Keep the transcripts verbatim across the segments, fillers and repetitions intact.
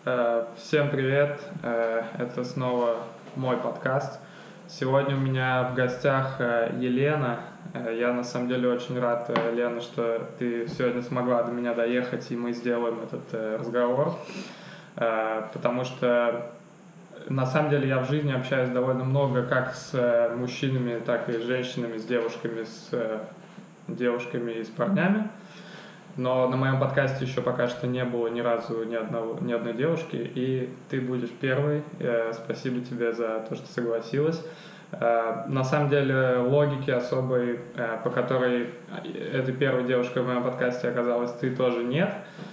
Всем привет, это снова мой подкаст. Сегодня у меня в гостях Елена. Я на самом деле очень рад, Лена, что ты сегодня смогла до меня доехать, и мы сделаем этот разговор, потому что на самом деле я в жизни общаюсь довольно много как с мужчинами, так и с женщинами, с девушками, с девушками и с парнями. Но на моем подкасте еще пока что не было ни разу ни, одного, ни одной девушки, и ты будешь первой. Спасибо тебе за то, что согласилась. На самом деле логики особой, по которой этой первой девушкой в моем подкасте оказалась ты, тоже нет.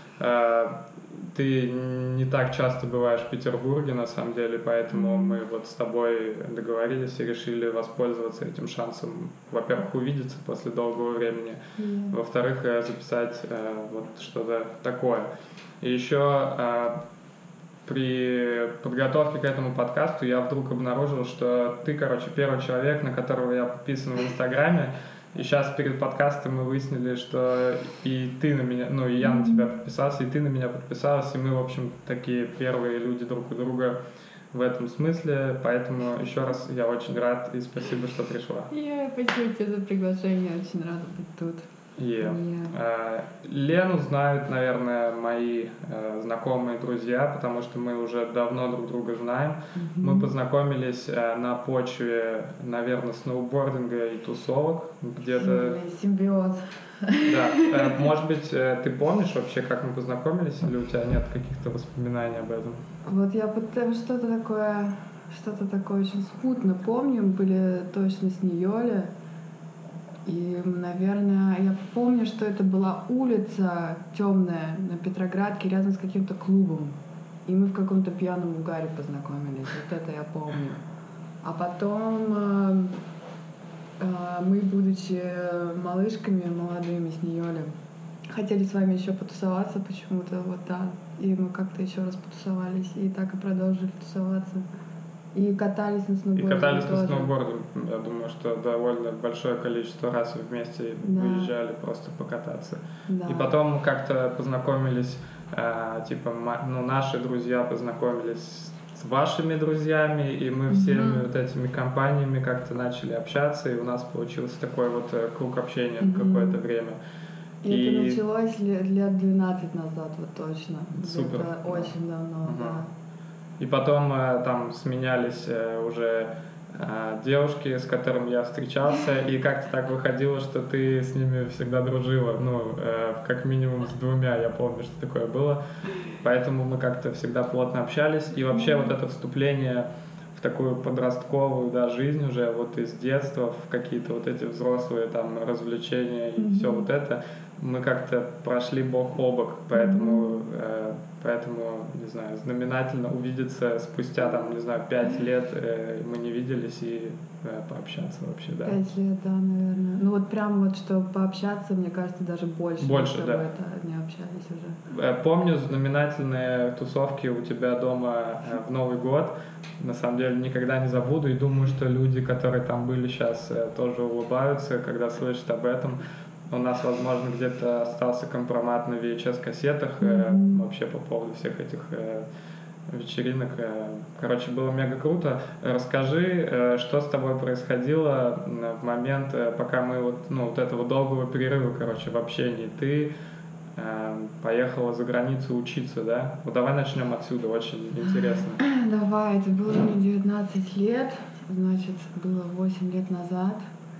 Ты не так часто бываешь в Петербурге, на самом деле, поэтому мы вот с тобой договорились и решили воспользоваться этим шансом, во-первых, увидеться после долгого времени, mm. во-вторых, записать э, вот что-то такое. И еще э, при подготовке к этому подкасту я вдруг обнаружил, что ты, короче, первый человек, на которого я подписан в Инстаграме. И сейчас перед подкастом мы выяснили, что и ты на меня, ну и я на тебя подписался, и ты на меня подписалась, и мы, в общем, такие первые люди друг у друга в этом смысле, поэтому еще раз я очень рад и спасибо, что пришла. Yeah, спасибо тебе за приглашение, очень рада быть тут. Yeah. Yeah. Лену знают, наверное, мои uh, знакомые друзья, потому что мы уже давно друг друга знаем. Mm-hmm. Мы познакомились uh, на почве, наверное, сноубординга и тусовок где-то. Симбиоз. Да. Может быть, ты помнишь вообще, как мы познакомились, или у тебя нет каких-то воспоминаний об этом? Вот я что-то такое, что-то такое очень смутно помню. Мы были точно с Нью-Йорке. И, наверное, я помню, что это была улица темная на Петроградке рядом с каким-то клубом. И мы в каком-то пьяном угаре познакомились. Вот это я помню. А потом э, э, мы, будучи малышками молодыми с Нью-Йорком, хотели с вами еще потусоваться почему-то, вот да. И мы как-то еще раз потусовались, и так и продолжили тусоваться. И катались на сноуборде. И катались тоже. на сноуборде. Я думаю, что довольно большое количество раз вместе да. выезжали просто покататься. Да. И потом как-то познакомились, э, типа, ну, наши друзья познакомились с вашими друзьями, и мы всеми mm-hmm. вот этими компаниями как-то начали общаться, и у нас получился такой вот круг общения mm-hmm. какое-то время. И, и это началось лет двенадцать назад, вот точно. Супер. Это очень давно, uh-huh. да. И потом э, там сменялись э, уже э, девушки, с которыми я встречался, и как-то так выходило, что ты с ними всегда дружила, ну, э, как минимум с двумя, я помню, что такое было. Поэтому мы как-то всегда плотно общались, и вообще вот это вступление в такую подростковую, да, жизнь уже вот из детства, в какие-то вот эти взрослые там развлечения и mm-hmm. все вот это, мы как-то прошли бок о бок, поэтому, mm-hmm. э, поэтому, не знаю, знаменательно увидеться спустя, там, не знаю, пять лет э, мы не виделись и э, пообщаться вообще, да. Пять лет, да, наверное. Ну вот прям вот, чтобы пообщаться, мне кажется, даже больше. Больше, мы да. Это не общались уже. Помню знаменательные тусовки у тебя дома э, в Новый год. На самом деле никогда не забуду, и думаю, что люди, которые там были сейчас, э, тоже улыбаются, когда слышат об этом. У нас, возможно, где-то остался компромат на ви эйч эс-кассетах mm-hmm. э, вообще по поводу всех этих э, вечеринок. Э. Короче, было мега круто. Расскажи, э, что с тобой происходило в момент, э, пока мы вот, ну, вот этого долгого перерыва, короче, в общении. Ты э, поехала за границу учиться, да? Вот давай начнем отсюда, очень интересно. Давай, это было мне девятнадцать лет, значит, было восемь лет назад.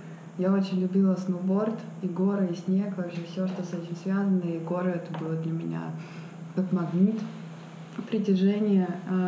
Я очень любила сноуборд, и горы, и снег, вообще все, что с этим связано. И горы это было для меня как магнит, притяжение.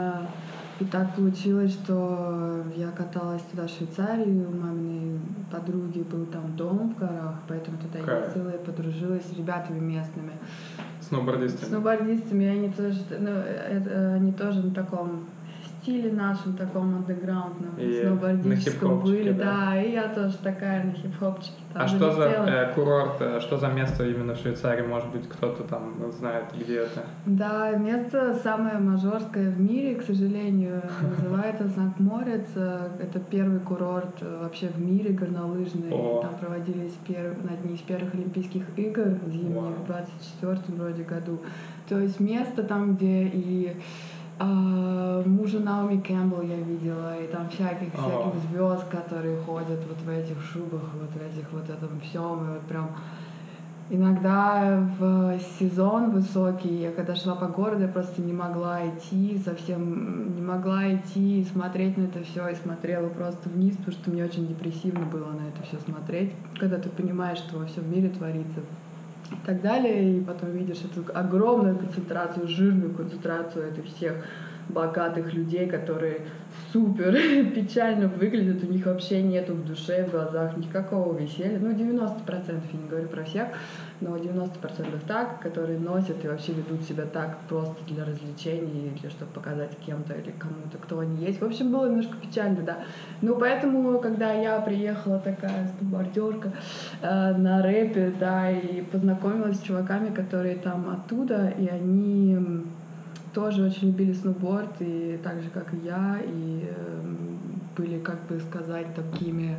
И так получилось, что я каталась туда в Швейцарию, у маминой подруги был там дом в горах, поэтому туда okay. ездила и подружилась с ребятами местными. Сноубордистами? Сноубордистами, они тоже, ну, это, они тоже на таком стиле нашем, таком андеграундном, сноубордическом были, да? да, и я тоже такая на хип-хопчике. А что за э, курорт, э, что за место именно в Швейцарии, может быть, кто-то там знает, где это? Да, место самое мажорское в мире, к сожалению, называется Санкт-Морец, это первый курорт вообще в мире горнолыжный, О. там проводились перв... одни из первых Олимпийских игр зимних в двадцать четвёртом вроде году, то есть место там, где и А, мужа Наоми Кэмпбелл я видела, и там всяких, всяких звезд, которые ходят вот в этих шубах, вот в этих вот этом всем, и вот прям иногда в сезон высокий, я когда шла по городу, я просто не могла идти, совсем не могла идти и смотреть на это все, и смотрела просто вниз, потому что мне очень депрессивно было на это все смотреть, когда ты понимаешь, что во всем мире творится и так далее, и потом видишь эту огромную концентрацию, жирную концентрацию этих всех богатых людей, которые супер печально выглядят, у них вообще нету в душе, в глазах никакого веселья. Ну, девяносто процентов, я не говорю про всех, но девяносто процентов так, которые носят и вообще ведут себя так просто для развлечений, или чтобы показать кем-то или кому-то, кто они есть. В общем, было немножко печально, да. Ну, поэтому, когда я приехала такая стабардерка э, на рэпе, да, и познакомилась с чуваками, которые там оттуда, и они тоже очень любили сноуборд, и так же, как и я, и э, были, как бы сказать, такими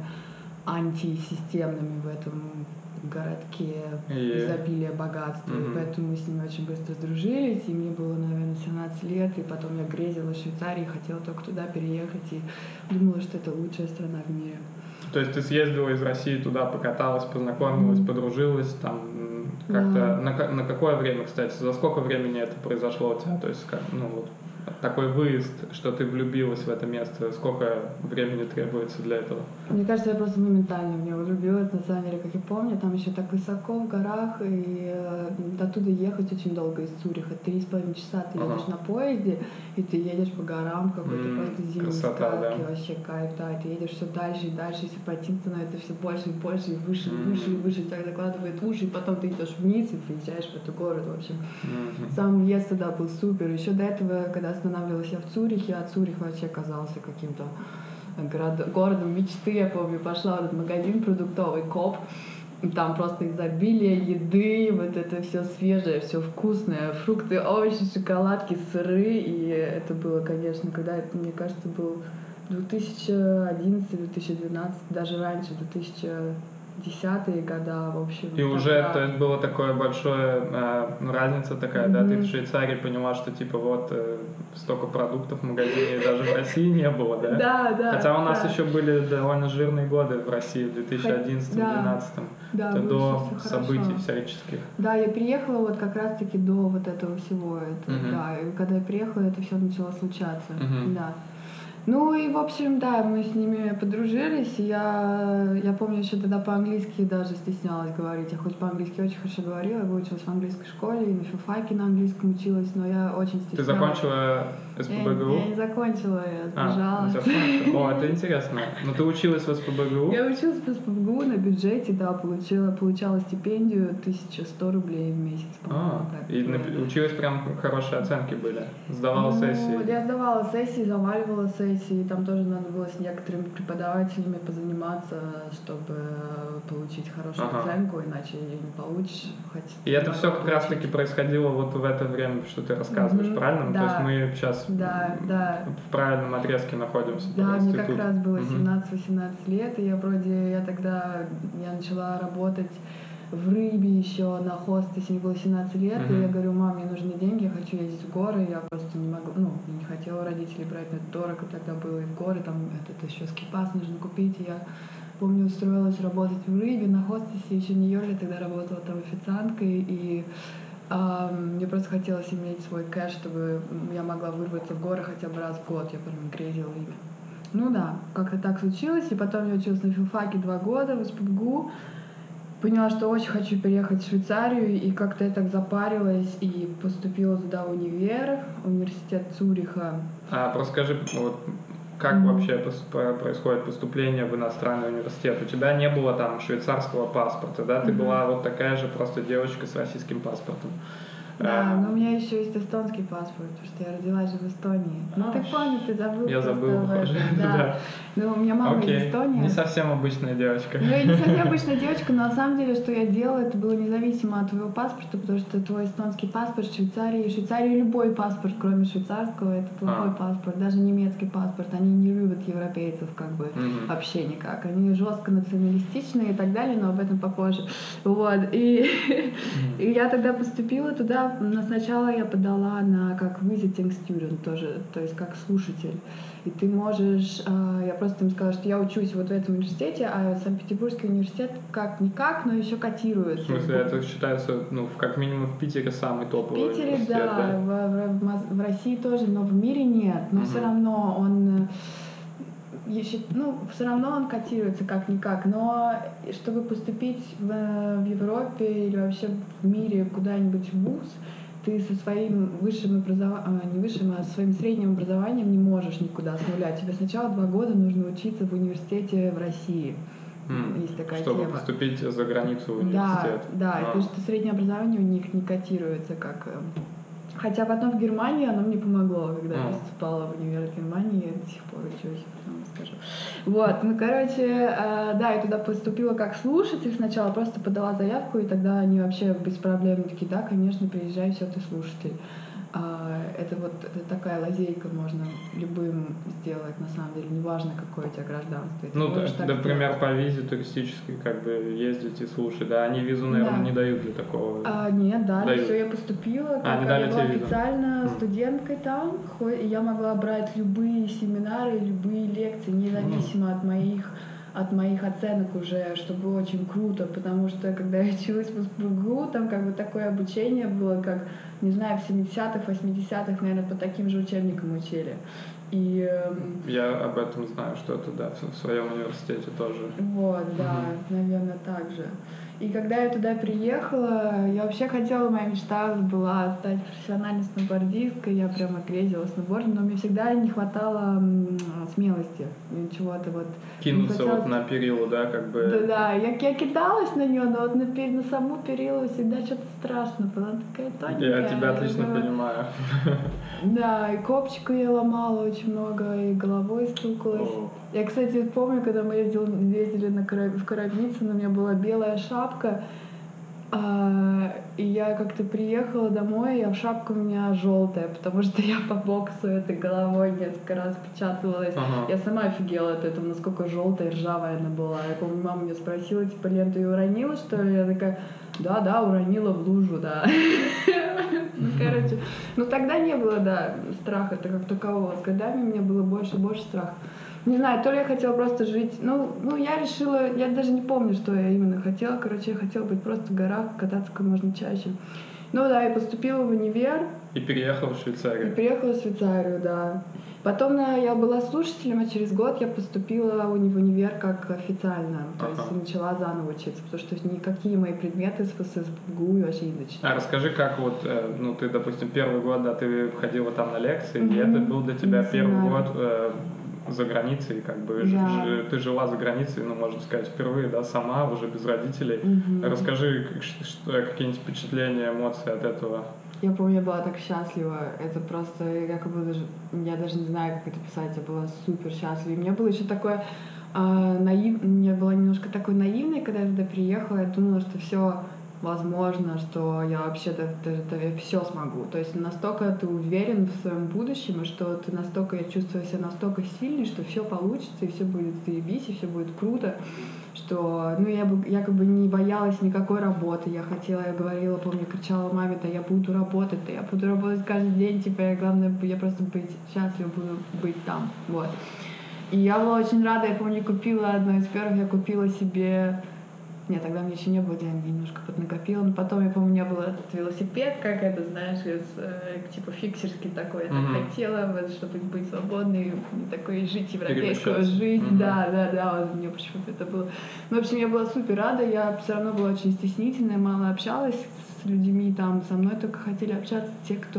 антисистемными в этом городке и... изобилия богатства. Mm-hmm. И поэтому мы с ними очень быстро сдружились, и мне было, наверное, семнадцать лет, и потом я грезила в Швейцарии, хотела только туда переехать, и думала, что это лучшая страна в мире. То есть ты съездила из России туда, покаталась, познакомилась, mm-hmm. подружилась, там как-то... Yeah. На, на какое время, кстати? За сколько времени это произошло у тебя? То есть, как, ну, вот, такой выезд, что ты влюбилась в это место, сколько времени требуется для этого? Мне кажется, я просто моментально в него влюбилась, на самом деле, как я помню, там еще так высоко в горах, и э, оттуда ехать очень долго из Цюриха, три с половиной часа ты ага. едешь на поезде, и ты едешь по горам, какой-то mm, просто зимний сказки, да. вообще кайф, да, и ты едешь все дальше и дальше, если пойти становится все больше и больше, и выше, mm. и выше, и выше, тебя закладывает уши, и потом ты идешь вниз и приезжаешь в этот город, в общем. Mm-hmm. Сам въезд туда был супер, еще до этого, когда останавливалась я в Цюрихе, а Цюрих вообще казался каким-то город, городом мечты. Я помню, пошла в этот магазин продуктовый Коп, и там просто изобилие еды, вот это все свежее, все вкусное, фрукты, овощи, шоколадки, сыры, и это было, конечно, когда это, мне кажется, был две тысячи одиннадцатый - две тысячи двенадцатый, даже раньше, две тысячи десятые года, в общем. И уже, да. то есть, было такое большое, э, разница такая, mm-hmm. да, ты в Швейцарии поняла, что, типа, вот, э, столько продуктов в магазине даже в России не было, да? Да, да. Хотя у нас да. еще были довольно жирные годы в России, в две тысячи одиннадцатом - две тысячи двенадцатом, да, это да, до событий всяческих. Да, я приехала вот как раз-таки до вот этого всего, это, mm-hmm. да, и когда я приехала, это все начало случаться, mm-hmm. да. Ну и, в общем, да, мы с ними подружились, и я, я помню, еще тогда по-английски даже стеснялась говорить. Я хоть по-английски очень хорошо говорила, я выучилась в английской школе, и на филфаке на английском училась, но я очень стеснялась. Ты закончила СПбГУ? Я, я не закончила, я сбежала. А, о, это интересно. Но ты училась в СПбГУ? Я училась в СПбГУ на бюджете, да, получила, получала стипендию тысяча сто рублей в месяц, по-моему. А, и на, училась прям хорошие оценки были? Сдавала ну, сессии? Я сдавала сессии, заваливала сессии. И там тоже надо было с некоторыми преподавателями позаниматься, чтобы получить хорошую ага. оценку, иначе ее не получишь. Хоть и это все как раз таки происходило вот в это время, что ты рассказываешь, mm-hmm. правильно? Да. То есть мы сейчас да, да. в правильном отрезке находимся. Да, мне как раз было семнадцать-восемнадцать лет, и я вроде, я тогда, я начала работать в Рыбе еще на хостесе, мне было семнадцать лет, uh-huh. и я говорю: мам, мне нужны деньги, я хочу ездить в горы, я просто не могу, ну, не хотела родителей брать, но это дорого тогда было, и в горы, там, это еще скипас нужно купить, и я, помню, устроилась работать в Рыбе на хостесе, еще не Йоли, тогда работала там официанткой, и а, мне просто хотелось иметь свой кэш, чтобы я могла вырваться в горы хотя бы раз в год, я прям грезила ими. Ну да, как-то так случилось, и потом я училась на филфаке два года в СПбГУ, поняла, что очень хочу переехать в Швейцарию, и как-то я так запарилась и поступила туда в универ, университет Цюриха. А расскажи, вот, как mm-hmm. вообще происходит поступление в иностранный университет? У тебя не было там швейцарского паспорта, да? Ты mm-hmm. была вот такая же просто девочка с российским паспортом. Да, а, но у меня еще есть эстонский паспорт, потому что я родилась же в Эстонии. Ну, ты понял, ты забыл. Я забыл, похоже. Да. да. Ну, у меня мама Окей. из Эстонии. Не совсем обычная девочка. Ну, я не совсем обычная девочка, но на самом деле, что я делала, это было независимо от твоего паспорта, потому что твой эстонский паспорт в Швейцарии, в Швейцарии любой паспорт, кроме швейцарского, это плохой а. паспорт, даже немецкий паспорт, они не любят европейцев как бы mm-hmm. вообще никак. Они жестко националистичные и так далее, но об этом попозже. Вот. И, mm-hmm. и я тогда поступила туда я на сначала я подала на как visiting student тоже, то есть как слушатель. И ты можешь, я просто им сказала, что я учусь вот в этом университете, а Санкт-Петербургский университет как-никак, но еще котируется. В смысле, это считается, ну, как минимум в Питере самый топовый в Питере, университет, да, да? В, в, в России тоже, но в мире нет. Но угу. все равно он еще, ну, все равно он котируется как-никак. Но чтобы поступить в, в Европе или вообще в мире куда-нибудь в вуз, ты со своим высшим образованием, не высшим, а своим средним образованием не можешь никуда с нуля. Тебе сначала два года нужно учиться в университете в России. Mm. Есть такая Чтобы тема. поступить за границу в университет. Да, да, а. потому что среднее образование у них не котируется как... Хотя потом в Германии оно мне помогло, когда а. я поступала в универ в Германии, я до сих пор учусь, потом скажу. Вот, ну, короче, да, я туда поступила как слушатель сначала, просто подала заявку, и тогда они вообще без проблем такие, да, конечно, приезжай, все, ты слушатель. Это вот это такая лазейка, можно любым сделать, на самом деле, неважно, какое у тебя гражданство. Ну, да, например, по визе туристической, как бы, ездить и слушать, да, они визу, наверное, да. не дают для такого. А, нет, да, все, я поступила, а, как, я была официально визу. студенткой там, и я могла брать любые семинары, любые лекции, независимо mm. от моих от моих оценок уже, что было очень круто, потому что когда я училась в СПбГУ, там как бы такое обучение было, как, не знаю, в семидесятых, восьмидесятых, наверное, по таким же учебникам учили. И, я об этом знаю, что это, да, в своем университете тоже. Вот, да, угу. наверное, так же. И когда я туда приехала, я вообще хотела, моя мечта была стать профессиональной сноубордисткой, я прямо грезила сноубордом, но мне всегда не хватало смелости, чего-то вот. Кинуться хотелось... вот на перилу, да, как бы. Да, да, я, я кидалась на нее, но вот на, на саму перилу всегда что-то страшно, была такая тоненькая. Я тебя отлично но... понимаю. Да, и копчику я ломала очень много, и головой стукалась. О. Я, кстати, помню, когда мы ездили, ездили на Караб... в Коробницыно, у меня была белая шапка, а, и я как-то приехала домой, а шапка у меня желтая, потому что я по боксу этой головой несколько раз печаталась. Ага. Я сама офигела от этого, насколько желтая и ржавая она была. Я помню, мама меня спросила, типа, Лен, ты ее уронила, что ли? Я такая, да, да, уронила в лужу, да. Ну, короче, ну тогда не было, да, страха-то как такового. С годами у меня было больше и больше страха. Не знаю, то ли я хотела просто жить, ну, ну, я решила, я даже не помню, что я именно хотела, короче, я хотела быть просто в горах, кататься как можно чаще. Ну да, я поступила в универ. И переехала в Швейцарию. И переехала в Швейцарию, да. Потом да, я была слушателем, а через год я поступила в универ как официально, то ага. есть начала заново учиться, потому что никакие мои предметы с СПбГУ вообще не зачитала. А расскажи, как вот, ну, ты, допустим, первый год, да, ты ходила там на лекции, mm-hmm. и это был для тебя не первый знаю. год э, за границей, как бы, да. ж, ты жила за границей, ну, можно сказать, впервые, да, сама, уже без родителей. Mm-hmm. Расскажи, что, какие-нибудь впечатления, эмоции от этого. Я помню, я была так счастлива, это просто, якобы даже, я даже не знаю, как это писать, я была супер счастлива. И у меня было еще такое, э, наив... я была немножко такой наивной, когда я туда приехала, я думала, что все возможно, что я вообще-то я все смогу. То есть настолько ты уверен в своем будущем, и что ты настолько, я чувствую себя настолько сильной, что все получится, и все будет заебись, и все будет круто. Что, ну, я бы, я как бы не боялась никакой работы, я хотела, я говорила, помню, кричала маме, да я буду работать, да я буду работать каждый день, типа, я, главное, я просто быть счастлива буду быть там, вот. И я была очень рада, я помню, купила одно из первых, я купила себе, нет, тогда мне еще не было денег, немножко поднакопила, но потом, я помню, у меня был этот велосипед, как это, знаешь, из, э, типа фиксерский такой, я так mm-hmm. хотела, вот, чтобы быть свободной, такой жить европейскую жизнь, mm-hmm. да, да, да, вот мне почему-то это было. Ну, в общем, я была супер рада, я все равно была очень стеснительная, мало общалась с людьми, там, со мной только хотели общаться те, кто,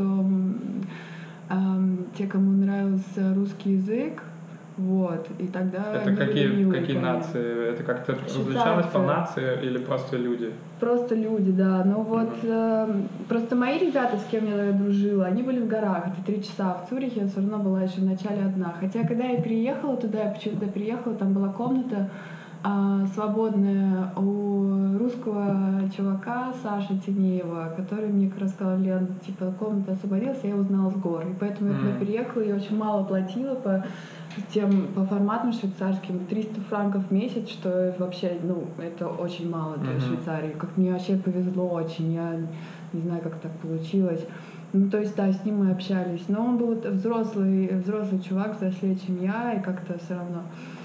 эм, те, кому нравился русский язык. Вот, и тогда... Это какие, милые, какие нации? Это как-то различалось по нации или просто люди? Просто люди, да. Ну вот, mm-hmm. э, просто мои ребята, с кем я дружила, они были в горах. Это три часа. В Цюрихе я все равно была еще в начале одна. Хотя, когда я приехала туда, я почему-то приехала, там была комната э, свободная у русского чувака Саши Тинеева, который мне как раз сказал, Лен, типа, комната освободилась, я узнала с гор. И поэтому mm-hmm. я туда переехала, я очень мало платила по... тем по форматам швейцарским триста франков в месяц, что вообще, ну, это очень мало для mm-hmm. Швейцарии. Как мне вообще повезло очень. Я не знаю, как так получилось. Ну, то есть, да, с ним мы общались. Но он был взрослый, взрослый чувак, взрослее, чем я, и как-то все равно.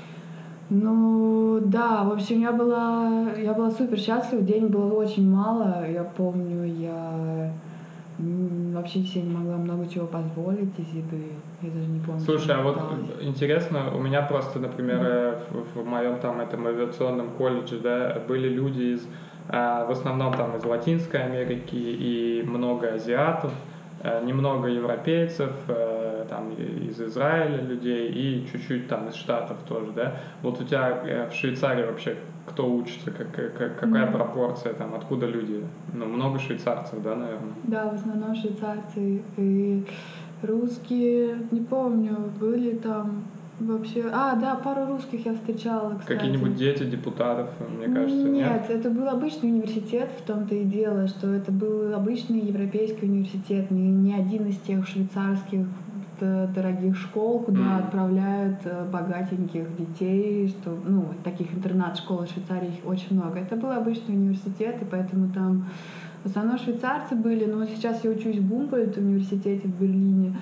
Ну, да, в общем, я была, я была супер счастлива, денег было очень мало, я помню, я вообще себе не могла много чего позволить из еды, я даже не помню. Слушай, а вот интересно, у меня просто, например, mm-hmm. в, в моем там этом авиационном колледже, да, были люди из, в основном там из Латинской Америки и много азиатов, немного европейцев, там из Израиля людей и чуть-чуть там из Штатов тоже, да. Вот у тебя в Швейцарии вообще кто учится, как, как, какая mm-hmm. пропорция там, откуда люди? Ну, много швейцарцев, да, наверное? Да, в основном швейцарцы и русские, не помню, были там вообще... А, да, пару русских я встречала, кстати. Какие-нибудь дети депутатов, мне кажется, нет? Нет, это был обычный университет, в том-то и дело, что это был обычный европейский университет, не, не один из тех швейцарских дорогих школ, куда mm. отправляют богатеньких детей, что, ну, таких интернат-школ в Швейцарии их очень много. Это был обычный университет, и поэтому там в основном швейцарцы были, но сейчас я учусь в Гумбольдт университете в Берлине,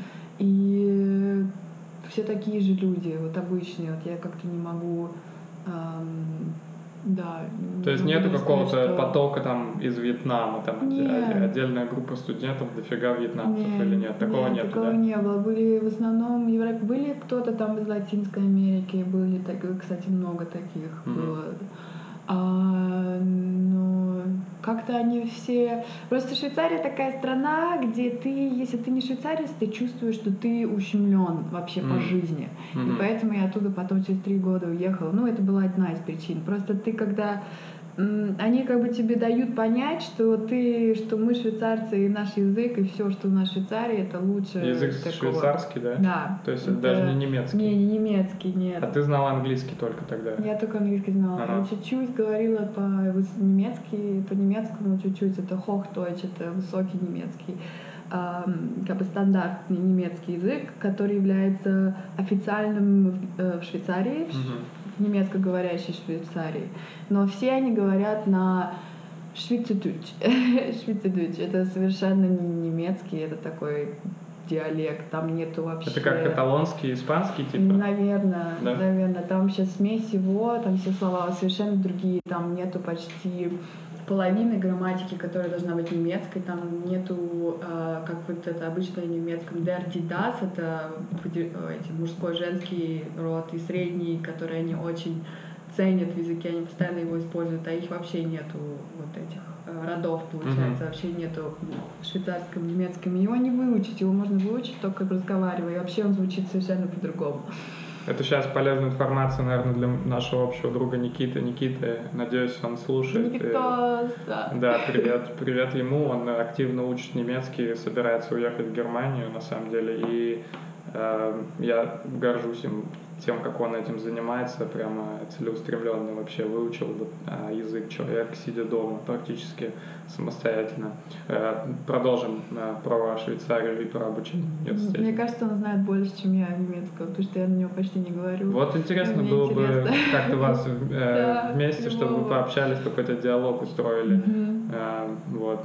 и все такие же люди, вот обычные, вот я как-то не могу, эм, да. То есть нету какого-то что... потока там из Вьетнама, там нет. отдельная группа студентов, дофига вьетнамцев нет. Или нет? Такого нет, нет, такого да? не было. Были в основном в Европе, были кто-то там из Латинской Америки, были, так, кстати, много таких mm-hmm. было. А, но как-то они все... Просто Швейцария такая страна, где ты, если ты не швейцарец, ты чувствуешь, что ты ущемлен вообще mm. по жизни. Mm-hmm. И поэтому я оттуда потом через три года уехала. Ну, это была одна из причин. Просто ты когда... Они как бы тебе дают понять, что ты, что мы швейцарцы, и наш язык, и все, что у нас в Швейцарии, это лучше. Язык такого. Швейцарский, да? Да. То есть это даже не немецкий? Не, не немецкий, нет. А ты знала английский только тогда? Я только английский знала. Ага. Я чуть-чуть говорила по-немецки, по-немецкому чуть-чуть. Это Hochdeutsch, это высокий немецкий. Как бы стандартный немецкий язык, который является официальным в Швейцарии, в немецкоговорящей Швейцарии. Но все они говорят на Schweizerdeutsch. Schweizerdeutsch. Это совершенно не немецкий, это такой диалект, там нету вообще... Это как каталонский, испанский типа? Наверное, да? наверное. Там сейчас смесь всего, там все слова совершенно другие, там нету почти половины грамматики, которая должна быть немецкой, там нету, э, как вот это обычно в немецком, der, die, das, это эти, мужской, женский род, и средний, который они очень ценят в языке, они постоянно его используют, а их вообще нету вот этих родов, получается, mm-hmm. вообще нету в швейцарском, немецком. Его не выучить, его можно выучить только разговаривая, и вообще он звучит совершенно по-другому. Это сейчас полезная информация, наверное, для нашего общего друга Никиты. Никита, надеюсь, он слушает. Никитос, и... да. Да, привет, привет ему. Он активно учит немецкий, собирается уехать в Германию, на самом деле. И э, я горжусь им тем, как он этим занимается, прямо целеустремленно вообще выучил вот, а, язык человек, сидя дома, практически самостоятельно. Э, продолжим э, про Швейцарию и про обучение в университете. Мне кажется, он знает больше, чем я немецкого, потому что я на него почти не говорю. Вот интересно Мне было интересно. бы как-то вас э, вместе, чтобы вы пообщались, какой-то диалог устроили. Э, вот.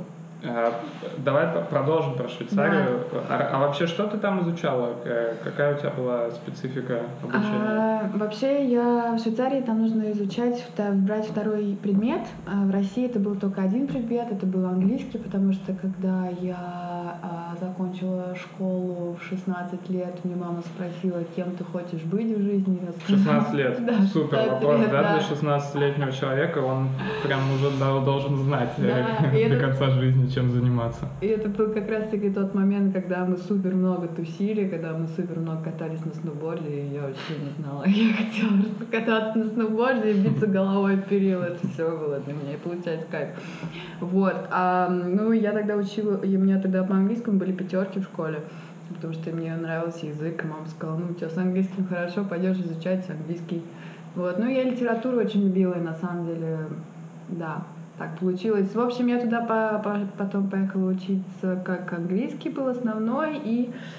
Давай продолжим про Швейцарию. Да. А, а вообще, что ты там изучала? Какая у тебя была специфика обучения? А, вообще, я в Швейцарии там нужно изучать, брать второй предмет. А в России это был только один предмет, это был английский, потому что когда я а, закончила школу в шестнадцать лет, мне мама спросила, кем ты хочешь быть в жизни. шестнадцать лет? Да, супер вопрос, лет, да, да, для шестнадцатилетнего человека он прям уже должен знать да, до это... конца жизни, чем заниматься. И это был как раз-таки тот момент, когда мы супер много тусили, когда мы супер много катались на сноуборде, и я вообще не знала. Я хотела просто кататься на сноуборде и биться головой в перил. Это все было для меня, и получать кайф. Вот. А, ну, я тогда учила, и у меня тогда по английскому были пятерки в школе, потому что мне нравился язык, и мама сказала, ну, у тебя с английским хорошо, пойдешь изучать английский. Вот. Ну, я литературу очень любила, и на самом деле, да, так получилось. В общем, я туда по, по, потом поехала учиться, как английский был основной, и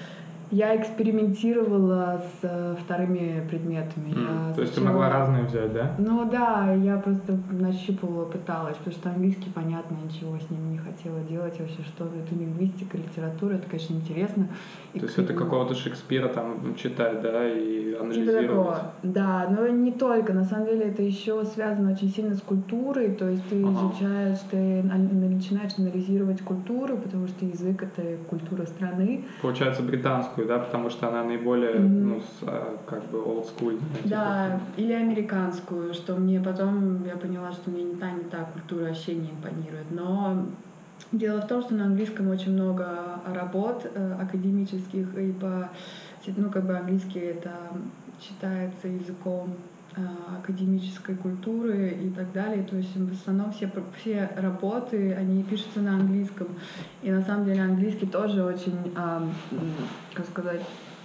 Я экспериментировала с э, вторыми предметами. Mm. Я То есть сначала... ты могла разные взять, да? Ну да, я просто нащупывала, пыталась, потому что английский, понятно, ничего с ним не хотела делать вообще, что это лингвистика, литература, это, конечно, интересно. И То есть это какого-то Шекспира там читать, да, и анализировать? Типа такого, да, но не только, на самом деле это еще связано очень сильно с культурой, то есть ты ага. изучаешь, ты начинаешь анализировать культуру, потому что язык — это культура страны. Получается британскую, да, потому что она наиболее, mm-hmm. ну, с, как бы олдскульная. Да, типа. Или американскую, что мне потом, я поняла, что мне не та, не та культура вообще не импонирует, но дело в том, что на английском очень много работ э, академических, и по, ну, как бы английский это считается языком э, академической культуры и так далее. То есть в основном все, все работы, они пишутся на английском. И на самом деле английский тоже очень, э, как сказать,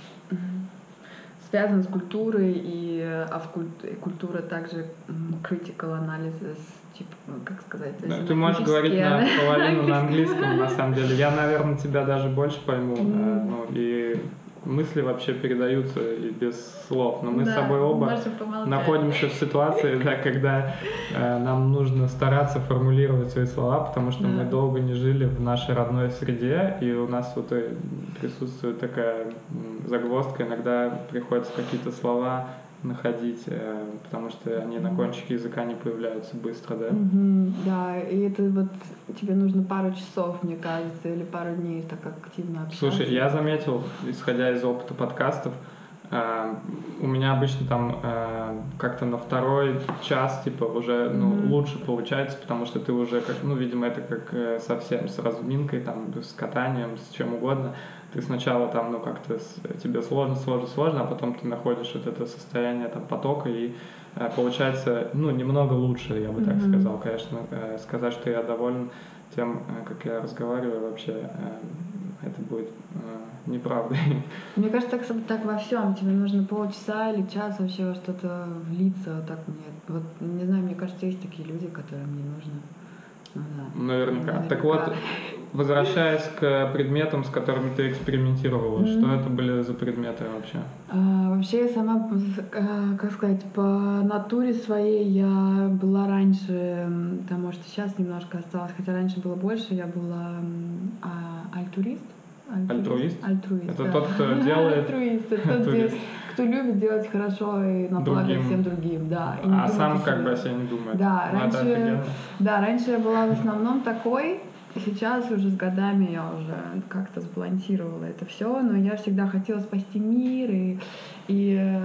связан с культурой, и а в культуре, культура также critical analysis, типа, как сказать, да, ты можешь говорить наполовину на английском, на самом деле. Я, наверное, тебя даже больше пойму. Mm. Ну, и мысли вообще передаются и без слов. Но мы да, с собой оба находимся в ситуации, да, когда э, нам нужно стараться формулировать свои слова, потому что да. мы долго не жили в нашей родной среде, и у нас вот и присутствует такая загвоздка. Иногда приходится какие-то слова находить, э, потому что они на кончике языка не появляются быстро, да? Mm-hmm, да, и это вот тебе нужно пару часов, мне кажется, или пару дней так активно общаться. Слушай, я заметил, исходя из опыта подкастов, э, у меня обычно там э, как-то на второй час типа уже ну, mm-hmm. лучше получается, потому что ты уже как, ну, видимо, это как э, совсем с разминкой, там, с катанием, с чем угодно. Ты сначала там, ну, как-то тебе сложно, сложно, сложно, а потом ты находишь вот это состояние там потока, и э, получается, ну, немного лучше, я бы mm-hmm. так сказал, конечно. Э, сказать, что я доволен тем, э, как я разговариваю, вообще, э, это будет э, неправдой. Мне кажется, так, так во всем. Тебе нужно полчаса или час вообще во что-то влиться, вот так мне. Вот, не знаю, мне кажется, есть такие люди, которым не нужно. Ну, да. Наверняка. Наверняка. Так вот, возвращаясь к предметам, с которыми ты экспериментировала, mm-hmm. что это были за предметы вообще? А, вообще я сама, как сказать, по натуре своей я была раньше, там, может, сейчас немножко осталось, хотя раньше было больше, я была а, альтурист. Альтруист? Альтруист, это да. тот, кто делает... Альтруист, это тот, здесь, кто любит делать хорошо и на благо всем другим, да. И а сам как бы о себе не думает. Да, раньше, да, раньше я была в основном такой, сейчас уже с годами я уже как-то сбалансировала это все, но я всегда хотела спасти мир, и, и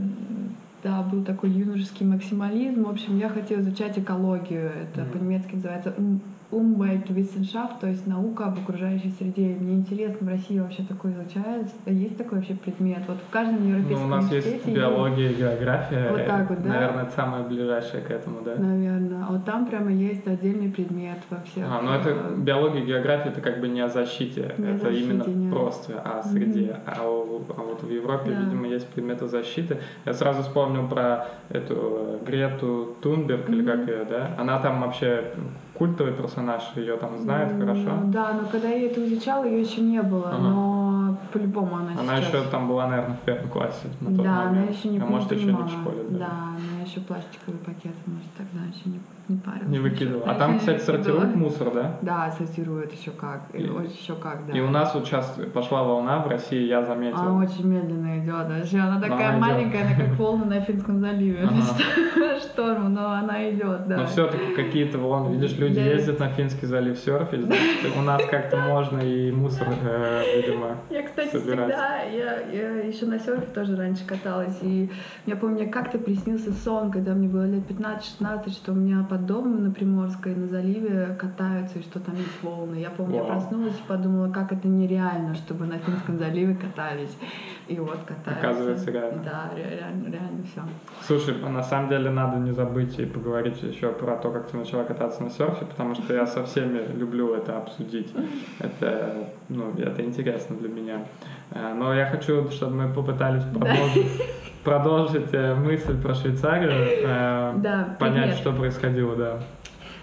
да, был такой юношеский максимализм. В общем, я хотела изучать экологию, это mm-hmm. по-немецки называется Umweltwissenschaft, то есть наука об окружающей среде. Мне интересно, в России вообще такое изучается? Есть такой вообще предмет? Вот в каждом европейском ну, у нас есть биология и география. Вот так вот, да? Наверное, это самое ближайшее к этому, да? Наверное. А вот там прямо есть отдельный предмет во всех. А, ну это биология и география, это как бы не о защите, не это защите, именно нет. Просто о среде. Mm-hmm. А, у, а вот в Европе, да. видимо, есть предметы защиты. Я сразу вспомнил про эту Грету Тунберг, mm-hmm. или как ее, да? Она там вообще культовый персонаж, ее там знают mm, хорошо. Да, но когда я это изучала, ее еще не было, ага. но по-любому она, она сейчас... еще там была, наверное, в первом классе на тот да, момент. Она еще не а может, понимала. еще не в школе. Да, да она еще пластиковый пакет, может, тогда еще не, не парилась. Не выкидывала. А там, кстати, сортируют мусор, да? Да, сортируют еще как. И, еще как, да. И у нас вот сейчас пошла волна в России, я заметил. Она очень медленно идет. Вообще, она такая она маленькая, идет. Она как волна на Финском заливе. Ага. Шторм, но она идет, да. Но все-таки какие-то волны. Видишь, люди Есть. ездят на Финский залив серфить, значит, у нас как-то можно и мусор, э, видимо, Я, кстати, собирать. всегда, я, я еще на серфе тоже раньше каталась, и я помню, мне как-то приснился сон, когда мне было лет пятнадцать-шестнадцать, что у меня под домом на Приморской, на заливе катаются, и что там есть волны. Я помню, Вау. я проснулась и подумала, как это нереально, чтобы на Финском заливе катались. И вот катаются. Оказывается, реально. Да, реально, реально все. Слушай, на самом деле надо не забыть и поговорить еще про то, как ты начала кататься на серфе, потому что я со всеми люблю это обсудить. Это, ну, это интересно для меня. Но я хочу, чтобы мы попытались продолжить, продолжить мысль про Швейцарию, да, понять, привет. что происходило, да.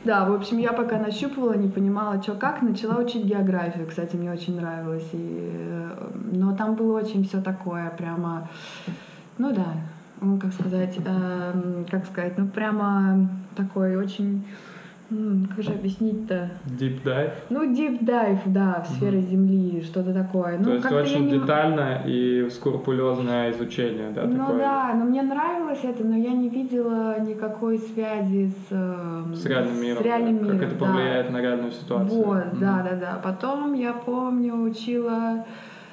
Да, в общем, я пока нащупывала, не понимала, что как, начала учить географию, кстати, мне очень нравилось. И, но там было очень все такое, прямо, ну да, ну, как сказать, э, как сказать, ну прямо такой очень, ну, как же объяснить-то? Deep dive? Ну, deep dive, да, в сфере mm-hmm. Земли, что-то такое. То ну, есть очень не... детальное и скрупулезное изучение, да, ну, такое? Ну да, но мне нравилось это, но я не видела никакой связи с, с реальным миром, с реальным да. миром, как это да. повлияет на реальную ситуацию. Вот, mm-hmm. да, да, да. Потом, я помню, учила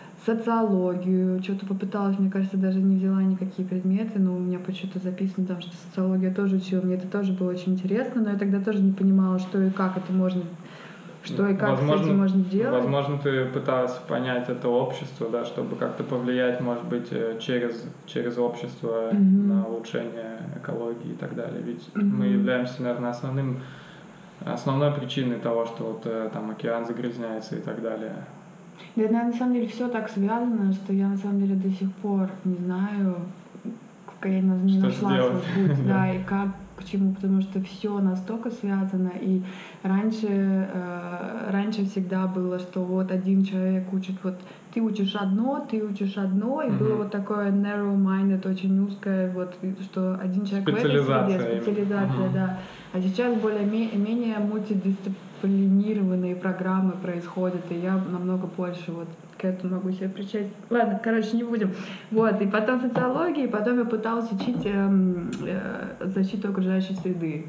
социологию, что-то попыталась, мне кажется, даже не взяла никакие предметы, но у меня почему-то записано там, что социологию я тоже учила, мне это тоже было очень интересно, но я тогда тоже не понимала, что и как это можно, что и как возможно, с этим можно делать. Возможно, ты пыталась понять это общество, да, чтобы как-то повлиять, может быть, через, через общество mm-hmm. на улучшение экологии и так далее, ведь mm-hmm. мы являемся, наверное, основным, основной причиной того, что вот там океан загрязняется и так далее. Да, на самом деле все так связано, что я на самом деле до сих пор не знаю, как я не что нашла сделать? свой путь, да, и как, к чему, потому что все настолько связано. И раньше, э, раньше всегда было, что вот один человек учит, вот ты учишь одно, ты учишь одно, и mm-hmm. было вот такое narrow-minded, очень узкое, вот, что один человек в этой среде, специализация, mm-hmm. да. А сейчас более-менее мультидисциплинированные программы происходят, и я намного больше вот к этому могу себе причастить. Ладно, короче, не будем. Вот, и потом социология, и потом я пыталась учить э, э, защиту окружающей среды.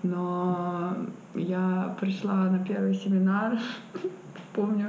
Но я пришла на первый семинар, помню,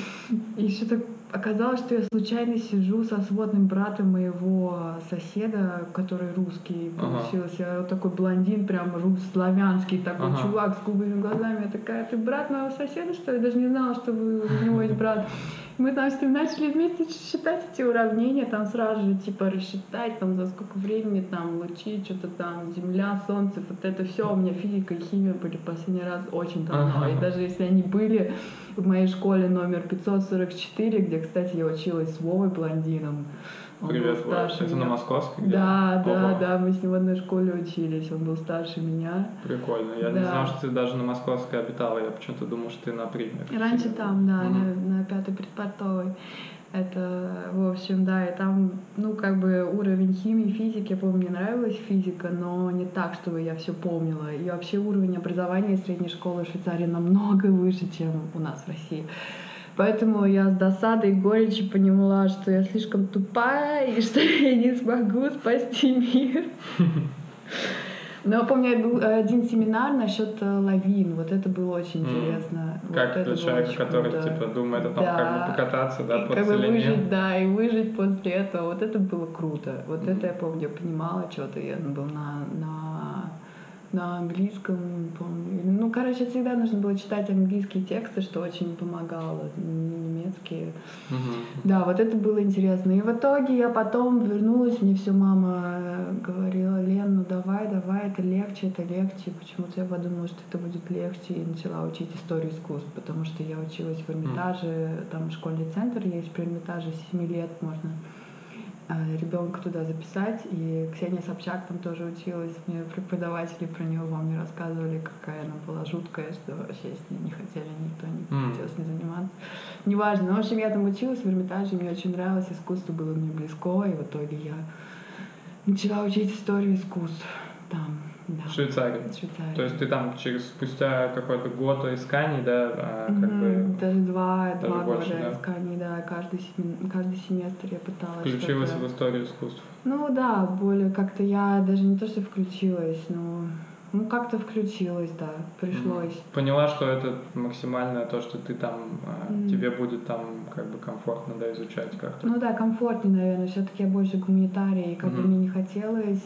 и что-то оказалось, что я случайно сижу со сводным братом моего соседа, который русский получился. Ага. Я вот такой блондин, прям рус, славянский такой ага. чувак с голубыми глазами. Я такая, ты брат моего соседа, что ли? Я даже не знала, что вы, у него есть брат. Мы там с ним начали вместе считать эти уравнения, там сразу же типа рассчитать, там за сколько времени, там лучи, что-то там, Земля, Солнце, вот это все. У меня физика и химия были последний раз очень давно. Ага. И даже если они были в моей школе номер пятьсот сорок четыре, где, кстати, я училась с Вовой блондином. Он Привет, был старше это меня. на Московской? Да, да, Опа. да, мы с ним в одной школе учились, он был старше меня. Прикольно, я да. не знал, что ты даже на Московской обитала, я почему-то думал, что ты на Приме. Раньше там, да, mm-hmm. на, на пятой предпортовой. Это, в общем, да, и там, ну, как бы уровень химии, физики, я помню, мне нравилась физика, но не так, чтобы я все помнила. И вообще уровень образования средней школы в Швейцарии намного выше, чем у нас в России. Поэтому я с досадой и горечью поняла, что я слишком тупая и что я не смогу спасти мир. Но я помню, был один семинар насчет лавин. Вот это было очень mm. интересно. Как вот для человека, который круто. типа думает о том, да. как бы покататься, да, и под как бы выжить, да, и выжить после этого. Вот это было круто. Вот mm. это я помню, я понимала что-то. Я был на, на, на английском, помню. Ну, короче, всегда нужно было читать английские тексты, что очень помогало. Немецкие. Mm-hmm. Да, вот это было интересно. И в итоге я потом вернулась, мне все мама говорила: Лен, ну давай, давай, это легче, это легче. Почему-то я подумала, что это будет легче, и начала учить историю искусств, потому что я училась в Эрмитаже, mm. там школьный центр есть при Эрмитаже, с семи лет можно ребенка туда записать. И Ксения Собчак там тоже училась. Мне преподаватели про нее вам не рассказывали, какая она была жуткая, что вообще с ней не хотели, никто не mm. хотел с ней заниматься. Неважно. Но, в общем, я там училась в Эрмитаже, мне очень нравилось, искусство было мне близко, и в итоге я начала учить историю искусств там, да. В Швейцарии? В Швейцарии. То есть ты там через спустя какой-то год исканий, да, а, как mm-hmm. бы... Даже два, даже два больше, года да? исканий, да, каждый, семи... каждый семестр я пыталась Включилась что-то... в историю искусств? Ну да, более как-то я даже не то, что включилась, но... Ну, как-то включилась, да, пришлось. Поняла, что это максимальное то, что ты там, mm. тебе будет там как бы комфортно, да, изучать как-то. Ну да, комфортнее, наверное, все-таки я больше гуманитарий, и как mm-hmm. бы мне не хотелось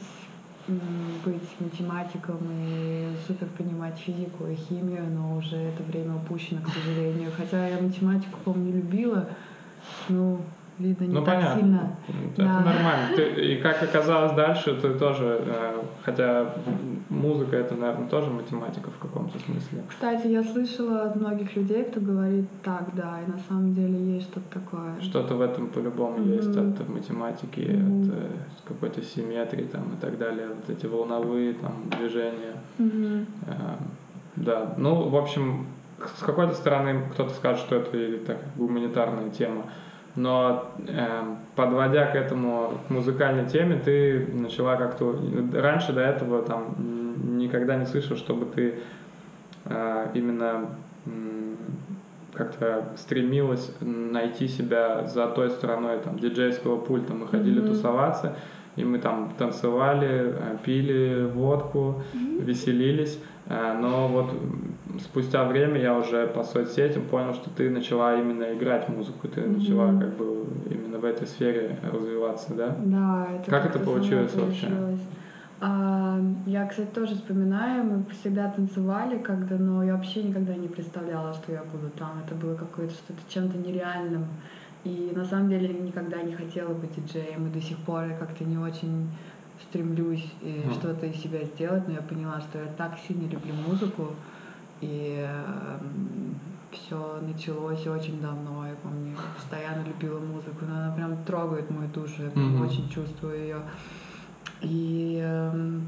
быть математиком и супер понимать физику и химию, но уже это время упущено, к сожалению. Хотя я математику, помню, любила, ну... видно, не ну, так понятно. сильно. Это да. нормально. Ты, и как оказалось дальше, ты тоже, хотя музыка это, наверное, тоже математика в каком-то смысле. Кстати, я слышала от многих людей, кто говорит так, да, и на самом деле есть что-то такое. Что-то в этом по-любому mm-hmm. есть от математики, mm-hmm. от какой-то симметрии там и так далее, вот эти волновые там движения. Mm-hmm. Да, ну, в общем, с какой-то стороны кто-то скажет, что это или так гуманитарная тема, но э, подводя к этому, к музыкальной теме, ты начала как-то... Раньше до этого там никогда не слышал, чтобы ты э, именно э, как-то стремилась найти себя за той стороной там, диджейского пульта. Мы ходили mm-hmm. тусоваться, и мы там танцевали, пили водку, mm-hmm. веселились. Но вот спустя время я уже по соцсетям понял, что ты начала именно играть музыку, ты mm-hmm. начала как бы именно в этой сфере развиваться, да? Да, это как это получилось вообще? А, я, кстати, тоже вспоминаю, мы всегда танцевали, когда, но я вообще никогда не представляла, что я буду там. Это было какое-то что-то чем-то нереальным. И на самом деле никогда не хотела быть диджеем, и до сих пор я как-то не очень стремлюсь и mm. что-то из себя сделать, но я поняла, что я так сильно люблю музыку, и э, все началось очень давно. Я помню, я постоянно любила музыку, но она прям трогает мою душу, я прям mm-hmm. очень чувствую ее. И э,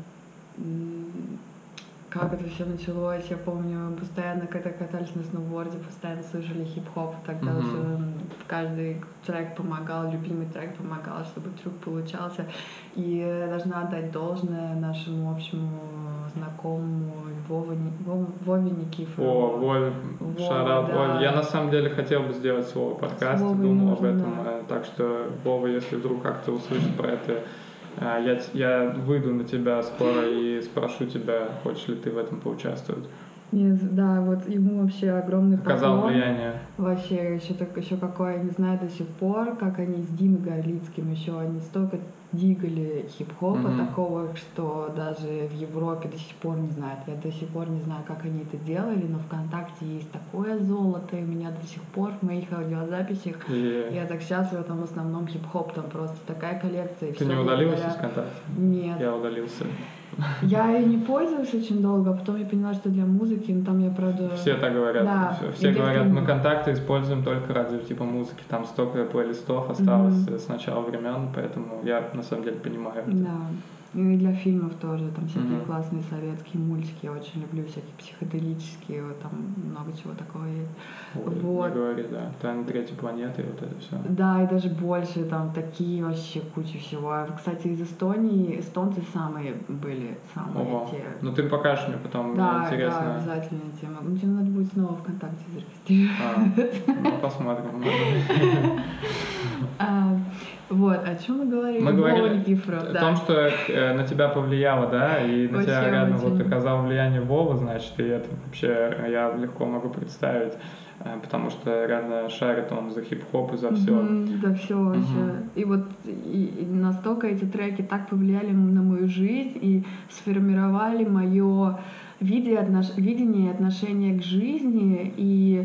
как это все началось, я помню, постоянно, когда катались на сноуборде, постоянно слышали хип-хоп, тогда mm-hmm. уже каждый трек помогал, любимый трек помогал, чтобы трюк получался. И я должна отдать должное нашему общему знакомому Вове, Вове Никифорову. О, Вове, шарап, да. Вове. Я на самом деле хотел бы сделать свой подкаст, думал об этом, да. Так что, Вова, если вдруг как-то услышит про это, Я, я выйду на тебя скоро и спрошу тебя, хочешь ли ты в этом поучаствовать. Нет, да, вот ему вообще огромный поклон. Оказал влияние. Вообще, еще, так, еще какое, я не знаю до сих пор, как они с Димой Горлицким еще, они столько дигали хип-хопа mm-hmm. такого, что даже в Европе до сих пор не знают. Я до сих пор не знаю, как они это делали, но ВКонтакте есть такое золото, и у меня до сих пор в моих аудиозаписях. Yeah. Я так счастлива, там в основном хип-хоп, там просто такая коллекция. Ты не удалилась из ВКонтакте? Нет. Я удалился. Я и не пользовалась очень долго, а потом я поняла, что для музыки, ну там я, правда... Все так говорят. Да. Все говорят, мы контакты используем только ради типа музыки, там столько плейлистов осталось mm-hmm. с начала времен, поэтому я на самом деле понимаю это. Да. И для фильмов тоже, там всякие mm-hmm. классные советские мультики, я очень люблю всякие психоделические, вот там много чего такого есть. Ой, вот. Не говори, да, «Тайны третьей планеты», вот это все. Да, и даже больше, там такие вообще куча всего. Кстати, из Эстонии, эстонцы самые были, самые Ого. те. Ну ты покажешь мне потом, да, мне интересно. Да, обязательно тема. Ну тебе надо будет снова ВКонтакте зарегистрироваться. А, ну посмотрим. Вот, о чем мы говорили? Мы говорили Никифоров, о да. том, что э, на тебя повлияло, да, и на очень, тебя реально очень. Вот оказал влияние Вова, значит, и это вообще я легко могу представить, э, потому что реально шарит он за хип-хоп и за все. Mm-hmm, за все mm-hmm. вообще. И вот и, и настолько эти треки так повлияли на мою жизнь и сформировали мое видение и отношение к жизни, и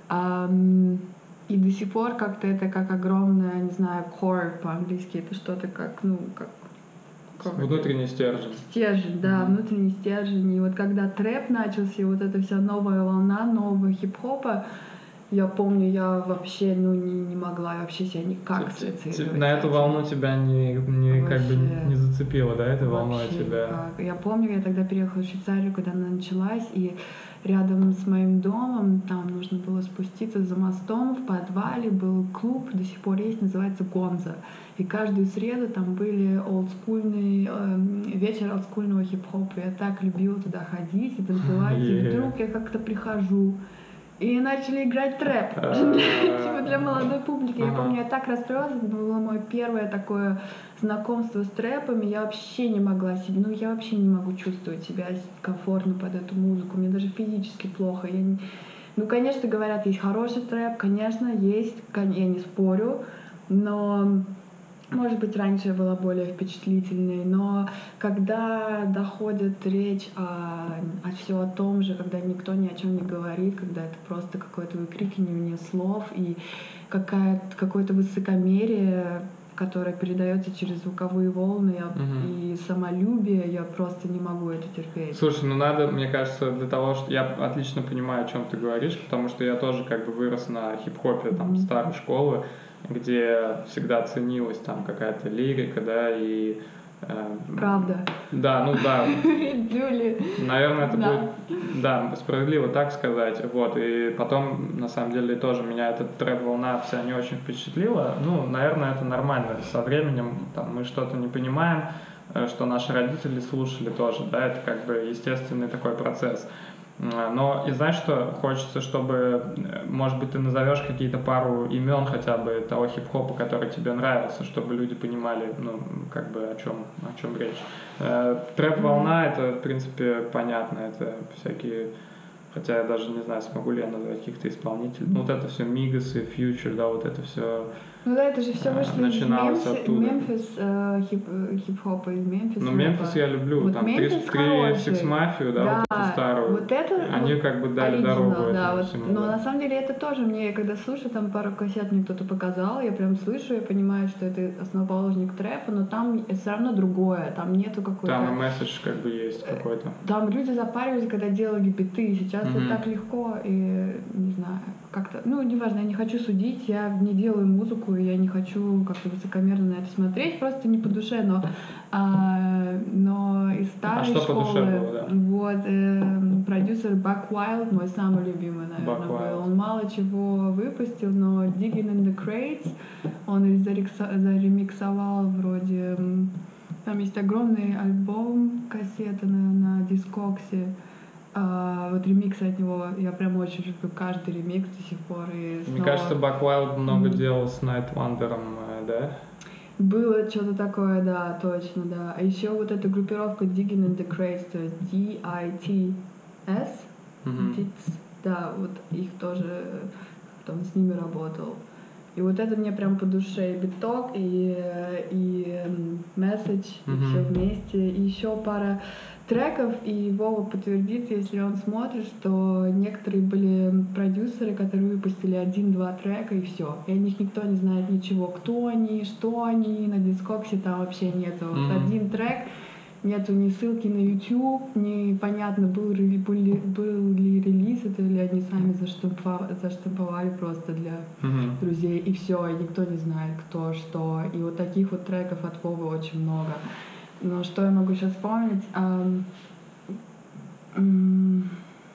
эм, И до сих пор как-то это как огромное, не знаю, core по-английски, это что-то как, ну, как... как внутренний стержень. Стержень, да, mm-hmm. внутренний стержень. И вот когда трэп начался, и вот эта вся новая волна нового хип-хопа, я помню, я вообще, ну, не, не могла вообще себя никак ассоциировать. На эту волну тебя не, не как бы не зацепило, да, эта волна тебя? Никак. Я помню, я тогда переехала в Швейцарию, когда она началась, и рядом с моим домом, там нужно было спуститься за мостом, в подвале был клуб, до сих пор есть, называется «Гонза». И каждую среду там были олдскульный, э, вечер олдскульного хип-хопа. Я так любила туда ходить и танцевать, yeah. и вдруг я как-то прихожу, и начали играть трэп, типа для молодой публики. Я помню, я так расстроилась, это было мое первое такое знакомство с трэпами. Я вообще не могла себе, ну я вообще не могу чувствовать себя комфортно под эту музыку. Мне даже физически плохо. Я не... Ну, конечно, говорят, есть хороший трэп, конечно, есть, я не спорю, но... Может быть, раньше я была более впечатлительной, но когда доходит речь о, о все о том же, когда никто ни о чем не говорит, когда это просто какое-то выкрикивание слов и какое-то высокомерие, которое передается через звуковые волны угу. и самолюбие, я просто не могу это терпеть. Слушай, ну надо, мне кажется, для того, что я отлично понимаю, о чем ты говоришь, потому что я тоже как бы вырос на хип-хопе там mm-hmm. старой школы, где всегда ценилась там какая-то лирика, да, и Правда. Да, ну да. Джули. Наверное, это Да. будет, да, справедливо так сказать. Вот, и потом, на самом деле, тоже меня эта трэп-волна вся не очень впечатлила. Ну, наверное, это нормально. Со временем там, мы что-то не понимаем, что наши родители слушали тоже, да, это как бы естественный такой процесс. Но и знаешь что, хочется, чтобы, может быть, ты назовешь какие-то пару имен хотя бы того хип-хопа, который тебе нравился, чтобы люди понимали, ну, как бы о чем, о чем речь. Трэп-волна, это, в принципе, понятно, это всякие, хотя я даже не знаю, смогу ли я назвать каких-то исполнителей. Ну, вот это все Мигас и Фьючер, да, вот это все. Ну да, это же все вышло из Мемфис, Мемфис э, хип, хип-хопа, из Мемфиса. Ну, Мемфис я люблю, вот там три Six Mafia, да, да, вот эту старую. Вот это, они вот, как бы дали оригинал, дорогу да, этому вот, всему. но да. на самом деле это тоже мне, когда слушаю, там пару кассет мне кто-то показал, я прям слышу, я понимаю, что это основоположник трэпа, но там все равно другое, там нету какой-то... Там и месседж как бы есть какой-то. Там люди запаривались, когда делали биты, сейчас mm-hmm. это так легко, и не знаю, как-то, ну, неважно, я не хочу судить, я не делаю музыку, и я не хочу как-то высокомерно на это смотреть, просто не по душе, но, а, но из старой а что школы, по душе было, да? вот, э, продюсер Buck Wild, мой самый любимый, наверное, был, он мало чего выпустил, но Digging in the Crates, он заремиксовал вроде, там есть огромный альбом, кассеты на, на дискоксе. А, вот ремиксы от него, я прям очень люблю каждый ремикс до сих пор. И снова... Мне кажется, Buck Wild много mm-hmm. делал с Night Wonder'ом, да? Было что-то такое, да, точно, да. А еще вот эта группировка Digging in the Crates, то есть ди ай ти эс, mm-hmm. Dits, да, вот их тоже, кто с ними работал. И вот это мне прям по душе, и биток, и, и месседж, mm-hmm. и все вместе, и еще пара треков, и Вова подтвердит, если он смотрит, что некоторые были продюсеры, которые выпустили один-два трека, и все. И о них никто не знает ничего, кто они, что они, на дискоксе там вообще нету. Mm-hmm. Вот один трек, нету ни ссылки на YouTube, непонятно, был, был, ли, был ли релиз это, или они сами заштамповали, заштамповали просто для mm-hmm. друзей, и все, и никто не знает, кто, что. И вот таких вот треков от Вовы очень много. Но что я могу сейчас вспомнить? Um, um,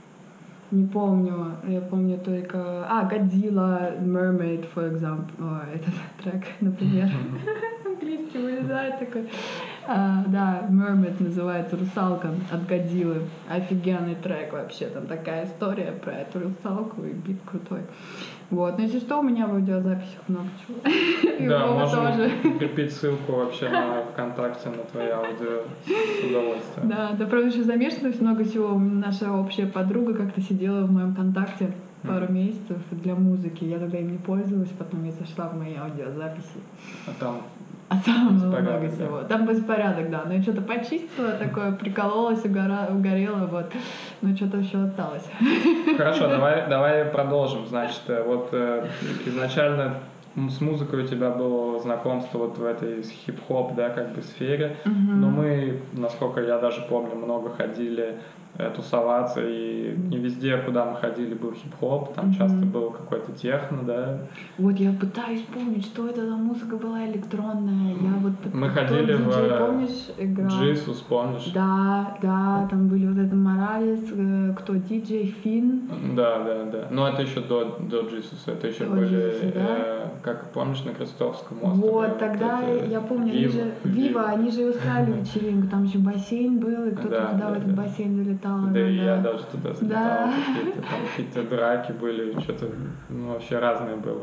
не помню, я помню только... А, Godzilla, Mermaid, for example. О, этот трек, например. Английский вылезает такой. А, да, Mermaid называется, русалка от Годзиллы. Офигенный трек вообще, там такая история про эту русалку, и бит крутой. Вот, но если что, у меня в аудиозаписях много чего. Да, можем тоже. Прикрепить ссылку вообще на ВКонтакте, на твои аудио с удовольствием. Да, да, правда, еще замешано много всего. Наша общая подруга как-то сидела в моем контакте пару mm. месяцев для музыки. Я тогда им не пользовалась, потом я зашла в мои аудиозаписи. А там? А там было много всего. Там беспорядок, да. Но я что-то почистила, такое прикололась, угора, угорела, вот. Но что-то еще осталось. Хорошо, давай, давай продолжим. Значит, вот э, изначально с музыкой у тебя было знакомство вот в этой хип-хоп, да, как бы сфере. Mm-hmm. Но мы, насколько я даже помню, много ходили тусоваться, и не везде, куда мы ходили, был хип-хоп, там mm-hmm. часто был какой-то техно, да. Вот я пытаюсь помнить, что это за музыка была электронная. Я вот мы ходили в диджей, помнишь, играл? Джисус, помнишь? Да, да, там были вот это Моралес, кто, диджей Фин. Да, да, да. Но это еще до, до Джисуса, это еще до были, Jesus, да? э, как помнишь, на Крестовском острове. Вот, тогда вот я помню, Вива, они же, Вива, они же устраивали вечеринку, там еще бассейн был, и кто-то да, туда да, в этот да. бассейн залетал. Да, да, и да. я даже туда залетал, да. какие-то, там, какие-то драки были, что-то ну, вообще разное было.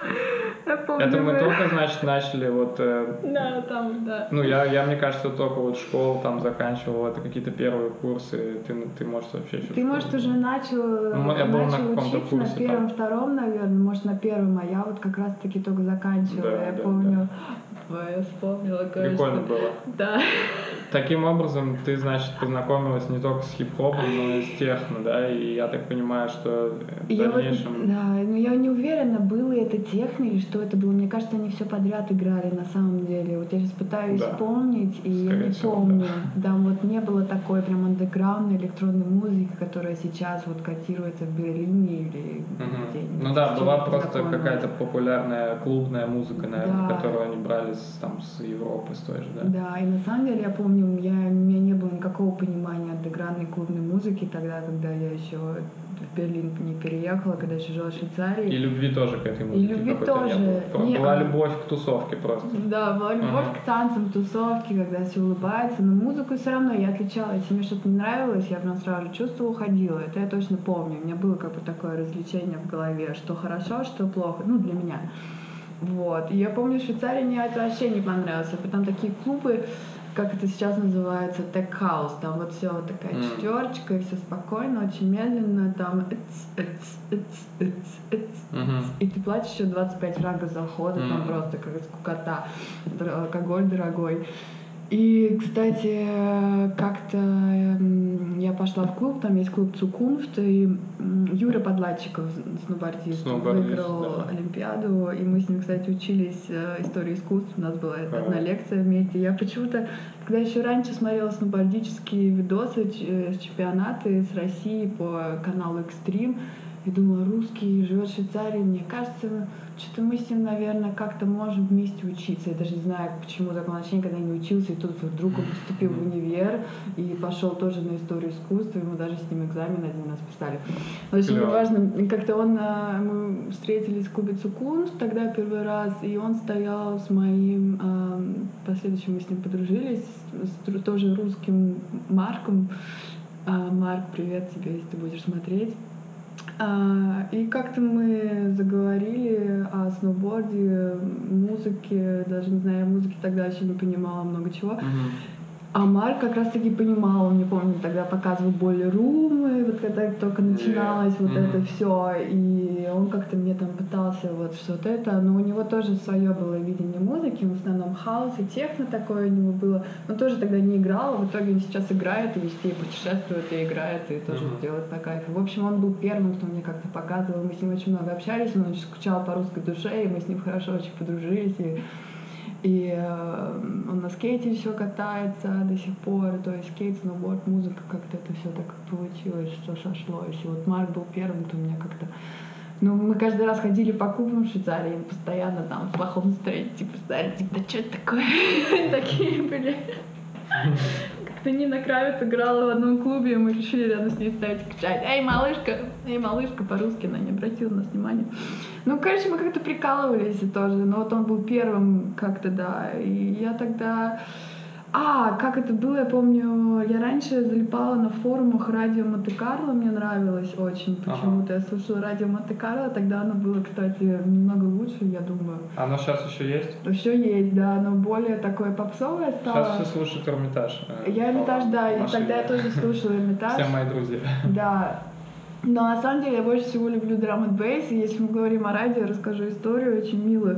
Я помню, это мы вы... только, значит, начали вот... Э, да, там, да. Ну, я, я, мне кажется, только вот школу там заканчивал, это какие-то первые курсы, ты, ты может, вообще еще... Ты, может, уже начал, ну, я был начал на учиться курсе, на первом, там. втором, наверное, может, на первом, а я вот как раз-таки только заканчивала, да, я да, помню... Да. Ой, я вспомнила, конечно. Прикольно было. Да. Таким образом, ты, значит, познакомилась не только с хип-хопом, но и с техно, да, и я так понимаю, что в я дальнейшем... Вот, да, но я не уверена, было это техно или что это было. Мне кажется, они все подряд играли на самом деле. Вот я сейчас пытаюсь да. вспомнить, и Скорее я не всего, помню. Да. да, вот не было такой прям андеграундной электронной музыки, которая сейчас вот котируется в Берлине или угу. где-нибудь. Ну да, была просто какая-то популярная клубная музыка, наверное, да. которую они брали с с, там, с Европы, с той же, да? Да, и на самом деле я помню, я, у меня не было никакого понимания андеграундной клубной музыки тогда, когда я еще в Берлин не переехала, когда еще жила в Швейцарии. И любви тоже к этой музыке. И любви тоже. Не не, была а... любовь к тусовке просто. Да, была любовь ага. к танцам, к тусовке, когда все улыбается. Но музыку все равно я отличала. Если мне что-то не нравилось, я прям сразу же чувствовала, уходила. Это я точно помню. У меня было как бы такое развлечение в голове, что хорошо, что плохо. Ну, для меня. Вот. И я помню, в Швейцарии мне это вообще не понравилось. Там такие клубы, как это сейчас называется, тек-хаус. Там вот все вот такая mm. четверочка, и все спокойно, очень медленно. Там эц, эц, эц, эц, эц, mm-hmm. И ты платишь еще двадцать пять франков за вход, mm. там просто как скукота, алкоголь дорогой. И, кстати, как-то я пошла в клуб, там есть клуб Цукунфт, и Юра Подлатчиков, сноубордист, выиграл да. Олимпиаду, и мы с ним, кстати, учились истории искусств, у нас была а. одна лекция вместе. Я почему-то, когда еще раньше смотрела сноубордические видосы, чемпионаты с России по каналу Экстрим, и думала, русский, живет в Швейцарии, мне кажется, что-то мы с ним, наверное, как-то можем вместе учиться. Я даже не знаю, почему такое ощущение, когда я не учился, и тут вдруг он поступил в универ и пошел тоже на историю искусства, и мы даже с ним экзамен один раз писали. В общем, неважно, как-то он, мы встретились в клубе Цукунфт тогда первый раз, и он стоял с моим, последующим мы с ним подружились, с тоже русским Марком. Марк, привет тебе, если ты будешь смотреть. А, и как-то мы заговорили о сноуборде, музыке, даже не знаю, музыки тогда еще не понимала много чего. Uh-huh. А Марк как раз-таки понимал, он, не помню, тогда показывал Boiler Room, и вот когда только начиналось yeah. вот mm-hmm. это все, и он как-то мне там пытался вот что-то это, но у него тоже свое было видение музыки, в основном хаус и техно такое у него было, но тоже тогда не играл, в итоге он сейчас играет и везде путешествует и играет, и тоже mm-hmm. делает по кайфу. В общем, он был первым, кто мне как-то показывал, мы с ним очень много общались, он очень скучал по русской душе, и мы с ним хорошо очень подружились, и И э, он на скейте еще катается до сих пор, то есть скейт, сноуборд, музыка, как-то это все так получилось, что сошлось. И вот Марк был первым, кто меня как-то... Ну, мы каждый раз ходили по клубам в Швейцарии, постоянно там в плохом настроении, типа, старые, типа, да что это такое? Такие были. Как-то Нина Кравец играла в одном клубе, и мы решили рядом с ней ставить кричать: «Эй, малышка! Эй, малышка!» По-русски она не обратила на нас внимания. Ну, короче, мы как-то прикалывались тоже, но вот он был первым как-то, да, и я тогда... А, как это было, я помню, я раньше залипала на форумах радио Монте-Карло, мне нравилось очень почему-то, ага. Я слушала радио Монте-Карло, тогда оно было, кстати, немного лучше, я думаю. Оно сейчас еще есть? Еще есть, да, но более такое попсовое стало. Сейчас все слушают Эрмитаж. Я Эрмитаж, да, и тогда я тоже слушала Эрмитаж. Все мои друзья. Да. Но на самом деле я больше всего люблю драм энд бейс, и если мы говорим о радио, расскажу историю очень милую.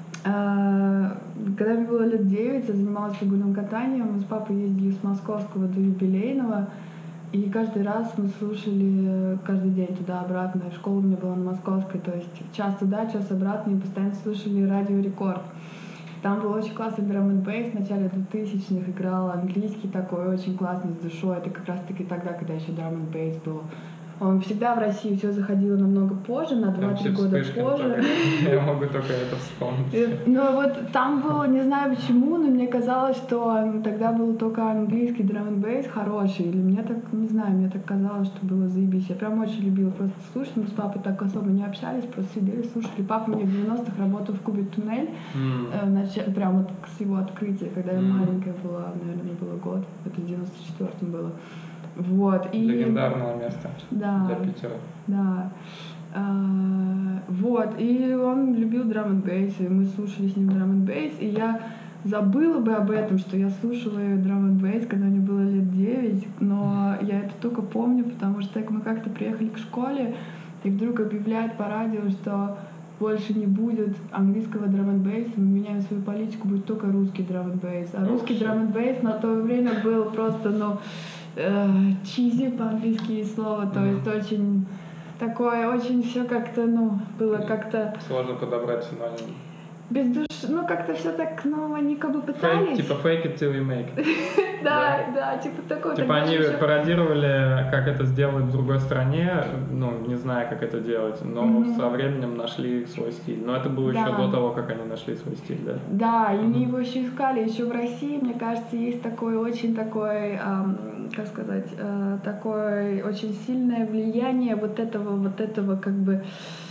Когда мне было лет девять, я занималась фигурным катанием, мы с папой ездили с Московского до Юбилейного, и каждый раз мы слушали, каждый день туда-обратно, школа у меня была на Московской, то есть час туда, час обратно, и постоянно слушали Радио Рекорд. Там был очень классный драм энд бейс, в начале двухтысячных играл английский такой, очень классный, с душой, это как раз-таки тогда, когда еще драм энд бейс был. Он всегда в России все заходило намного позже, на два-три года позже. Я могу только это вспомнить. Ну вот там было, не знаю почему, но мне казалось, что тогда был только английский драм энд бейс хороший. Или мне так, не знаю, мне так казалось, что было заебись. Я прям очень любила просто слушать. Мы с папой так особо не общались, просто сидели, слушали. Папа мне в девяностых работал в клубе «Туннель», mm. прям вот с его открытия, когда я mm. маленькая была, наверное, мне было год. Это в девяносто четвёртом было. Вот, и... Легендарное место да, для Питера. Да. А, вот, и он любил драм энд бейс, и мы слушали с ним драм энд бейс, и я забыла бы об этом, что я слушала драм энд бейс, когда мне было лет девять, но я это только помню, потому что мы как-то приехали к школе, и вдруг объявляют по радио, что больше не будет английского драм энд бейса, мы меняем свою политику, будет только русский драм энд бейс. А русский драм энд бейс на то время был просто, ну, чизи по-английски слово, то mm-hmm. есть очень такое, очень все как-то, ну, было как-то... Сложно подобрать синоним. без души, ну как-то все так, ну они как бы пытались. Fake, типа fake it till you make it. Да, да, типа такой. Типа они пародировали, как это сделать в другой стране, ну, не зная, как это делать, но со временем нашли свой стиль. Но это было еще до того, как они нашли свой стиль, да? Да, и они его еще искали. Еще в России, мне кажется, есть такой очень такой, как сказать, такое очень сильное влияние вот этого, вот этого как бы...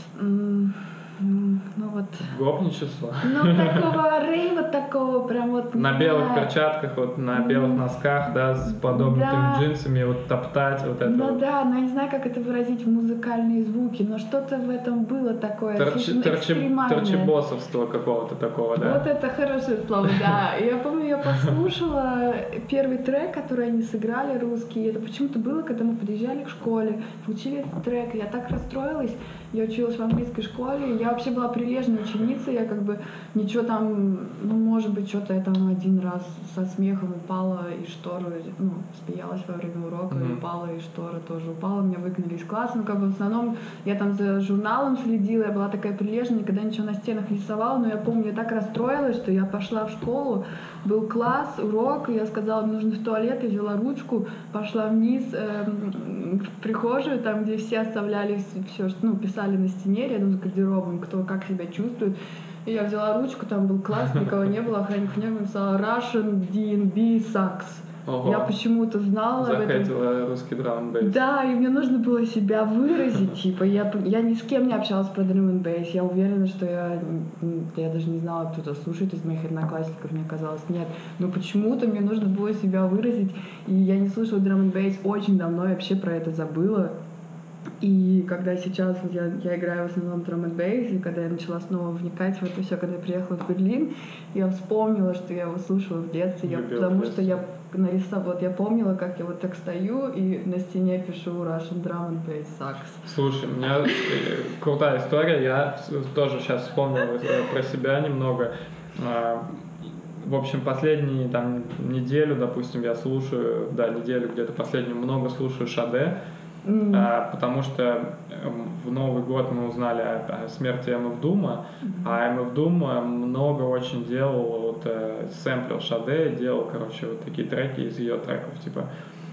Ну вот. Гопничество. Ну такого рейва, такого прям вот. На белых перчатках, вот на белых носках, да, с подогнутыми да. джинсами, вот топтать вот это. Ну вот. да, но я не знаю, как это выразить в музыкальные звуки, но что-то в этом было такое. Торчи, ну, торчи, торчебосовство какого-то такого, да. Вот это хорошее слово, да. Я помню, я послушала первый трек, который они сыграли, русский. Это почему-то было, когда мы подъезжали к школе, получили этот трек. Я так расстроилась. Я училась в английской школе, я вообще была прилежной ученицей, я как бы ничего там, ну, может быть, что-то я там один раз со смехом упала и штору, ну, смеялась во время урока, mm-hmm. и упала, и штора тоже упала, меня выгнали из класса, ну, как бы в основном я там за журналом следила, я была такая прилежная, никогда ничего на стенах не рисовала, но я помню, я так расстроилась, что я пошла в школу, был класс, урок, и я сказала, мне нужно в туалет, я взяла ручку, пошла вниз э, в прихожую, там, где все оставляли все, ну, писали на стене рядом с гардеробом, кто как себя чувствует. И я взяла ручку, там был класс, никого не было, охранник мне написала Russian ди энд би sucks. Ого. Я почему-то знала об этом. Захотела русский драм-н-бейс. Да, и мне нужно было себя выразить, типа, я, я ни с кем не общалась про драм-н-бейс, я уверена, что я, я даже не знала, кто-то слушает из моих одноклассников, мне казалось, нет, но почему-то мне нужно было себя выразить, и я не слушала драм-н-бейс очень давно, я вообще про это забыла. И когда сейчас вот я, я играю в основном драм энд бейс, и когда я начала снова вникать в это все, когда я приехала в Берлин, я вспомнила, что я его слушала в детстве, я, потому что я нарисовала, вот я помнила, как я вот так стою и на стене пишу Russian Drum and Bass Sucks. Слушай, у меня крутая история, я тоже сейчас вспомнил про себя немного. В общем, последние там неделю, допустим, я слушаю, да, неделю где-то последнюю много слушаю Шаде. Mm. А, потому что в Новый год мы узнали о, о смерти эм эф Дума, mm-hmm. а эм эф Doom много очень делал, вот, э, сэмплил Шаде, делал, короче, вот такие треки из ее треков, типа.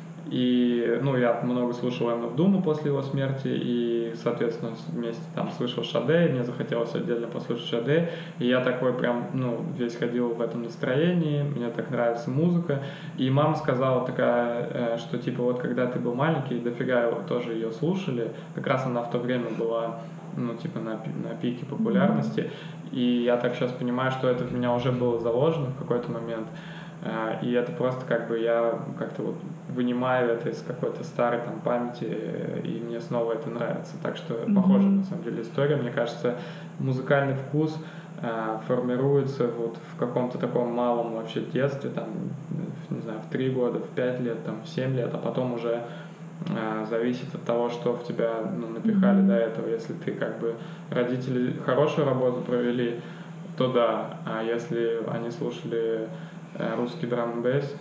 И, ну, я много слушал эм эф Doom после его смерти, и, соответственно, вместе там слышал Шаде, и мне захотелось отдельно послушать Шаде, и я такой прям, ну, весь ходил в этом настроении, мне так нравится музыка, и мама сказала такая, что, типа, вот когда ты был маленький, дофига его тоже ее слушали, как раз она в то время была, ну, типа, на, на пике популярности, mm-hmm. и я так сейчас понимаю, что это в меня уже было заложено в какой-то момент. И это просто как бы я как-то вот вынимаю это из какой-то старой там памяти, и мне снова это нравится. Так что mm-hmm. похожа на самом деле история. Мне кажется, музыкальный вкус э, формируется вот в каком-то таком малом вообще детстве, там, не знаю, в три года, в пять лет, там, в семь лет, а потом уже э, зависит от того, что в тебя ну, напихали mm-hmm. до этого. Если ты как бы родители хорошую работу провели, то да. А если они слушали русский драм-н-бейс,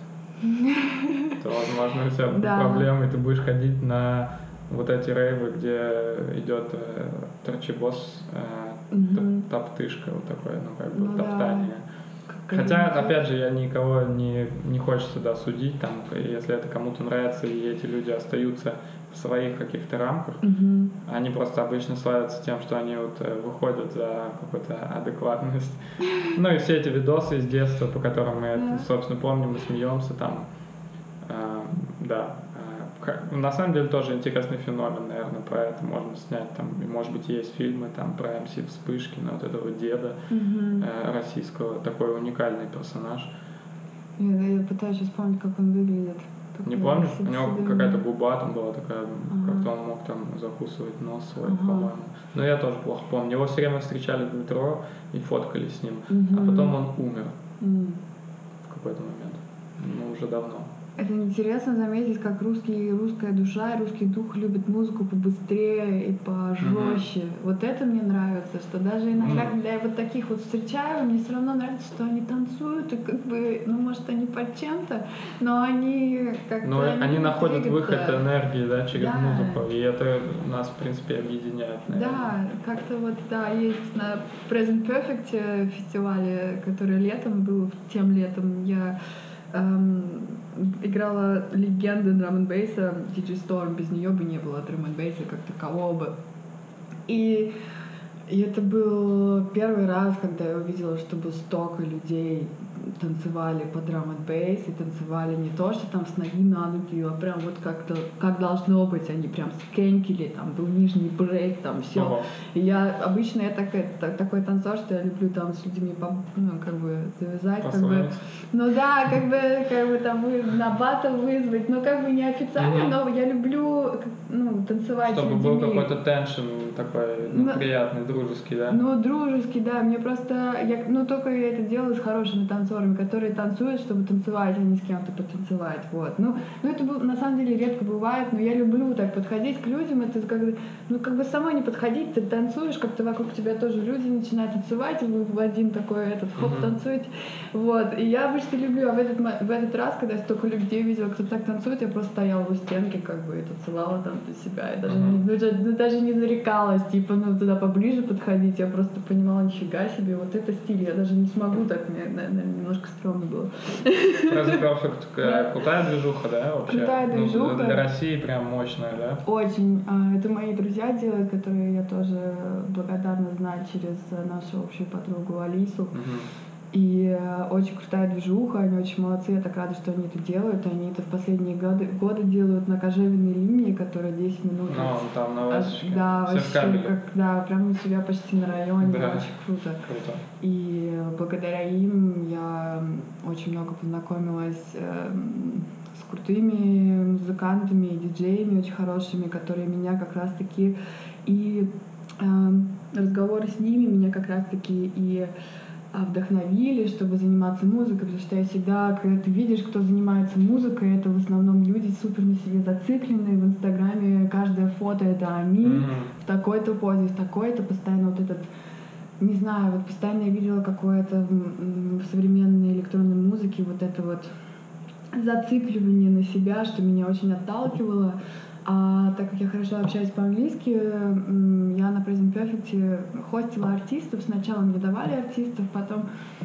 то, возможно, у тебя будут да. проблемы, и ты будешь ходить на вот эти рейвы, где идет э, торчебос, э, mm-hmm. топтышка, вот такое, ну, как бы, ну, топтание. Да. Хотя, опять же, я никого не, не хочется, да, судить, там, если это кому-то нравится, и эти люди остаются в своих каких-то рамках, mm-hmm. они просто обычно славятся тем, что они вот выходят за какую-то адекватность. Ну и все эти видосы из детства, по которым мы, yeah. это, собственно, помним и смеемся, там, э, да. Э, на самом деле тоже интересный феномен, наверное, про это можно снять, там, и, может быть, есть фильмы там про эм си Вспышкина, вот этого деда mm-hmm. э, российского, такой уникальный персонаж. Я, я пытаюсь сейчас вспомнить, как он выглядит. Не помнишь? У него какая-то губа там была такая, ага. как-то он мог там закусывать нос свой, ага. по-моему. Но я тоже плохо помню. Его все время встречали в метро и фоткали с ним. Угу. А потом он умер. Угу. В какой-то момент. Ну, уже давно. Это интересно заметить, как русский, русская душа и русский дух любит музыку побыстрее и пожестче. Mm-hmm. Вот это мне нравится, что даже иногда, mm-hmm. когда я вот таких вот встречаю, мне все равно нравится, что они танцуют, и как бы, ну, может, они под чем-то, но они как-то... Ну, они, они находят двигаться. Выход энергии, да, через да. музыку, и это нас, в принципе, объединяет, наверное. Да, как-то вот, да, есть на Present Perfect фестивале, который летом был, тем летом я... Эм, играла легенда драм-н-бейса ди джей Storm, без нее бы не было драм-н-бейса как такового бы. И, и это был первый раз, когда я увидела, чтобы столько людей танцевали по драм-н-бейс, и танцевали не то, что там с ноги на ноги, а прям вот как-то, как должно быть, они прям скенкили, там был нижний брейк, там все. Ага. И я, обычно я такой, так, такой танцор, что я люблю там с людьми, ну, как бы, завязать, как бы, ну да, как бы, как бы там на батл вызвать, но как бы неофициально, mm-hmm. но я люблю, ну, танцевать чтобы с людьми. Был какой-то теншн такой, ну, ну, приятный, дружеский, да? Ну, дружеский, да, мне просто, я, ну, только я это делаю с хорошими танцорами, которые танцуют, чтобы танцевать, а не с кем-то потанцевать, вот. Ну, ну это на самом деле редко бывает, но я люблю так подходить к людям, это как бы, ну, как бы самой не подходить, ты танцуешь, как-то вокруг тебя тоже люди начинают танцевать, и вы в один такой этот хоп mm-hmm. танцуете, вот. И я обычно люблю, а в этот, в этот раз, когда я столько людей видела, кто так танцует, я просто стояла у стенки, как бы, и танцевала там для себя, и даже, mm-hmm. не, ну, даже не зарекалась, типа, ну, туда поближе подходить, я просто понимала, нифига себе, вот это стиль, я даже не смогу так, мне, наверное, немножко стрёмно было. Present Perfect крутая движуха, да, вообще? Крутая движуха. Ну, для России прям мощная, да? Очень. Это мои друзья делают, которые я тоже благодарна знать через нашу общую подругу Алису. Uh-huh. И очень крутая движуха, они очень молодцы, я так рада, что они это делают. Они это в последние годы, годы делают на кожевенной линии, которая десять минут. Ну, там на Васечке. Да, вообще, как, да, прям у себя почти на районе, да. Очень круто. Круто. И благодаря им я очень много познакомилась э, с крутыми музыкантами и диджеями очень хорошими, которые меня как раз-таки и э, разговоры с ними меня как раз-таки и вдохновили, чтобы заниматься музыкой, потому что я всегда, когда ты видишь, кто занимается музыкой, это в основном люди супер на себе зацикленные, в Инстаграме каждое фото — это они, mm-hmm. в такой-то позе, в такой-то, постоянно вот этот, не знаю, вот постоянно я видела какое-то в современной электронной музыке вот это вот зацикливание на себя, что меня очень отталкивало. А так как я хорошо общаюсь по-английски, я на Present Perfect хостила артистов. Сначала мне давали артистов, потом,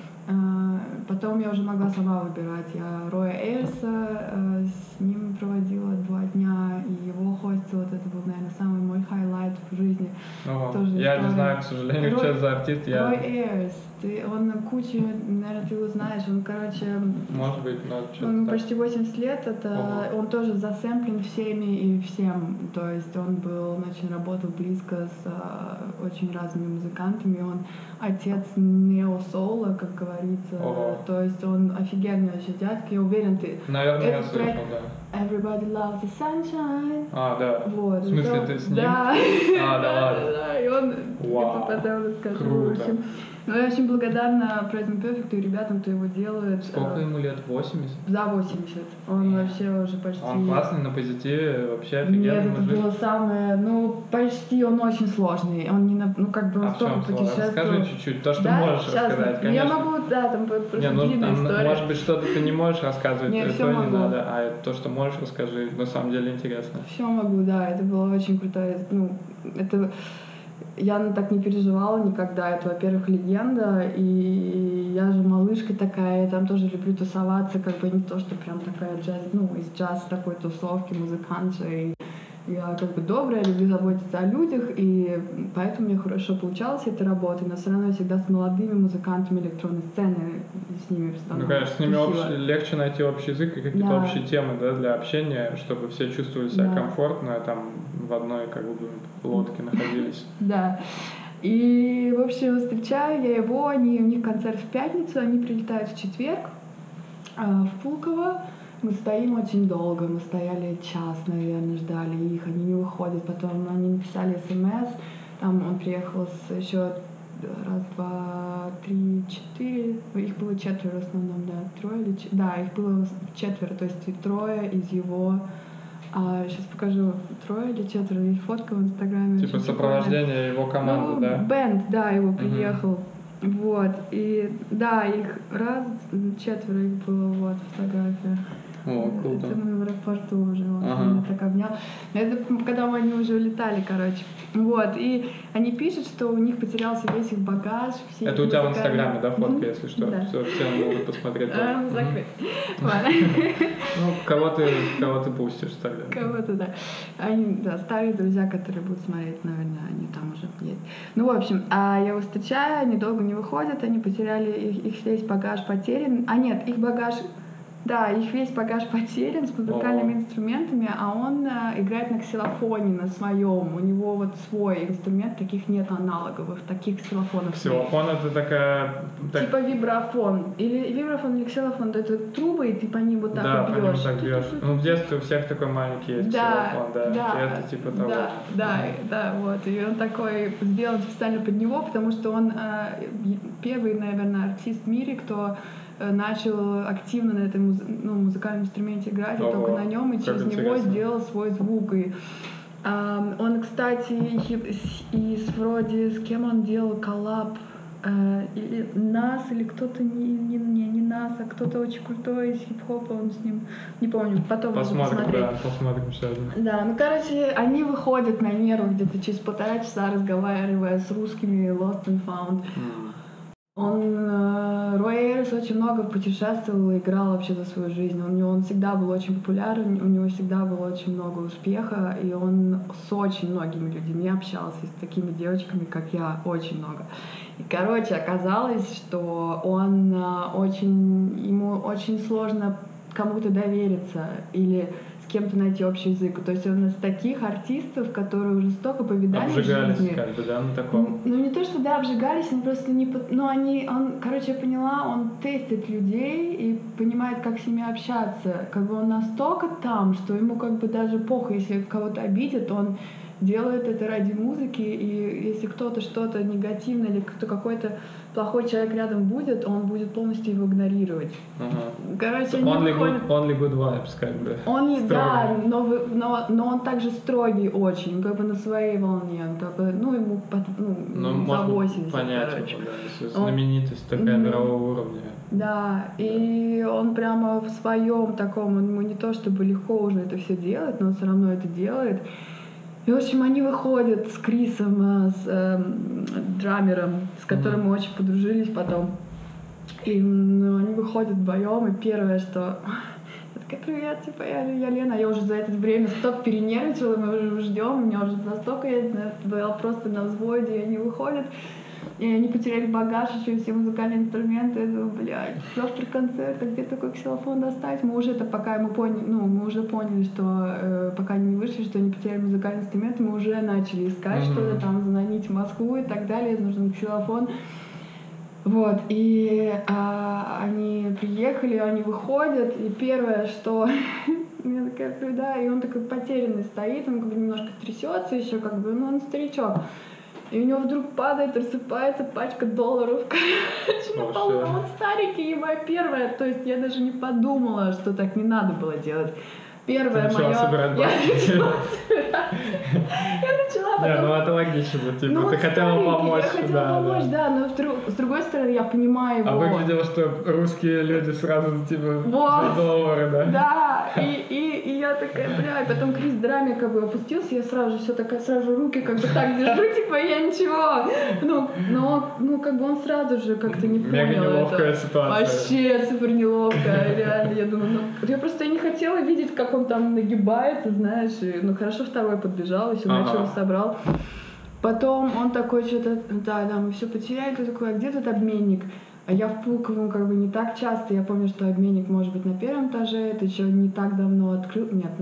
потом я уже могла сама выбирать. Я Роя Эйрса с ним проводила два дня, и его хостила. Вот это был, наверное, самый мой хайлайт в жизни. Ого. Тоже я история. Не знаю, к сожалению, Рой, что за артист. Я... Рой Эйрс. Ты, он кучу, наверное, ты его знаешь, он, короче... Может быть, но что-то Он так. почти восемьдесят лет, это Ого. Он тоже засэмплен всеми и всем, то есть он был, он очень работал близко с а, очень разными музыкантами, он отец нео-соула, как говорится, Ого. То есть он офигенный вообще дядька, я уверен, ты... Наверное, я слышал, да. Everybody loves the sunshine. А, да. Вот. В смысле, это, ты с ним? Да. А, да ладно. Да, и он... Вау. Это потом расскажу. Круто. В общем. Ну, я очень благодарна Present Perfect и ребятам, кто его делает. Сколько ему лет? восемьдесят? За восемьдесят. Он вообще уже почти... Он классный, на позитиве, вообще офигенный Нет, это мужик. было самое... Ну, почти он очень сложный. Он не... На, ну, как бы он а столько путешествовал. Расскажи чуть-чуть, то, что да? можешь Сейчас, рассказать, ну, конечно. Я могу, да, там просто не, ну, длинная там, история. Может быть, что-то ты не можешь рассказывать, не, то не могу. Надо, а то, что можешь, расскажи. На самом деле интересно. Все могу, да. Это было очень круто. Ну, это... Я так не переживала никогда. Это, во-первых, легенда, и я же малышка такая, я там тоже люблю тусоваться, как бы не то, что прям такая джаз, ну, из джаз такой тусовки, музыкантша, и я как бы добрая, люблю заботиться о людях, и поэтому мне хорошо получалось эта работа, но все равно я всегда с молодыми музыкантами электронной сцены, с ними Ну, конечно, с ними общ... легче найти общий язык и какие-то да. общие темы, да, для общения, чтобы все чувствовали себя да. комфортно, там в одной как бы лодке находились. Да. И, в общем, встречаю я его, они, у них концерт в пятницу, они прилетают в четверг в Пулково. Мы стоим очень долго, мы стояли час, наверное, ждали их, они не выходят, потом они написали смс, там он приехал с еще раз, два, три, четыре. Их было четверо в основном, да. Трое или четверо. Да, их было четверо, то есть и трое из его... А, сейчас покажу, трое или четверо, есть фотка в Инстаграме. Типа сопровождение его команды, ну, да? Бенд, да, его приехал. Uh-huh. Вот, и да, их раз, четверо их было, вот, фотография. О, круто. Это мы в аэропорту уже, он ага. меня так обнял. Это когда мы, они уже улетали, короче. Вот, и они пишут, что у них потерялся весь их багаж. Все это у тебя в Инстаграме, да, фотка, mm-hmm. если что? Да. Все, все могут посмотреть. Закрыть. Ну, кого ты, кого ты пустишь тогда? Кого-то, да. Они, да, старые друзья, которые будут смотреть, наверное, они там уже есть. Ну, в общем, а я его встречаю, они долго не выходят, они потеряли, их, их весь багаж потерян. А нет, их багаж... Да, их весь багаж потерян с музыкальными О. инструментами, а он а, играет на ксилофоне, на своем. У него вот свой инструмент, таких нет аналоговых, таких ксилофонов. Ксилофон это такая... Так... Типа вибрафон. Или вибрафон, или ксилофон, это трубы, и ты по ним вот так да, бьешь. Да, по ним так бьешь. Ну, в детстве у всех такой маленький есть да, ксилофон, да. да. И это типа того. Да, да, да, вот. И он такой сделан специально под него, потому что он а, первый, наверное, артист в мире, кто... начал активно на этом ну, музыкальном инструменте играть, и только на нем, и через интересно. него сделал свой звук. И, э, он, кстати, и с, вроде с кем он делал коллаб, э, или нас, или кто-то не, не, не, не нас, а кто-то очень крутой из хип-хопа, он с ним, не помню, потом посмотрим, да, посмотрим сегодня. Да, ну, короче, они выходят на нервы где-то через полтора часа, разговаривая с русскими Lost and Found. Mm. Он, Рой Эйрс очень много путешествовал и играл вообще за свою жизнь. У него он всегда был очень популярен, у него всегда было очень много успеха, и он с очень многими людьми общался, с такими девочками, как я, очень много. И, короче, оказалось, что он очень, ему очень сложно кому-то довериться или с кем-то найти общий язык. То есть он из таких артистов, которые уже столько повидали в жизни. Обжигались, как бы, да, на таком? Ну, не то, что, да, обжигались, они просто не... Ну, они... Он, короче, я поняла, он тестит людей и понимает, как с ними общаться. Как бы он настолько там, что ему как бы даже похуй, если кого-то обидит, он делает это ради музыки, и если кто-то что-то негативное или кто какой-то плохой человек рядом будет, он будет полностью его игнорировать. Uh-huh. Короче, so only, good, only good vibes, как бы. Он, да, но, но, но он также строгий очень, как бы на своей волне, он как бы, ну, ему ну, ну, за восемьдесят, понять короче. Его, да, знаменитость он, такая mm-hmm. мирового уровня. Да, и он прямо в своем таком, ему не то чтобы легко уже это все делать, но он все равно это делает. И, в общем, они выходят с Крисом, с э, драмером, с которым mm-hmm. мы очень подружились потом. И ну, они выходят вдвоем, и первое, что... Я такая, привет, типа, я, я Лена. Я уже за это время столько перенервничала, мы уже ждем, у меня уже настолько я была просто на взводе, и они выходят. И они потеряли багаж, еще все музыкальные инструменты. Я думаю, блядь, завтра концерт, а где такой ксилофон достать? Мы уже это пока мы поняли, ну, мы уже поняли, что э, пока они не вышли, что они потеряли музыкальные инструменты, мы уже начали искать mm-hmm. что-то там, звонить в Москву и так далее, нужен ксилофон. Вот, и а, они приехали, они выходят, и первое, что... Я такая, да, и он такой потерянный стоит, он как бы немножко трясется еще, как бы, ну, он старичок. И у него вдруг падает, рассыпается пачка долларов, короче, на полу. Он старенький, и моя первая, то есть я даже не подумала, что так не надо было делать. Первое мое... Я начала собирать. Я начала потом... Да, ну это логично, типа, ну, ты хотела помочь. Я хотела да, помочь, да, да, но вдруг, с другой стороны, я понимаю его. А выглядело, что русские люди сразу, типа, вот. за доллары, да? Да, и, и, и я такая, бля, и потом Крис Драме как бы опустился, я сразу же все такая, сразу руки как бы так держу, типа, я ничего. Ну, но, ну, как бы он сразу же как-то не понял. Мега неловкая это. Ситуация. Вообще супер неловкая, реально, я думаю, ну, я просто не хотела видеть, как он там нагибается, знаешь, и, ну, хорошо второй подбежал, и все ага. начал, собрал. Потом он такой что-то, да, да, мы все потеряли, ты такой, а где тут обменник? А я в Пулково как бы не так часто, я помню, что обменник может быть на первом этаже, это еще не так давно открыл, нет, ну,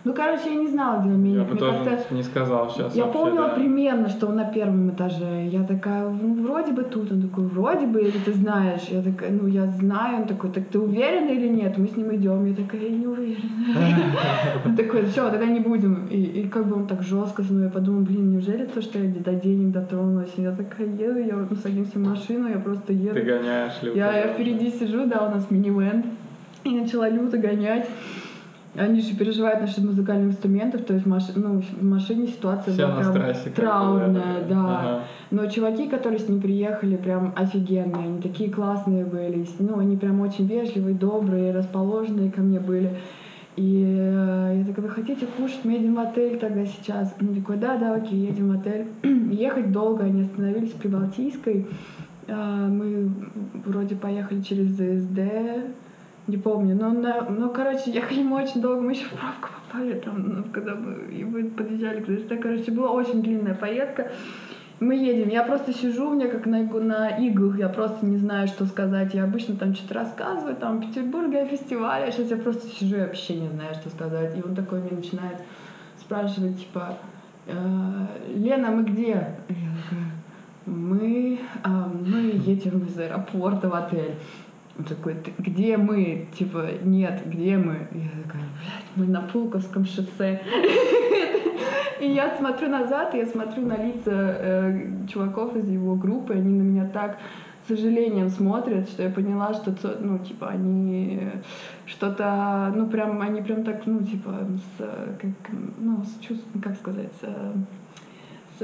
Ну, короче, я не знала, где он меня. Я бы тоже не сказал сейчас. Я вообще, помнила да. примерно, что он на первом этаже. Я такая, ну, вроде бы тут. Он такой, вроде бы, или ты знаешь? Я такая, ну, я знаю. Он такой, так ты уверена или нет? Мы с ним идем. Я такая, я не уверена. Он такой, все, тогда не будем. И, и как бы он так жестко со мной. Я подумала, блин, неужели то, что я до денег дотронулась? И я такая еду, я вот мы садимся в машину, я просто еду. Ты гоняешь люто. Я, я впереди сижу, да, у нас минивэн. И начала люто гонять. Они же переживают наши музыкальные инструменты, то есть в, маш... ну, в машине ситуация Все была прям траурная, да. Ага. Но чуваки, которые с ним приехали, прям офигенные, они такие классные были, ну, они прям очень вежливые, добрые, расположенные ко мне были. И э, я такая, вы хотите кушать? Мы едем в отель тогда сейчас. Он такой, да, да, окей, едем в отель. Ехать долго, они остановились в Прибалтийской. Э, мы вроде поехали через ЗСД. Не помню, но, на, но, короче, ехали мы очень долго, мы еще в пробку попали, там, ну, когда мы, и мы подъезжали к ЗСД, короче, была очень длинная поездка. Мы едем, я просто сижу, у меня как на, на иглах, я просто не знаю, что сказать. Я обычно там что-то рассказываю, там, в Петербурге фестиваль, а сейчас я просто сижу и вообще не знаю, что сказать. И он такой мне начинает спрашивать, типа, э, Лена, мы где? Я такая, мы, э, мы едем из аэропорта в отель. Он такой, где мы? Типа, нет, где мы? Я такая, блядь, мы на Пулковском шоссе. И я смотрю назад, и я смотрю на лица э, чуваков из его группы, они на меня так с сожалением смотрят, что я поняла, что, ну, типа, они что-то, ну, прям, они прям так, ну, типа, с, как, ну, с чувством, как сказать, с... с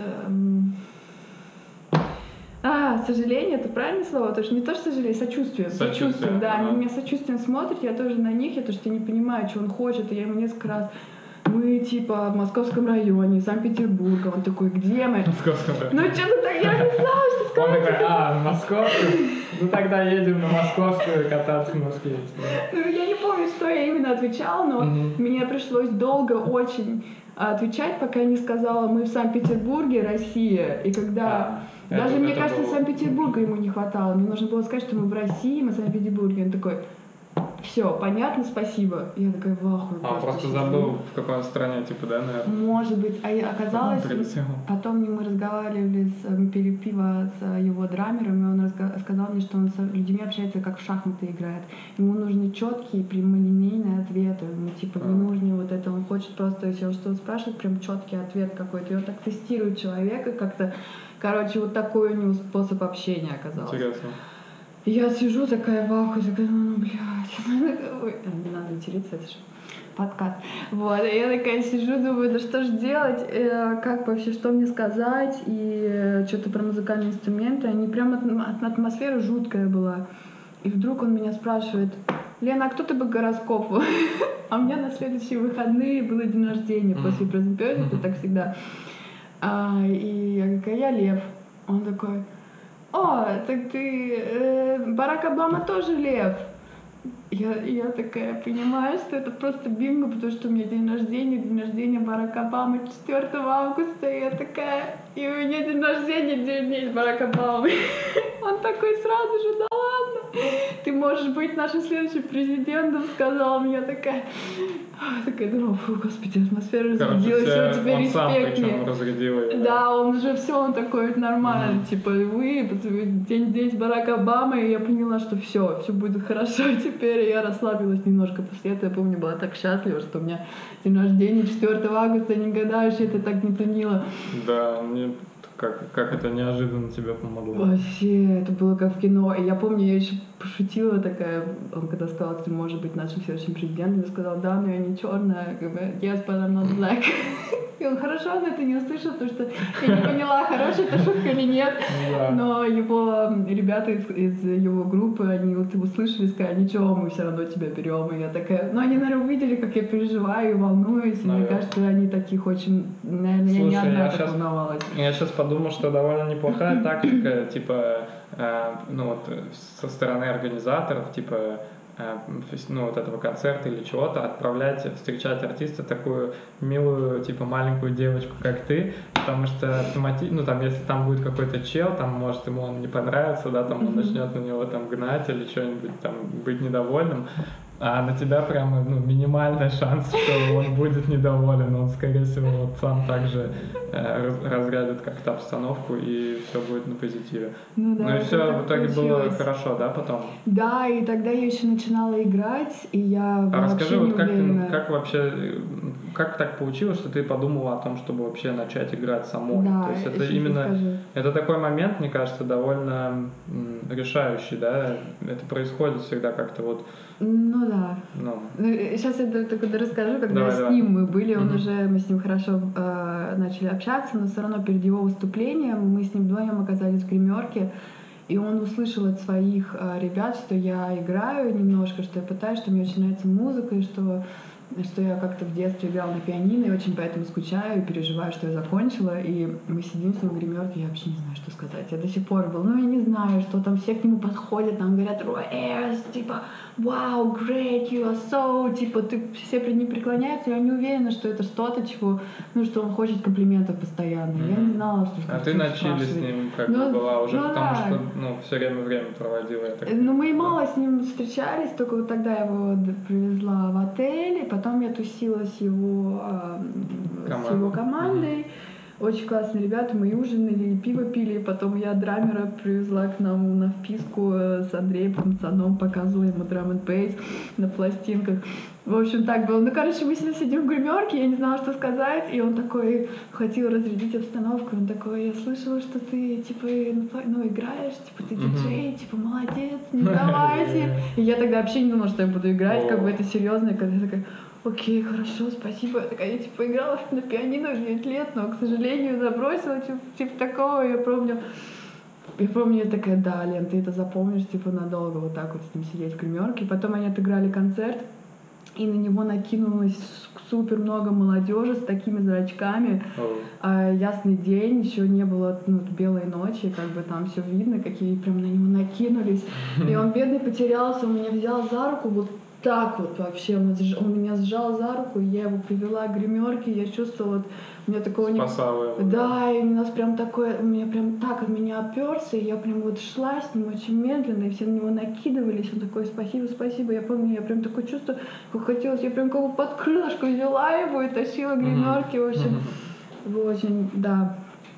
А, сожаление, это правильное слово? То, что не то, что сожаление, сочувствие. Сочувствие, Сочувствие, да. ага. Они меня сочувствием смотрят, я тоже на них, я то, что я не понимаю, что он хочет, и я ему несколько раз... Мы, типа, в Московском районе, Санкт-Петербург. Он такой, где мы? Московском районе. Ну, что-то так, я не знала, что сказать. Он такой, а, в Московскую? Ну, тогда едем на Московскую кататься на скейте. Ну, я не помню, что я именно отвечала, но Мгм. мне пришлось долго очень отвечать, пока я не сказала, мы в Санкт-Петербурге, Россия. И когда... А, Даже, это- мне это кажется, было. Санкт-Петербурга ему не хватало. Мне нужно было сказать, что мы в России, мы в Санкт-Петербурге. Он такой, все, понятно, спасибо. Я такая, в ахуе. А, просто сижу. забыл, в какой он стране, типа, да, наверное? Может быть. А я- оказалось, Он прилетел. потом мы разговаривали, с, мы пили пиво с его драмером, и он разга- сказал мне, что он с людьми общается, как в шахматы играет. Ему нужны четкие, прямолинейные ответы. Ему, типа, не А. нужно вот это. Он хочет просто, если он что-то спрашивает, прям четкий ответ какой-то. И он так тестирует человека как-то. Короче, вот такой у него способ общения оказался. Интересно. И я сижу такая в ахуе, такая, ну, блядь, ой, не надо материться, это же подкаст. Вот, и я такая сижу, думаю, да что же делать, э, как вообще, что мне сказать, и э, что-то про музыкальные инструменты, они прям от- атмосфера жуткая была. И вдруг он меня спрашивает, Лена, а кто ты по гороскопу? А у меня на следующие выходные было день рождения после Present это так всегда. А, и я такая, я лев. Он такой, о, так ты, э, Барак Обама тоже лев. Я, я такая понимаю, что это просто бинго, потому что у меня день рождения, день рождения Барака Обамы четвёртого августа, и я такая, и у меня день рождения, девять дней с Барак Обамой. Он такой сразу же, да ладно, ты можешь быть нашим следующим президентом, сказал мне, такая, такая, думаю, фу, господи, атмосфера разрядилась, все, теперь он сам респект мне. причем разрядил ее. Да, он уже все, он такой нормально, Мгм. типа вы, день день с Барак Обамой, и я поняла, что все, все будет хорошо теперь, и я расслабилась немножко после этого, я помню, была так счастлива, что у меня день рождения четвёртого августа, никогда вообще это так не ценила. Да, мне как, как это неожиданно тебе помогло. Вообще, это было как в кино, и я помню, я еще пошутила такая, он когда сказал, ты можешь быть нашим следующим президентом, я сказала, да, но я не черная, как бы, yes, but I'm not black. И он хорошо он это не услышал, потому что я не поняла, хорошая это шутка или нет. Да. Но его ребята из, из его группы, они вот его услышали, сказали, ничего, мы все равно тебя берем. И я такая, ну они, наверное, увидели, как я переживаю и волнуюсь. И мне Наверное. кажется, они таких очень, наверное, я не Слушай, одна я так щас- волновалась. Я сейчас подумал, что довольно неплохая тактика, типа, э, ну вот, со стороны организаторов, типа, э, фес- ну, вот этого концерта или чего-то, отправлять, встречать артиста такую милую, типа, маленькую девочку, как ты, потому что автомати... ну, там, если там будет какой-то чел, там, может, ему он не понравится, да, там, он Мгм. начнет на него, там, гнать или что-нибудь, там, быть недовольным, А на тебя прямо ну, минимальный шанс, что он будет недоволен. Он, скорее всего, вот сам также э, разрядит как-то обстановку, и все будет на позитиве. Ну, да, ну и все в итоге получилось. Было хорошо, да, потом? Да, и тогда я еще начинала играть, и я была А расскажи, вот как, ты, как вообще, как так получилось, что ты подумала о том, чтобы вообще начать играть самой? Да, То есть это именно, скажу. это такой момент, мне кажется, довольно м, решающий, да? Это происходит всегда как-то вот. Ну да. Ну. Сейчас я только расскажу, когда давай, с давай. ним мы были, он mm-hmm. уже, мы с ним хорошо э, начали общаться, но все равно перед его выступлением мы с ним вдвоем оказались в гримерке, и он услышал от своих э, ребят, что я играю немножко, что я пытаюсь, что мне очень нравится музыка, и что что я как-то в детстве играла на пианино и очень поэтому скучаю и переживаю, что я закончила. И мы сидим с ним в гримерке, я вообще не знаю, что сказать. Я до сих пор был, ну я не знаю, что там все к нему подходят, там говорят Roy Ayers, типа wow, great, you are so, типа ты, все перед ним преклоняются, я не уверена, что это что-то, чего, ну что он хочет комплиментов постоянно. Mm-hmm. Я не знала, что сказать. А ты на чили с ним как ну, бы была уже, ну, потому да. что ну, все время время проводила. Я так ну мы мало с ним встречались, только вот тогда я его привезла в отель, и потом я тусила с его, э, с его командой. Mm-hmm. Очень классные ребята, мы ужинали, пиво пили, потом я драмера привезла к нам на вписку с Андреем Пацаном, показывала ему драм энд бейс на пластинках. В общем, так было. Ну, короче, мы с ним сидим в гримерке, я не знала, что сказать, и он такой хотел разрядить обстановку, он такой, я слышала, что ты, типа, ну, играешь, типа, ты диджей, mm-hmm. типа, молодец, не сдавайся. И я тогда вообще не думала, что я буду играть, oh. как бы это серьезно, когда я такая, окей, хорошо, спасибо. Я такая, я, типа, играла на пианино в девять лет, но, к сожалению, забросила, типа, типа такого, я помню. Я помню, я такая, да, Лен, ты это запомнишь, типа, надолго вот так вот с ним сидеть в гримерке. Потом они отыграли концерт, и на него накинулось супер много молодежи с такими зрачками. Oh. А, ясный день, еще не было ну, белой ночи, как бы там все видно, какие прям на него накинулись. И он бедный потерялся, он меня взял за руку, вот так вот вообще, он, он меня сжал за руку, я его привела к гримерке, я чувствовала, вот, у меня такого не... Спасала его. Да, и у нас прям такое, у меня прям так от меня оперся, и я прям вот шла с ним очень медленно, и все на него накидывались, он такой, спасибо, спасибо, я помню, я прям такое чувство, как хотелось, я прям как бы под крылышко взяла его и тащила к гримерке, в общем, было очень, да,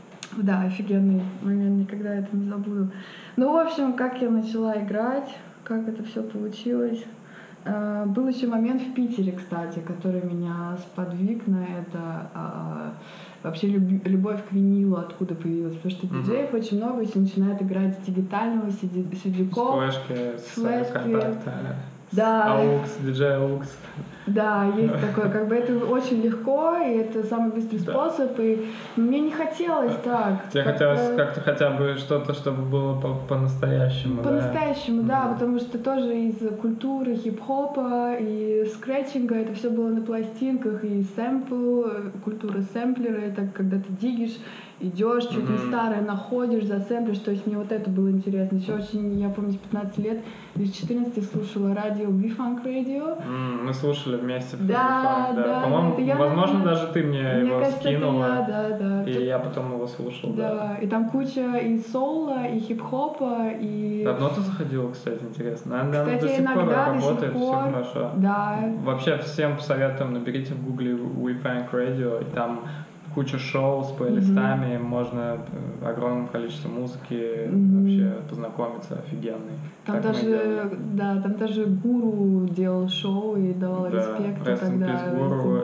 да, офигенный момент, никогда это не забуду. Ну, в общем, как я начала играть, как это все получилось. Uh, был еще момент в Питере, кстати, который меня сподвиг на это. Uh, вообще люб- любовь к винилу откуда появилась, потому что диджеев uh-huh. очень много, если начинают играть с дигитального, с сидюков, с флешки, с контакта, да. аукс, диджей аукс. Да, есть такое, как бы это очень легко, и это самый быстрый да. способ, и мне не хотелось так. Тебе как хотелось как-то хотя бы что-то, чтобы было по- по-настоящему, По-настоящему, да, да, mm-hmm. потому что тоже из культуры хип-хопа и скретчинга это все было на пластинках, и сэмпл, культура сэмплера, это когда ты дигишь, идешь, что-то mm-hmm. старое находишь, засэмплишь, то есть мне вот это было интересно. Еще очень, я помню, с пятнадцати лет, с четырнадцати слушала радио B-Funk Radio. Mm, мы слушали вместе да, B-Funk, да. да. По-моему, я, возможно, даже ты мне, мне его кажется, скинула, я, да, да. и я потом его слушал, да. Да, и там куча и соула, и хип-хопа, и... Давно ты заходила, кстати, интересно? Наверное, кстати, до сих иногда, пор до работает, сих пор, все хорошо. Да. Вообще, всем советуем, наберите в гугле We-Funk Radio, и там куча шоу с плейлистами, mm-hmm. можно огромное количество музыки, mm-hmm. вообще познакомиться, офигенный. Там как даже, да, там даже Гуру делал шоу и давал да, респект. Rest in Peace, Гуру.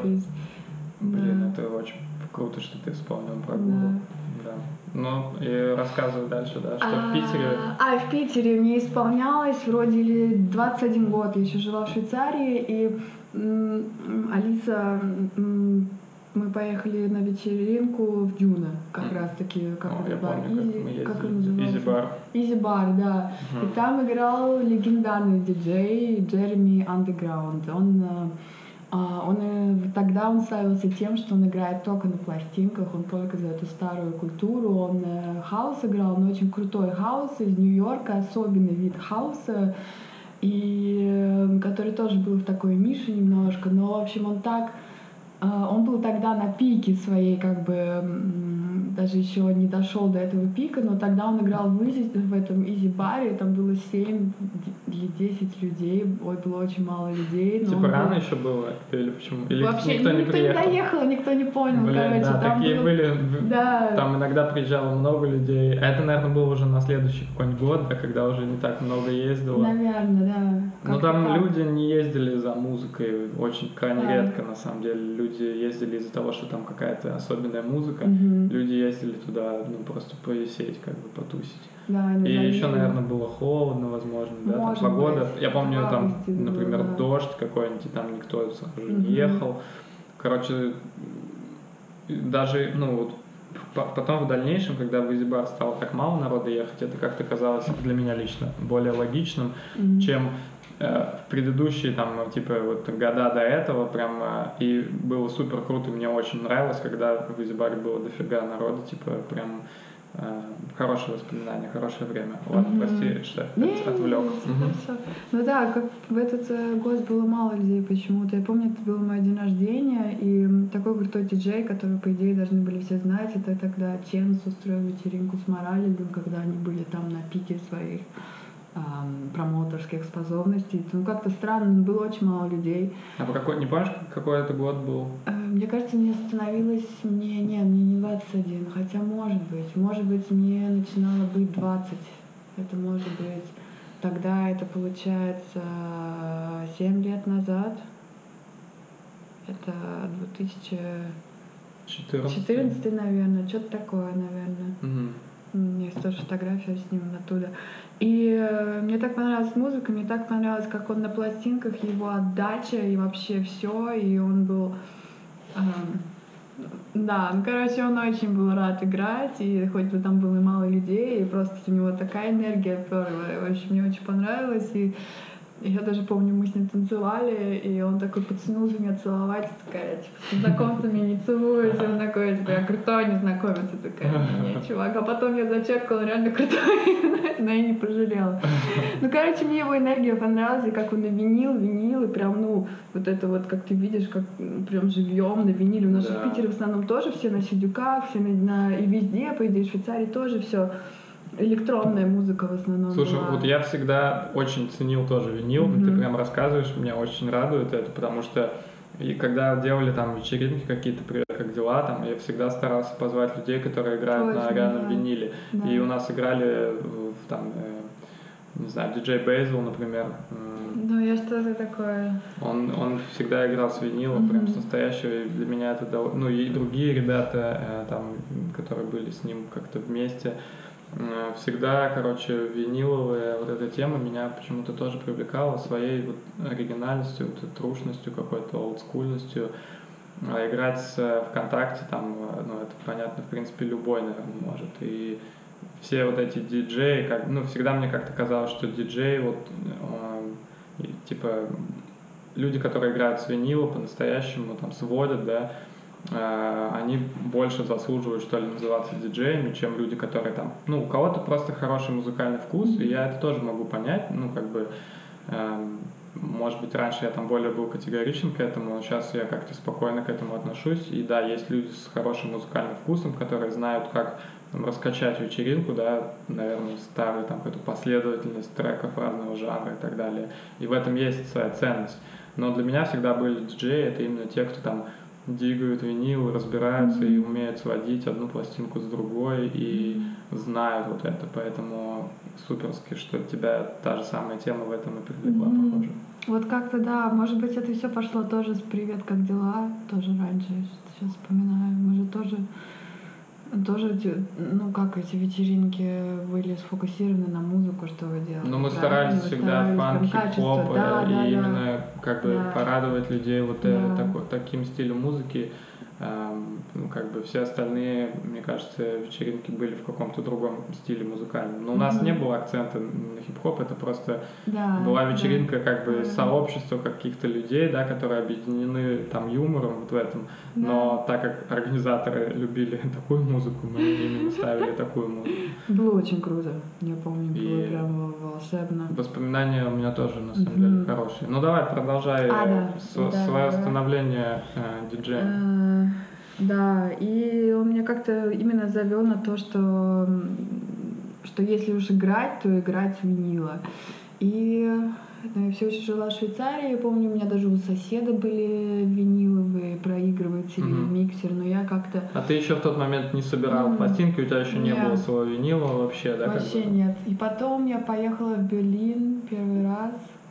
Блин, да. это очень круто, что ты вспомнил про Гуру. Да. Да. Ну, и рассказывай дальше, да, что а, в Питере... А, в Питере мне исполнялось вроде двадцать один год, я еще жила в Швейцарии, и м, Алиса... М, мы поехали на вечеринку в Дюна, как mm. раз таки, как oh, это бар, Изи, как он назывался? Изи бар. Изи бар, да. Uh-huh. И там играл легендарный диджей Джереми Андеграунд. Он, он тогда он славился тем, что он играет только на пластинках, он только за эту старую культуру. Он хаус играл, но очень крутой хаус из Нью-Йорка, особенный вид хауса, и который тоже был в такой нише немножко, но в общем он так Он был тогда на пике своей как бы даже еще не дошел до этого пика, но тогда он играл в, Изи, в этом изи-баре, там было семь или десять людей, ой, было очень мало людей. Типа рано был... еще было? Или почему? Или вообще никто, никто не приехал? не доехал, никто не понял, Блин, короче. да, там такие было... были, да. Там иногда приезжало много людей. А это, наверное, было уже на следующий какой-нибудь год, да, когда уже не так много ездило. Наверное, да. Но там так. люди не ездили за музыкой, очень крайне да. редко, на самом деле. Люди ездили из-за того, что там какая-то особенная музыка. Угу. Люди ездили туда, ну, просто повисеть, как бы потусить. Да, и и еще, наверное, было холодно, возможно, да, там погода. Быть. Я помню, там, например, было, да. дождь какой-нибудь, и там никто сразу же не ехал. Короче, даже, ну, вот потом в дальнейшем, когда в изи-бар стало так мало народа ехать, это как-то казалось для меня лично более логичным, mm-hmm. чем э, в предыдущие, там, типа, вот года до этого, прям, э, и было супер круто, мне очень нравилось, когда в изи-баре было дофига народа, типа, прям э, хорошее воспоминание, хорошее время. Ладно, mm-hmm. прости, что не, отвлек. Mm-hmm. Ну да, как в этот э, год было мало людей почему-то. Я помню, это был мой день рождения, и такой крутой диджей, который, по идее, должны были все знать, это тогда Ченс устроил вечеринку с Моралью, когда они были там на пике своих эм, промоутерских способностей. Ну, как-то странно, было очень мало людей. А по какой, не помнишь, какой это год был? Э, мне кажется, мне становилось, мне, не, мне не двадцать один, хотя может быть, может быть, мне начинало быть двадцать, это может быть. Тогда это получается семь лет назад. Это две тысячи четырнадцатый, наверное, что-то такое, наверное. Угу. У меня есть тоже фотография с ним оттуда. И э, мне так понравилась музыка, мне так понравилось, как он на пластинках, его отдача и вообще все, и он был... Э, Да, ну, короче, он очень был рад играть, и хоть бы там было и мало людей, и просто у него такая энергия первая, в общем, мне очень понравилось, и я даже помню, мы с ним танцевали, и он такой потянулся меня целовать, такая, типа, с незнакомцами не целуюсь, он такой, типа, я крутой незнакомец, и такая, нет, чувак, а потом я зачекала, он реально крутой, но я не пожалела. Ну, короче, мне его энергия понравилась, и как он на винил, винил, и прям, ну, вот это вот, как ты видишь, как прям живьем на виниле, у нас да. в Питере в основном тоже все на сидюках, все на, на и везде, по идее, в Швейцарии тоже все. Электронная музыка в основном. Слушай, была. вот я всегда очень ценил тоже винил, mm-hmm. ты прям рассказываешь, меня очень радует это, потому что и когда делали там вечеринки какие-то, привет, как дела, там, я всегда старался позвать людей, которые играют Точно, на реальном да. виниле. Да. И у нас играли в, там, э, не знаю, диджей Бейзел, например. Ну, я что-то такое. Он, он всегда играл с винила, mm-hmm. прям с настоящего, и для меня это дало... Ну, и другие ребята, э, там, которые были с ним как-то вместе, всегда, короче, виниловая вот эта тема меня почему-то тоже привлекала своей вот оригинальностью, вот трушностью, какой-то олдскульностью. А играть с ВКонтакте, там, ну, это понятно, в принципе, любой, наверное, может. И все вот эти диджеи, как, ну, всегда мне как-то казалось, что диджей, вот, э, типа, люди, которые играют с винила по-настоящему, там, сводят, да, они больше заслуживают, что ли, называться диджеями, чем люди, которые там... Ну, у кого-то просто хороший музыкальный вкус, и я это тоже могу понять, ну, как бы... Э, может быть, раньше я там более был категоричен к этому, но сейчас я как-то спокойно к этому отношусь. И да, есть люди с хорошим музыкальным вкусом, которые знают, как там, раскачать вечеринку, да, наверное, ставят там какую-то последовательность треков разного жанра и так далее. И в этом есть своя ценность. Но для меня всегда были диджеи, это именно те, кто там двигают винил, разбираются mm-hmm. и умеют сводить одну пластинку с другой и mm-hmm. знают вот это, поэтому суперски, что тебя та же самая тема в этом и привлекла, mm-hmm. похоже. Вот как-то, да, может быть, это все пошло тоже с «Привет, как дела?» тоже раньше, сейчас вспоминаю, мы же тоже, тоже, ну, как эти вечеринки были сфокусированы на музыку, что вы делали. Ну, мы старались мы всегда фан, хип-хоп, да, и да, именно да. как бы да. порадовать людей вот да. такой, таким стилем музыки. Ну, как бы все остальные, мне кажется, вечеринки были в каком-то другом стиле музыкальном. Но у нас mm-hmm. не было акцента на хип-хоп, это просто да, была вечеринка да. как бы да. сообщества каких-то людей, да, которые объединены там юмором вот в этом. Да. Но так как организаторы любили такую музыку, мы именно ставили такую музыку. Было очень круто, я помню, было и прям волшебно. Воспоминания у меня тоже, на самом mm-hmm. деле, хорошие. Ну давай, продолжай а, да. С- да, свое да. становление э, диджеем. Да, и он меня как-то именно завел на то, что, что если уж играть, то играть с винила. И ну, я все еще жила в Швейцарии, я помню, у меня даже у соседа были виниловые проигрыватели, mm-hmm. миксер, но я как-то... А ты еще в тот момент не собирала mm-hmm. пластинки, у тебя еще нет. не было своего винила вообще, да? Вообще как бы? Нет. И потом я поехала в Берлин первый раз,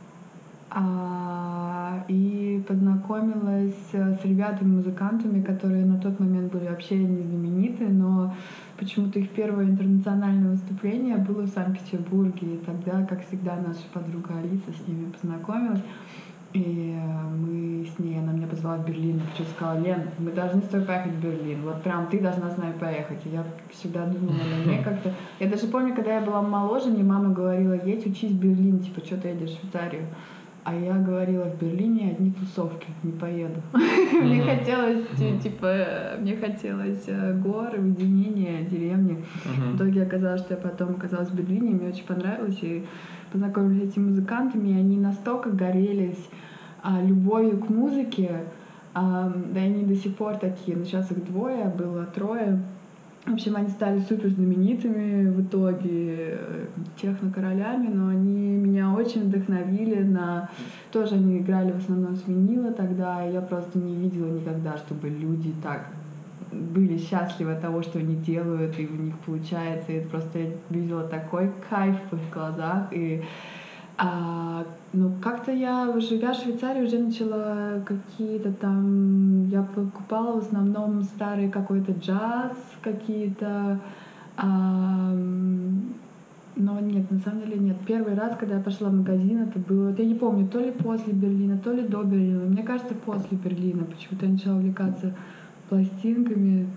а, и познакомилась с ребятами-музыкантами, которые на тот момент были вообще не знаменитые, но почему-то их первое интернациональное выступление было в Санкт-Петербурге, и тогда, как всегда, наша подруга Алиса с ними познакомилась, и мы с ней, она меня позвала в Берлин, я сказала: Лен, мы должны с тобой поехать в Берлин, вот прям ты должна с нами поехать. И я всегда думала на ней как-то. Я даже помню, когда я была моложе, мне мама говорила: едь, учись в Берлин, типа, что ты едешь в Швейцарию? А я говорила: в Берлине одни тусовки, не поеду. Мне хотелось, типа, мне хотелось гор, уединения, деревни. В итоге оказалось, что я потом оказалась в Берлине, мне очень понравилось, и познакомились с этими музыкантами, и они настолько горелись а, любовью к музыке, а, да и они до сих пор такие, но сейчас их двое, было трое. В общем, они стали супер знаменитыми в итоге, техно-королями, но они меня очень вдохновили на... Тоже они играли в основном с винила тогда, и я просто не видела никогда, чтобы люди так были счастливы от того, что они делают, и у них получается. И просто я видела такой кайф в их глазах. И а, ну, как-то я, живя в Швейцарии, уже начала какие-то там... Я покупала в основном старый какой-то джаз, какие-то... А, но нет, на самом деле нет. Первый раз, когда я пошла в магазин, это было... Вот я не помню, то ли после Берлина, то ли до Берлина. Мне кажется, после Берлина. Почему-то я начала увлекаться пластинками.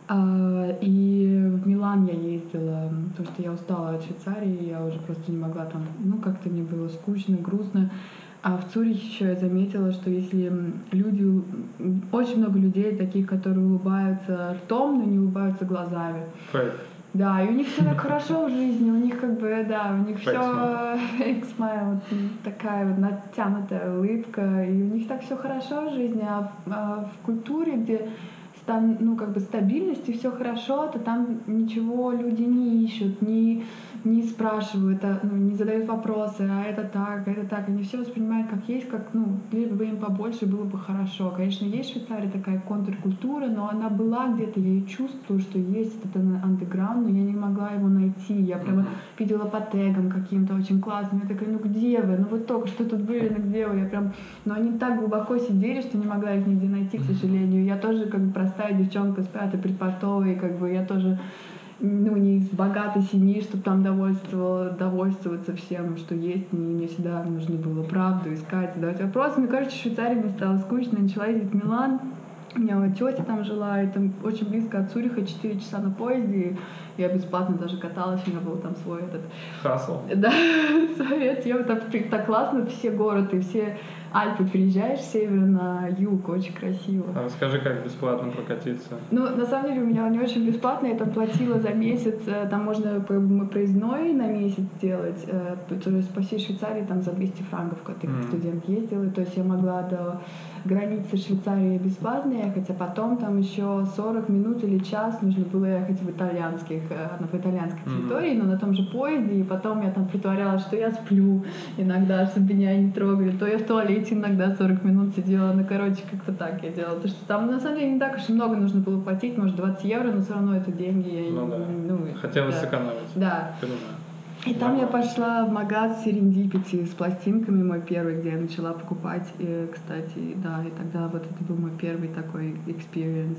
А, и в Милан я ездила, потому что я устала от Швейцарии, я уже просто не могла там, ну, как-то мне было скучно, грустно. А в Цюрихе еще я заметила, что если люди, очень много людей таких, которые улыбаются ртом, но не улыбаются глазами. Right. Да, и у них все так хорошо в жизни, у них как бы, да, у них все fake smile, вот такая вот натянутая улыбка, и у них так все хорошо в жизни, а в, а в культуре, где там, ну, как бы стабильность и все хорошо, то там ничего люди не ищут, не, не спрашивают, а, ну, не задают вопросы, а это так, это так. Они все воспринимают как есть, как, ну, лишь бы им побольше было бы хорошо. Конечно, есть в Швейцарии такая контркультура, но она была где-то, я ее чувствую, что есть этот андеграунд, но я не могла его найти. Я прямо видела по тегам каким-то очень классным. Я такая: ну где вы? Ну вот только что тут были, ну где вы? Я прям... Но они так глубоко сидели, что не могла их нигде найти, к сожалению. Я тоже как бы простая девчонка с пятой предпортовой, как бы я тоже, ну, не из богатой семьи, чтобы там довольствовала, довольствоваться всем, что есть. И мне всегда нужно было правду искать, задавать вопросы. Ну, короче, в Швейцарии мне стало скучно, я начала ездить в Милан. У меня вот тетя там жила, и там очень близко от Цюриха, четыре часа на поезде. И я бесплатно даже каталась, у меня был там свой этот... Хасл. Да, свой это. Я вот так, так классно, все города, и все Альпы переезжаешь с севера на юг, очень красиво. А расскажи, как бесплатно прокатиться? Ну, на самом деле, у меня не очень бесплатно, я там платила за месяц, там можно проездной на месяц сделать, то есть по всей Швейцарии там за двести франков, когда ты как студент ездила, то есть я могла до границы Швейцарии бесплатно ехать, а потом там еще сорок минут или час нужно было ехать в итальянских, в итальянской территории, но на том же поезде, и потом я там притворялась, что я сплю иногда, чтобы меня не трогали, то я в туалете иногда сорок минут сидела, ну, короче, как-то так я делала, потому что там, на самом деле, не так уж и много нужно было платить, может, двадцать евро, но все равно это деньги. Я, ну, да. ну, хотелось да. сэкономить. Да. Понимаю. И там я пошла в магаз Serendipity с пластинками, мой первый, где я начала покупать, и, кстати, да, и тогда вот это был мой первый такой experience.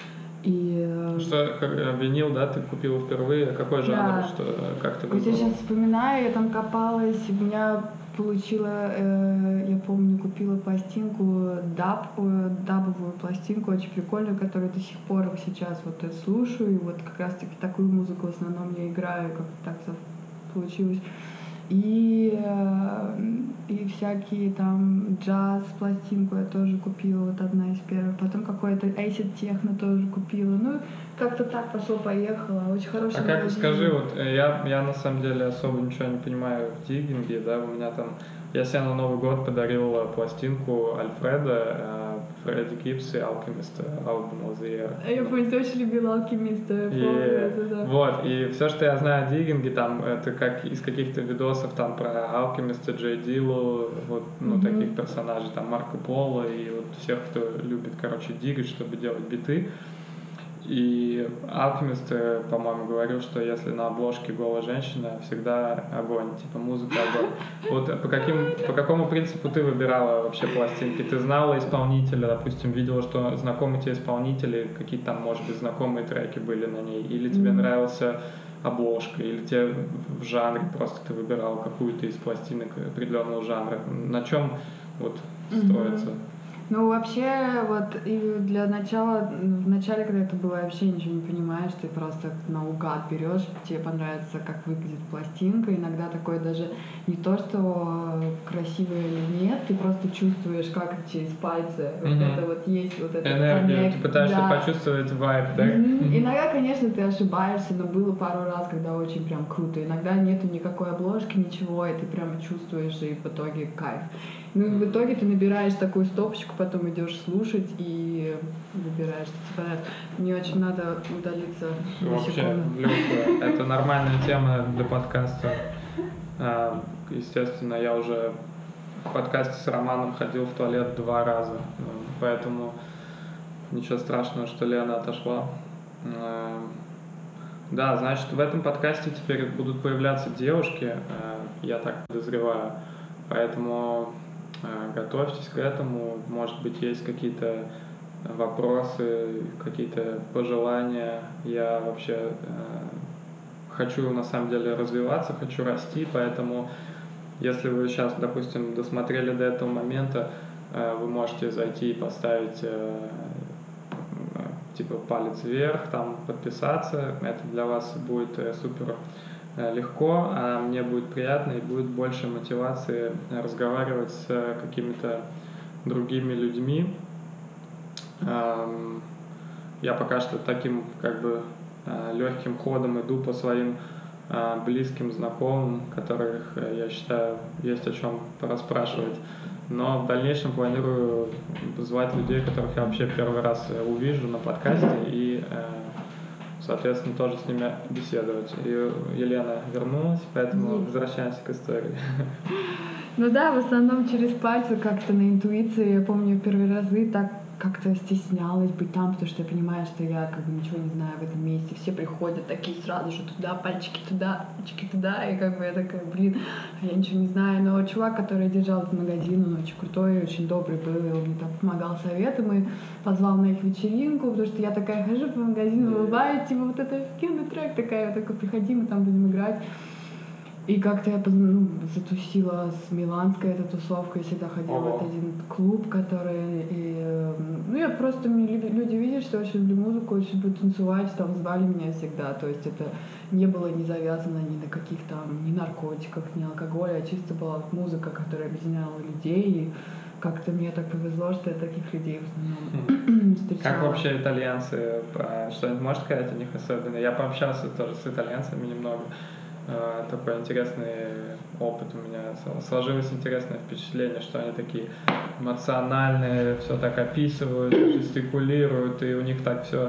И... Что, как, винил, да, ты купила впервые? Какой жанр? Да. Что, как ты выбрала? Я сейчас вспоминаю, я там копалась, у меня получила, э, я помню, купила пластинку, даб, э, дабовую пластинку, очень прикольную, которую до сих пор сейчас вот я слушаю, и вот как раз-таки такую музыку в основном я играю, как так получилось. И, э, и всякие там джаз пластинку я тоже купила, вот одна из первых. Потом какой-то acid техно тоже купила. Ну, как-то так пошло-поехало. Очень хороший. А как, скажи, вот я, я на самом деле особо ничего не понимаю в диггинге, да, у меня там я себе на Новый год подарил пластинку Альфреда, Фредди Гибс и Алкемист, альбом of the Year. Я помню, ты очень любила Алкемиста. И, вот, и все, что я знаю о Диггинге, там, это как из каких-то видосов там про Алкемиста, Джей Дилу, вот, ну, mm-hmm. таких персонажей, там, Марко Поло и вот всех, кто любит, короче, диггать, чтобы делать биты. И Алкемист, по-моему, говорил, что если на обложке голая женщина, всегда огонь, типа музыка огонь. Вот по, каким, по какому принципу ты выбирала вообще пластинки? Ты знала исполнителя, допустим, видела, что знакомые тебе исполнители, какие-то там, может быть, знакомые треки были на ней, или тебе mm-hmm. нравился обложка, или тебе в жанре просто ты выбирала какую-то из пластинок определенного жанра? На чем вот строится? Mm-hmm. Ну, вообще, вот и для начала, в начале, когда это было, вообще ничего не понимаешь, ты просто наугад берешь, тебе понравится, как выглядит пластинка. Иногда такое даже не то, что красивое или нет, ты просто чувствуешь, как это через пальцы. Mm-hmm. Вот это вот есть, вот это энергию, коннект. Ты пытаешься да. почувствовать вайб, да? Mm-hmm. Mm-hmm. Иногда, конечно, ты ошибаешься, но было пару раз, когда очень прям круто. Иногда нету никакой обложки, ничего, и ты прямо чувствуешь, и в итоге кайф. Ну и в итоге ты набираешь такую стопочку, потом идешь слушать и выбираешь, что тебе понравится. Мне очень надо удалиться на секунду. Вообще, это нормальная тема для подкаста. Естественно, я уже в подкасте с Романом ходил в туалет два раза, поэтому ничего страшного, что Лена отошла. Да, значит, в этом подкасте теперь будут появляться девушки, я так подозреваю, поэтому готовьтесь к этому, может быть, есть какие-то вопросы, какие-то пожелания. Я вообще э, хочу, на самом деле, развиваться, хочу расти, поэтому, если вы сейчас, допустим, досмотрели до этого момента, э, вы можете зайти и поставить э, типа палец вверх, там подписаться, это для вас будет э, супер легко, а мне будет приятно и будет больше мотивации разговаривать с какими-то другими людьми. Я пока что таким как бы легким ходом иду по своим близким знакомым, которых я считаю есть о чем порасспрашивать. Но в дальнейшем планирую звать людей, которых я вообще первый раз увижу на подкасте и соответственно, тоже с ними беседовать. И Елена вернулась, поэтому Есть. Возвращаемся к истории. Ну да, в основном через пальцы, как-то на интуиции. Я помню, первые разы так как-то стеснялась быть там, потому что я понимаю, что я как бы ничего не знаю в этом месте. Все приходят такие сразу же туда, пальчики туда, пальчики туда, и как бы я такая, блин, я ничего не знаю. Но чувак, который держал этот магазин, он очень крутой, очень добрый был, и он мне там помогал советом и позвал на их вечеринку, потому что я такая хожу по магазину, улыбаюсь, типа вот это офигенный трек, такая, вот такой, приходи, мы там будем играть. И как-то я ну, затусила с Миланской этой тусовкой, всегда ходила в этот один клуб, который... И, ну, я просто... Мне люди видят, что я очень люблю музыку, очень люблю танцевать, там звали меня всегда. То есть это не было не завязано ни на каких там, ни наркотиках, ни алкоголе, а чисто была вот музыка, которая объединяла людей. И как-то мне так повезло, что я таких людей в основном встречала. Как вообще итальянцы? Что-нибудь можешь сказать о них особенно? Я пообщался тоже с итальянцами немного. Такой интересный опыт у меня. Сложилось интересное впечатление, что они такие эмоциональные, все так описывают, жестикулируют, и у них так все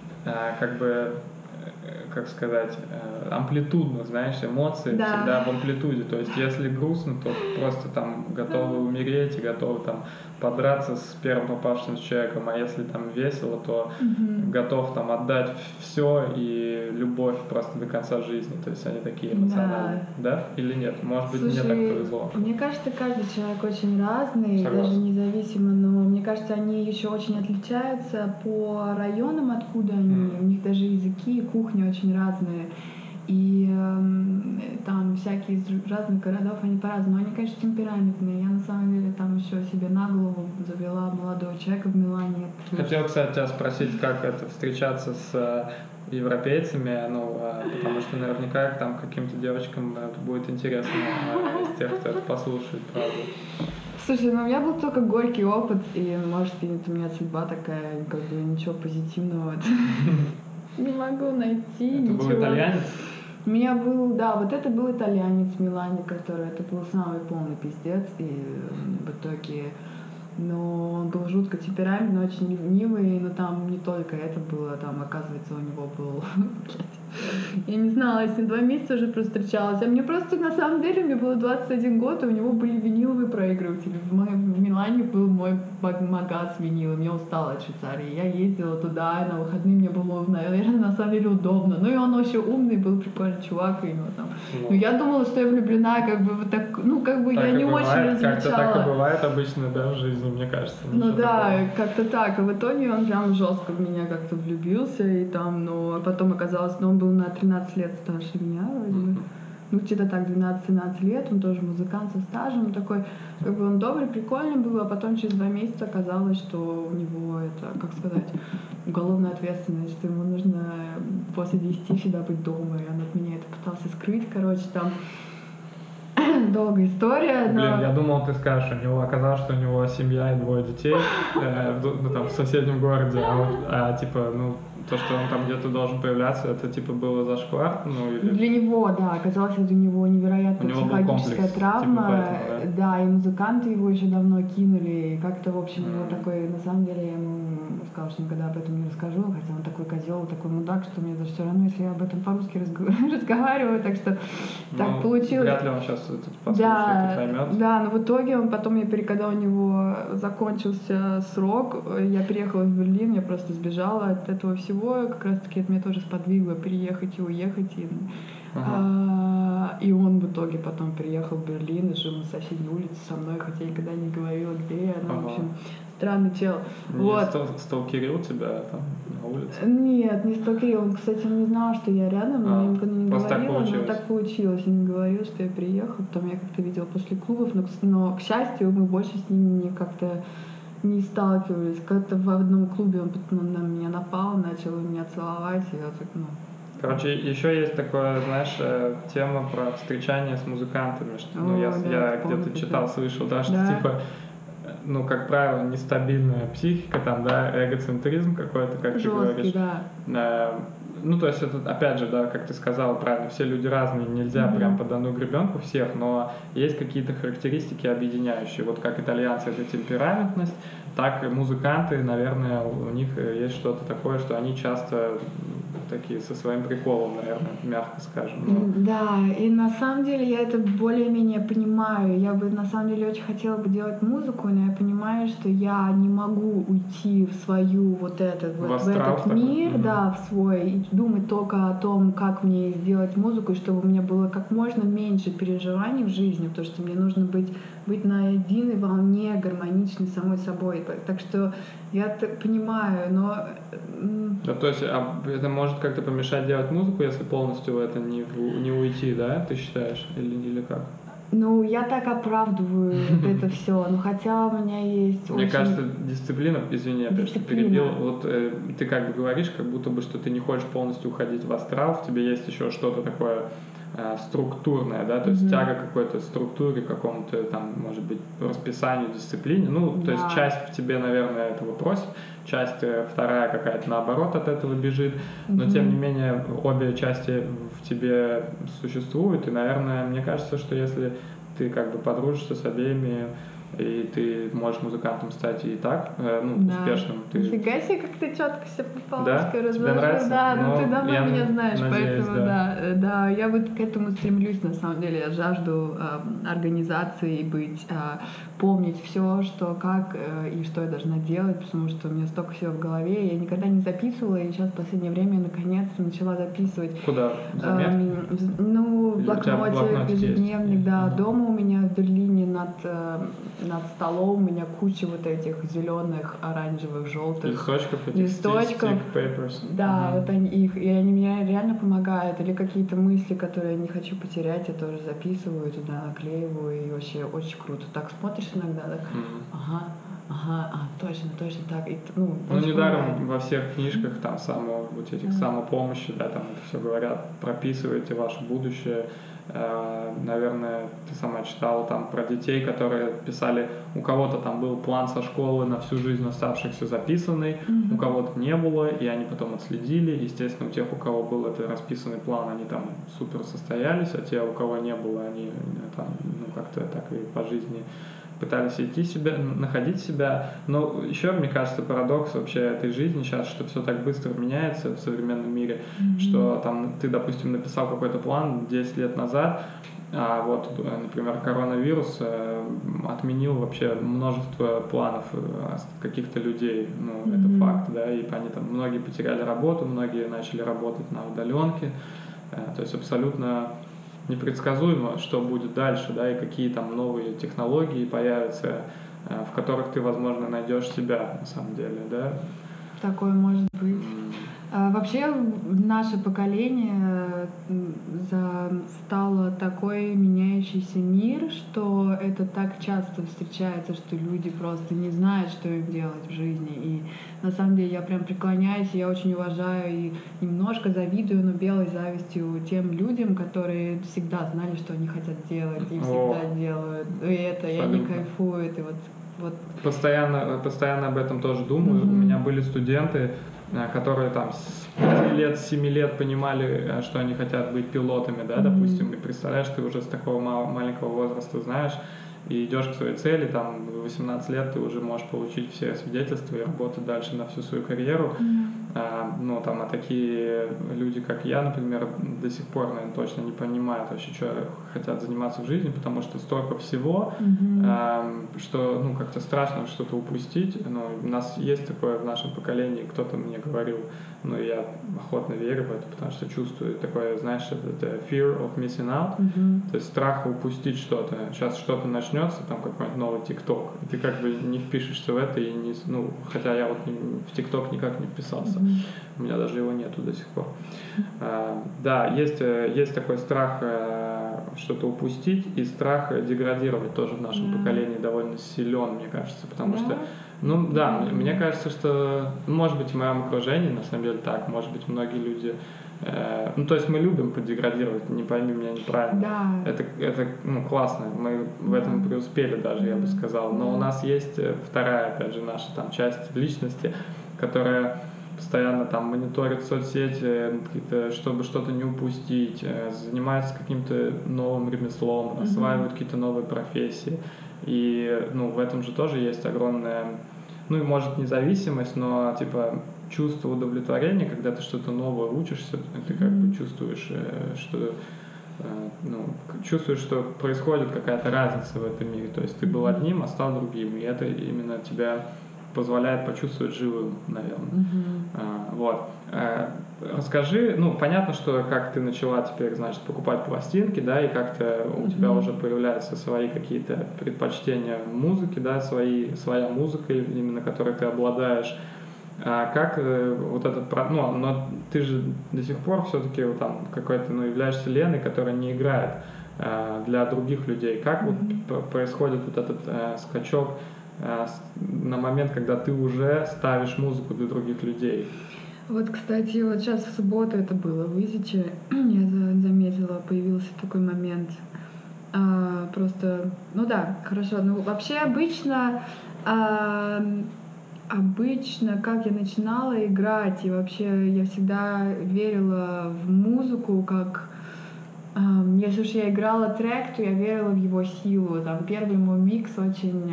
как бы, как сказать, амплитудно, знаешь, эмоции да. всегда в амплитуде. То есть если грустно, то просто там готовы умереть и готовы там подраться с первым попавшимся человеком, а если там весело, то mm-hmm. готов там отдать все и любовь просто до конца жизни. То есть они такие эмоциональные. Да? Да? Или нет? Может быть, Слушай, мне так повезло. Мне кажется, каждый человек очень разный, Согласен. Даже независимо, но мне кажется, они еще очень отличаются по районам, откуда они. Mm-hmm. У них даже языки и кухня очень разные. И э, там всякие из разных городов, они по-разному. Они, конечно, темпераментные. Я на самом деле там еще себе на голову завела молодого человека в Милане. Хотел, кстати, тебя спросить, как это встречаться с европейцами, ну, потому что наверняка там каким-то девочкам это будет интересно из тех, кто это послушает, правда. Слушай, ну у меня был только горький опыт, и, может, это у меня судьба такая, как бы ничего позитивного не могу найти. Это был итальянец? У меня был, да, вот это был итальянец Милани, который, это был самый полный пиздец, и в итоге, но он был жутко темпераментный, очень ревнивый, но там не только это было, там, оказывается, у него был, я не знала, я с ним два месяца уже просто встречалась, а мне просто, на самом деле, мне было двадцать один год, и у него были виниловые проигрыватели, в, моем, в Милане был мой магаз винилов, я устала от Швейцарии, я ездила туда, и на выходные мне было, наверное, на самом деле удобно, ну и он очень умный, был прикольный чувак, и его там, ну, ну я думала, что я влюблена, как бы, вот так, ну, как бы, так я не бывает, очень различала. Как-то так и бывает обычно, да, в жизни, мне кажется. Ну да, такого. Как-то так. И в итоге он прям жестко в меня как-то влюбился. И там, ну, а потом оказалось, что он был на тринадцать лет старше меня, вроде бы. Mm-hmm. Ну, где-то так, двенадцать-тринадцать лет, он тоже музыкант со стажем. Такой, как бы он добрый, прикольный был, а потом через два месяца оказалось, что у него это, как сказать, уголовная ответственность, что ему нужно после десяти всегда быть дома. И он от меня это пытался скрыть, короче, там. Долгая история, но... Блин, я думал, ты скажешь, у него оказалось, что у него семья и двое детей, э, ну, там, в соседнем городе, а, вот, а типа, ну, то, что он там где-то должен появляться, это типа было зашквар? Ну, или... Для него, да, оказалось, это у него невероятная психологическая травма, типа поэтому, да? Да, и музыканты его еще давно кинули, и как-то, в общем, mm. такой, на самом деле, я ему сказала, что никогда об этом не расскажу, хотя он такой козел, такой мудак, что мне даже все равно, если я об этом по-русски разг- разговариваю, так что ну, так получилось. Вряд ли он сейчас это послушает, да, и поймет. Да, но в итоге он потом, я, когда у него закончился срок, я переехала в Берлин, я просто сбежала от этого всего, как раз-таки это меня тоже сподвигло переехать и уехать. И, uh-huh. а, и он в итоге потом переехал в Берлин и жил на соседней улице со мной, хотя я никогда не говорила, где я. Ну, uh-huh. в общем, странный чел. Не вот. сталкерил тебя там на улице? Нет, не сталкерил. Он, кстати, не знал, что я рядом, а, я никогда не говорила, но так получилось. Он не говорил, что я приехала, потом я как-то видела после клубов, но, но к счастью, мы больше с ним не как-то не сталкивались. Как-то в одном клубе он на меня напал, начал меня целовать, и я так, ну... Короче, еще есть такое, знаешь, тема про встречание с музыкантами, что, ну, О, я, да, я где-то читал, слышал, да, что, да. типа, ну, как правило, нестабильная психика, там, да, эгоцентризм какой-то, как Жесткий, ты говоришь. Да. Ну, то есть, это, опять же, да, как ты сказала правильно, все люди разные, нельзя mm-hmm. прям под одну гребенку всех, но есть какие-то характеристики объединяющие. Вот как итальянцы — это темпераментность, так и музыканты, наверное, у них есть что-то такое, что они часто такие со своим приколом, наверное, мягко скажем. Но... Да, и на самом деле я это более-менее понимаю. Я бы на самом деле очень хотела бы делать музыку, но я понимаю, что я не могу уйти в свою вот этот, вот, в этот мир, такой. Да, в свой, и думать только о том, как мне сделать музыку, и чтобы у меня было как можно меньше переживаний в жизни, потому что мне нужно быть, быть на единой волне, гармоничной самой собой. Так что я это понимаю, но... Да, то есть а это может как-то помешать делать музыку, если полностью в это не, не уйти, да, ты считаешь, или, или как? Ну, я так оправдываю это все, но хотя у меня есть Мне очень... кажется, дисциплина, извини, опять что перебил, вот э, ты как бы говоришь, как будто бы, что ты не хочешь полностью уходить в астрал, в тебе есть еще что-то такое э, структурное, да, то есть mm-hmm. тяга к какой-то структуре, какому-то там, может быть, расписанию, дисциплине, ну, то да. есть часть в тебе, наверное, этого просит, часть вторая какая-то наоборот от этого бежит, но mm-hmm. тем не менее обе части в тебе существуют, и, наверное, мне кажется, что если ты как бы подружишься с обеими, и ты можешь музыкантом стать и так, э, ну, да. успешным. Ты... Нифига себе, как ты четко все по полочкам да? разложил. Нравится? Да, ну ты давно я меня знаешь, надеюсь, поэтому да. да. да. Я вот к этому стремлюсь, на самом деле. Я жажду э, организации, быть, э, помнить все, что, как э, и что я должна делать, потому что у меня столько всего в голове. Я никогда не записывала, и сейчас в последнее время я наконец-то начала записывать. Куда? Заметки? Э, ну, в блокноте, ежедневник, да. Mm-hmm. Дома у меня в Берлине над, э, над столом у меня куча вот этих зеленых, оранжевых, желтых листочков, этих листочков. Stick papers. Да, mm-hmm. вот они их, и они мне реально помогают. Или какие-то мысли, которые я не хочу потерять, я тоже записываю туда, наклеиваю, и вообще очень круто. Так смотришь иногда, так, mm-hmm. ага, ага, а, точно, точно так. И, ну, ну недаром во всех книжках там само, вот этих mm-hmm. самопомощи, да, там это все говорят, прописывайте ваше будущее. Наверное, ты сама читала там про детей, которые писали, у кого-то там был план со школы на всю жизнь оставшихся записанный, mm-hmm. у кого-то не было, и они потом отследили. Естественно, у тех, у кого был этот расписанный план, они там супер состоялись, а те, у кого не было, они там, ну, как-то так и по жизни пытались идти себя, находить себя. Но еще, мне кажется, парадокс вообще этой жизни сейчас, что все так быстро меняется в современном мире, mm-hmm. что там ты, допустим, написал какой-то план десять лет назад, а вот, например, коронавирус отменил вообще множество планов каких-то людей. Ну, mm-hmm. это факт, да, и они там, многие потеряли работу, многие начали работать на удаленке. То есть абсолютно непредсказуемо, что будет дальше, да, и какие там новые технологии появятся, в которых ты, возможно, найдешь себя на самом деле, да? Такое может быть. А, вообще, наше поколение застало такой меняющийся мир, что это так часто встречается, что люди просто не знают, что им делать в жизни. И на самом деле я прям преклоняюсь, я очень уважаю и немножко завидую, но белой завистью тем людям, которые всегда знали, что они хотят делать, и всегда О, делают. И это, и они кайфуют. И вот, вот. Постоянно, постоянно об этом тоже думаю. Mm-hmm. У меня были студенты, которые там с пяти лет, с семи лет понимали, что они хотят быть пилотами, да, mm-hmm. допустим, и представляешь, ты уже с такого маленького возраста знаешь, и идешь к своей цели, там, в восемнадцать лет ты уже можешь получить все свидетельства и работать дальше на всю свою карьеру. Mm-hmm. А, ну, там, а такие люди, как я, например, до сих пор, наверное, точно не понимают вообще, что хотят заниматься в жизни, потому что столько всего, mm-hmm. а, что, ну, как-то страшно что-то упустить. Но у нас есть такое в нашем поколении, кто-то мне говорил, ну, я охотно верю в это, потому что чувствую такое, знаешь, это fear of missing out, mm-hmm. то есть страх упустить что-то. Сейчас что-то начнется, там какой-нибудь новый ТикТок, и ты как бы не впишешься в это, и не, ну, хотя я вот не, в ТикТок никак не вписался, mm-hmm. у меня даже его нету до сих пор. Mm-hmm. А, да, есть, есть такой страх что-то упустить, и страх деградировать тоже в нашем mm-hmm. поколении довольно силен, мне кажется, потому mm-hmm. что ну да, mm-hmm. мне кажется, что, может быть, в моем окружении, на самом деле так, может быть, многие люди, э, ну то есть мы любим подеградировать, не пойми меня неправильно, да. это, это ну, классно, мы в этом преуспели даже, я бы сказал, но у нас есть вторая, опять же, наша там часть личности, которая постоянно там мониторит соцсети, чтобы что-то не упустить, занимается каким-то новым ремеслом, mm-hmm. осваивает какие-то новые профессии. И ну, в этом же тоже есть огромная, ну и может независимость, но типа чувство удовлетворения, когда ты что-то новое учишься, ты как бы чувствуешь, что ну, чувствуешь, что происходит какая-то разница в этом мире. То есть ты был одним, а стал другим, и это именно тебя позволяет почувствовать живым, наверное. Mm-hmm. А, вот. А, расскажи, ну, понятно, что как ты начала теперь, значит, покупать пластинки, да, и как-то у mm-hmm. тебя уже появляются свои какие-то предпочтения в музыке, да, свои, своя музыка, именно которой ты обладаешь. А как э, вот этот, ну, но ты же до сих пор все-таки вот, там какой-то, ну, являешься Леной, которая не играет э, для других людей. Как mm-hmm. вот происходит вот этот э, скачок на момент, когда ты уже ставишь музыку для других людей? Вот, кстати, вот сейчас в субботу это было в Изиче, я заметила, появился такой момент. А, просто, ну да, хорошо, ну вообще обычно, а, обычно, как я начинала играть, и вообще я всегда верила в музыку, как если уж я играла трек, то я верила в его силу. Там первый мой микс очень...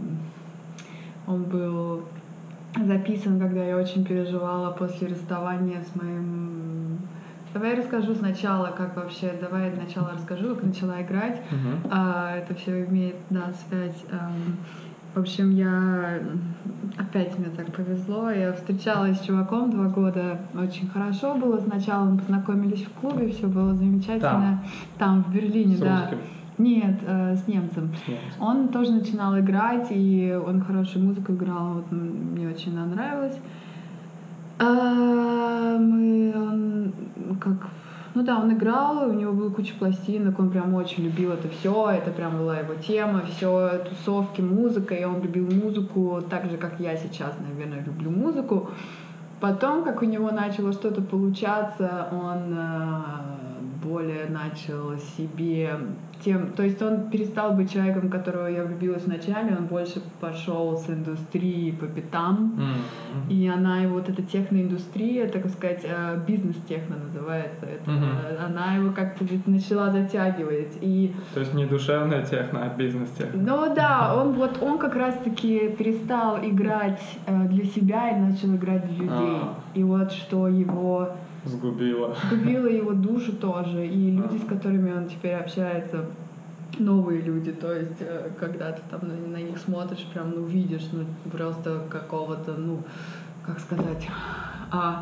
Он был записан, когда я очень переживала после расставания с моим... Давай я расскажу сначала, как вообще... Давай сначала расскажу, как начала играть. Uh-huh. А, это все имеет, да, связь. А, в общем, я... Опять мне так повезло. Я встречалась с чуваком два года. Очень хорошо было. Сначала мы познакомились в клубе, все было замечательно. Там, Там в Берлине, с да. Русским. Нет, э, с немцем. С немцем. Он тоже начинал играть, и он хорошую музыку играл, вот, мне очень она нравилась. А, мы, он, как, ну да, он играл, у него была куча пластинок, он прям очень любил это все, это прям была его тема, все, тусовки, музыка, и он любил музыку так же, как я сейчас, наверное, люблю музыку. Потом, как у него начало что-то получаться, он... более начал себе тем, то есть он перестал быть человеком, в которого я влюбилась вначале, он больше пошел с индустрии по пятам, mm-hmm. и она его, вот эта техноиндустрия, так сказать, бизнес-техно называется, это, mm-hmm. она его как-то начала затягивать. И... То есть не душевная техно, а бизнес-техно. Ну да, он вот он как раз-таки перестал играть для себя и начал играть для людей. Ah. И вот что его... Сгубило. Сгубило его душу тоже. И люди, с которыми он теперь общается, новые люди, то есть когда ты там на, на них смотришь, прям, ну, видишь, ну, просто какого-то, ну, как сказать, а,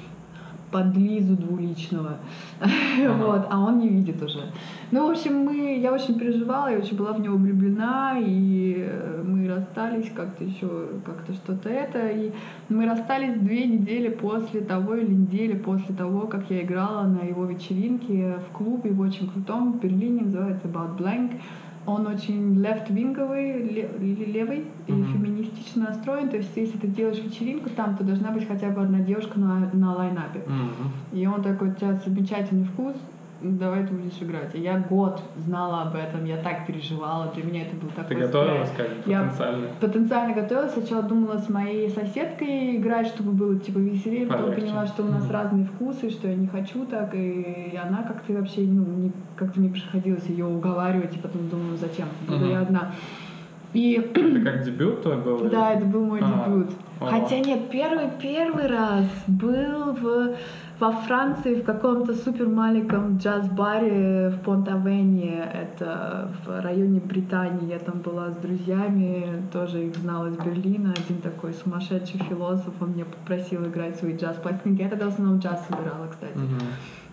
подлизу двуличного. Ага. Вот, а он не видит уже. Ну, в общем, мы, я очень переживала, я очень была в него влюблена, и мы расстались как-то еще, как-то что-то это, и мы расстались две недели после того, или недели после того, как я играла на его вечеринке в клубе, в очень крутом, в Берлине, называется About Blank. Он очень левт-винговый, левый и mm-hmm. феминистично настроен. То есть, если ты делаешь вечеринку там, то должна быть хотя бы одна девушка на, на лайнапе. Mm-hmm. И он такой: у тебя замечательный вкус, давай ты будешь играть. И я год знала об этом, я так переживала, для меня это был такой стресс. Ты готовилась, как потенциально? Я потенциально готовилась. Сначала думала с моей соседкой играть, чтобы было типа веселее, потом Полегче. Поняла, что у нас mm-hmm. разные вкусы, что я не хочу так, и она как-то вообще, ну, не, как-то не приходилось ее уговаривать, и потом думаю, зачем, буду mm-hmm. я одна. И... Это как дебют твой был? Да, это был мой а, дебют. О. Хотя нет, первый, первый раз был в... во Франции в каком-то супер маленьком джаз-баре в Понт-Авене, это в районе Британии. Я там была с друзьями, тоже их знала из Берлина. Один такой сумасшедший философ, он меня попросил играть свои джаз-пластинки. Я тогда в основном джаз собирала, кстати. Mm-hmm.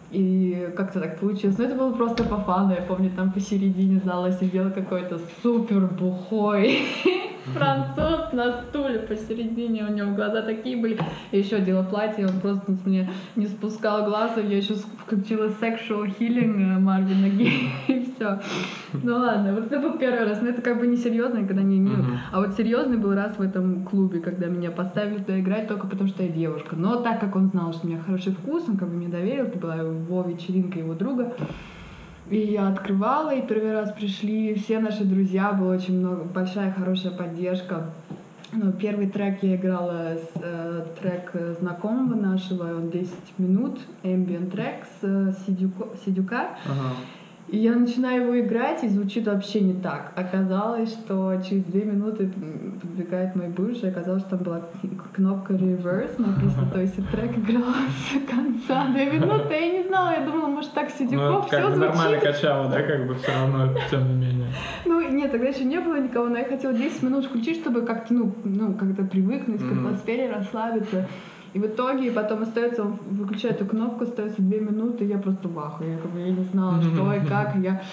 И как-то так получилось. Но это было просто по фану. Я помню, там посередине зала сидел какой-то супер бухой француз на стуле посередине, у него глаза такие были. Я еще одела платье, он просто с меня не спускал глаз, я еще включила sexual healing Марвина Гея, и все. Ну ладно, вот это был первый раз, но это как бы не серьезно, когда не имею. Uh-huh. А вот серьезный был раз в этом клубе, когда меня поставили туда играть только потому, что я девушка. Но так как он знал, что у меня хороший вкус, он как бы мне доверил, это была его вечеринка, его друга. И я открывала, и первый раз пришли все наши друзья, была очень много, большая, хорошая поддержка. Ну, первый трек я играла, с, э, трек знакомого нашего, он десять минут, ambient трек с э, Сидюко, Сидюка. Ага. И я начинаю его играть, и звучит вообще не так. Оказалось, что через две минуты подбегает мой бывший, оказалось, что там была кнопка reverse написано, то есть трек играл с конца две минуты, я не знала, я думала, может, так Сидюков все звучит. Нормально качало, да, как бы все равно, тем не менее. Ну, нет, тогда еще не было никого, но я хотела десять минут включить, чтобы как-то, ну, ну как-то привыкнуть к атмосфере, расслабиться. И в итоге потом остается, он выключает эту кнопку, остается две минуты, и я просто в ахуе. Я, как бы, я не знала, что и как. Я...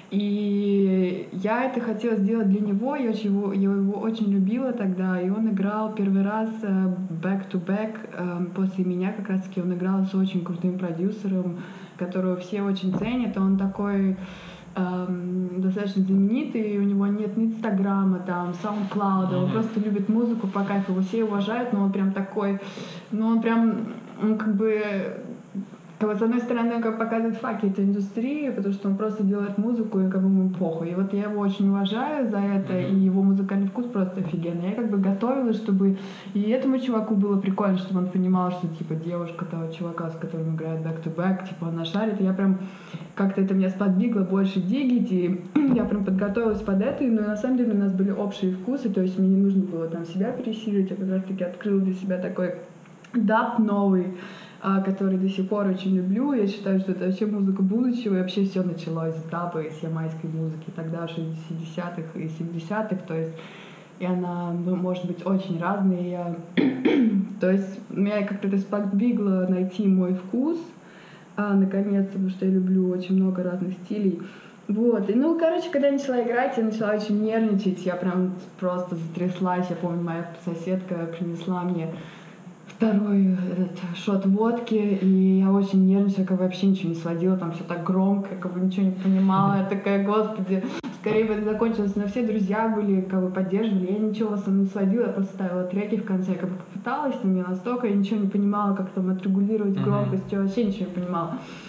И я это хотела сделать для него, я его, я его очень любила тогда, и он играл первый раз back-to-back после меня, как раз-таки он играл с очень крутым продюсером, которого все очень ценят, он такой... Эм, достаточно знаменитый, у него нет ни Инстаграма, там, Саундклауда, mm-hmm. он просто любит музыку по кайфу, его все уважают, но он прям такой, ну он прям, он как бы, как бы с одной стороны, он как показывает факи этой индустрии, потому что он просто делает музыку, и как бы ему похуй. И вот я его очень уважаю за это, mm-hmm. и его музыкальный вкус просто офигенный. Я как бы готовилась, чтобы и этому чуваку было прикольно, чтобы он понимал, что типа девушка того чувака, с которым играет back-to-back, типа она шарит. И я прям как-то это меня сподвигло больше дигить, и я прям подготовилась под это, но на самом деле у нас были общие вкусы, то есть мне не нужно было там себя пересиливать, я как раз таки открыла для себя такой даб новый, который до сих пор очень люблю. Я считаю, что это вообще музыка будущего, и вообще все началось с даба и с ямайской музыки тогда, шестидесятых и семидесятых, то есть и она может быть очень разной. И я... то есть меня как-то это сподвигло найти мой вкус, а, наконец-то, потому что я люблю очень много разных стилей. Вот, и ну, короче, когда я начала играть, я начала очень нервничать, я прям просто затряслась. Я помню, моя соседка принесла мне второй этот шот водки, и я очень нервничала, как бы вообще ничего не сводила, там все так громко, как бы ничего не понимала. Я такая, господи, скорее бы это закончилось. Но все друзья были, как бы поддерживали, я ничего в основном не сводила, я просто ставила треки в конце, я как бы попыталась, но не настолько, я ничего не понимала, как там отрегулировать громкость, я вообще ничего не понимала.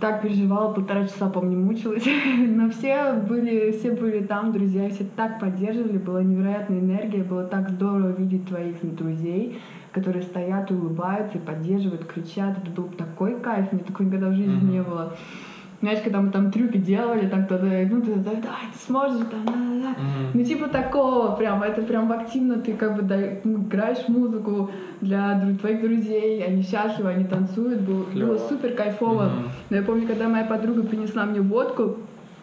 так переживала, полтора часа, помню, мучилась. Но все были, все были там, друзья, все так поддерживали, была невероятная энергия, было так здорово видеть твоих друзей, которые стоят, улыбаются, поддерживают, кричат. Это был такой кайф, мне такого никогда в жизни mm-hmm. не было. Знаешь, когда мы там трюки делали, там кто-то, ну, ты, давай, ты сможешь, там, да, да, да. Mm-hmm. Ну, типа такого прям, это прям активно ты как бы дай, ну, играешь музыку для твоих друзей, они счастливы, они танцуют, было, было супер кайфово. Mm-hmm. Но я помню, когда моя подруга принесла мне водку,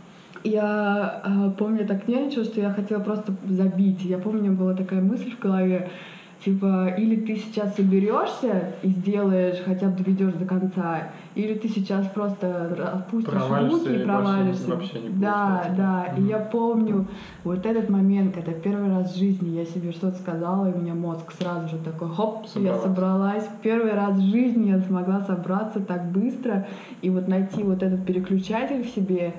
я э, помню, я так нервничала, что я хотела просто забить. Я помню, у меня была такая мысль в голове, типа, или ты сейчас соберешься и сделаешь, хотя бы доведешь до конца, или ты сейчас просто отпустишь руки и провалишься. Вообще не да, будет, да. Mm-hmm. И я помню вот этот момент, когда первый раз в жизни я себе что-то сказала, и у меня мозг сразу же такой, хоп, собралась. Я собралась. Первый раз в жизни я смогла собраться так быстро и вот найти вот этот переключатель в себе.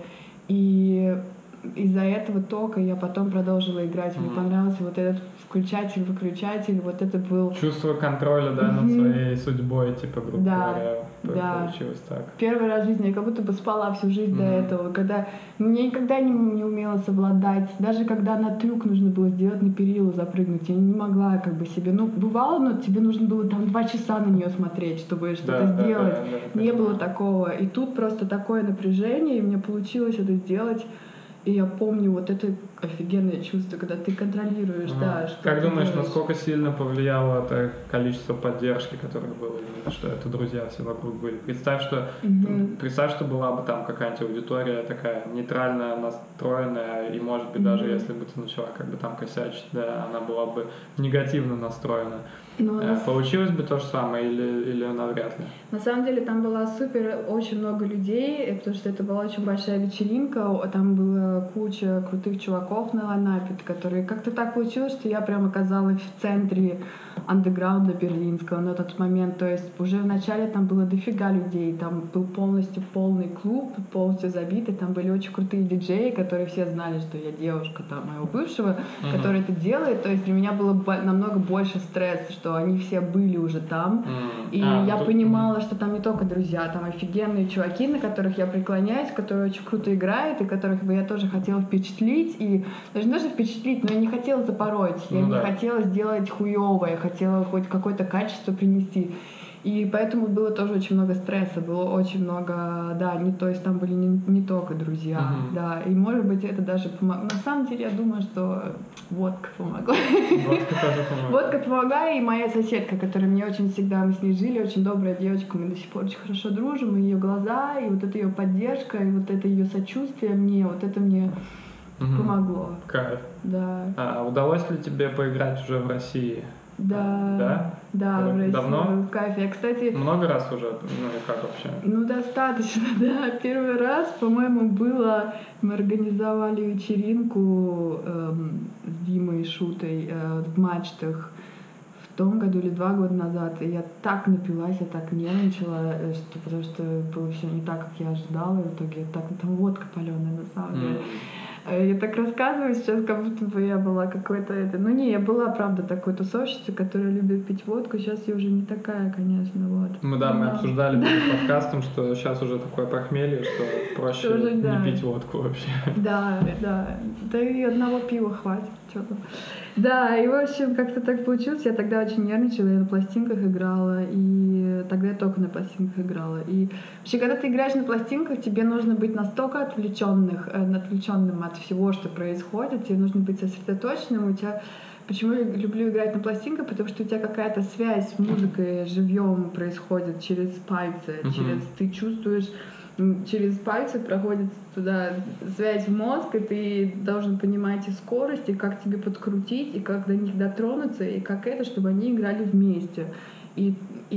И из-за этого тока я потом продолжила играть. Мне mm-hmm. понравился вот этот включатель, выключатель, вот это был... Чувство контроля, да, над mm-hmm. своей судьбой, типа, грубо да, говоря, да. получилось так. Первый раз в жизни я как будто бы спала всю жизнь mm-hmm. до этого, когда мне никогда не, не умела совладать, даже когда на трюк нужно было сделать, на перилу запрыгнуть, я не могла как бы себе, ну, бывало, но тебе нужно было там два часа на нее смотреть, чтобы что-то да, сделать, да, да, да, не да. было такого, и тут просто такое напряжение, и мне получилось это сделать. И я помню вот это офигенное чувство, когда ты контролируешь, ага. да. Что как думаешь, делаешь? насколько сильно повлияло это количество поддержки, которое было, именно, что это друзья все вокруг были? Представь, что mm-hmm. представь, что была бы там какая-нибудь аудитория такая нейтрально настроенная, и, может быть, mm-hmm. даже если бы ты начала как бы там косячить, да, она была бы негативно настроена. Но э, нас... Получилось бы то же самое или, или навряд ли? На самом деле там была супер, очень много людей, потому что это была очень большая вечеринка, там была куча крутых чуваков на лайнапе, которые как-то так получилось, что я прям оказалась в центре андеграунда берлинского на тот момент, то есть уже в начале там было дофига людей, там был полностью полный клуб, полностью забитый, там были очень крутые диджеи, которые все знали, что я девушка там моего бывшего, uh-huh. который это делает, то есть для меня было намного больше стресса, что они все были уже там, uh-huh. и а, я тут... понимала, что там не только друзья, там офигенные чуваки, на которых я преклоняюсь, которые очень круто играют, и которых бы я тоже хотела впечатлить, и даже не даже впечатлить, но я не хотела запороть, я ну, не да. хотела сделать хуёвое, я хотела хоть какое-то качество принести. И поэтому было тоже очень много стресса, было очень много, да, не, то есть там были не, не только друзья, uh-huh. да, и может быть это даже помогло. На самом деле я думаю, что водка помогла. Водка тоже помогла. Водка помогла, и моя соседка, которая мне очень всегда, мы с ней жили, очень добрая девочка, мы до сих пор очень хорошо дружим, и ее глаза, и вот эта ее поддержка, и вот это ее сочувствие мне, вот это мне uh-huh. помогло. Кайф. Да. А удалось ли тебе поиграть уже в России? Да, да, да, в России давно? был кайф. Я, кстати... Много раз уже? Ну и как вообще? Ну, достаточно, да. Первый раз, по-моему, было... Мы организовали вечеринку эм, с Димой и Шутой э, в Мачтах в том году или два года назад. И я так напилась, я так нервничала, что, потому что было все не так, как я ожидала. И в итоге так, там водка палёная, на самом деле. Mm. Я так рассказываю сейчас, как будто бы я была какой-то... Это... Ну не, я была, правда, такой тусовщицей, которая любит пить водку. Сейчас я уже не такая, конечно, вот. Мы, да, мы обсуждали перед подкастом, что сейчас уже такое похмелье, что проще тоже, не да. пить водку вообще. Да, да. Да и одного пива хватит. Что-то. Да, и в общем, как-то так получилось. Я тогда очень нервничала, я на пластинках играла, и тогда я только на пластинках играла. И вообще, когда ты играешь на пластинках, тебе нужно быть настолько отвлеченных, отвлеченным от всего, что происходит, тебе нужно быть сосредоточенным, у тебя... Почему я люблю играть на пластинках? Потому что у тебя какая-то связь с музыкой живьем происходит через пальцы, uh-huh. через... Ты чувствуешь... Через пальцы проходит туда связь в мозг, и ты должен понимать и скорость, и как тебе подкрутить, и как до них дотронуться, и как это, чтобы они играли вместе. И,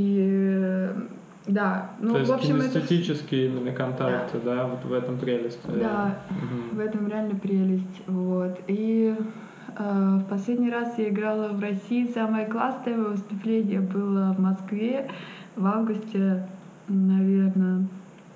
и да, ну, то есть в общем, кинестетические это... именно контакты, да. да, вот в этом прелесть. Да, угу. в этом реально прелесть. Вот. И э, в последний раз я играла в России, самое классное выступление было в Москве в августе, наверное,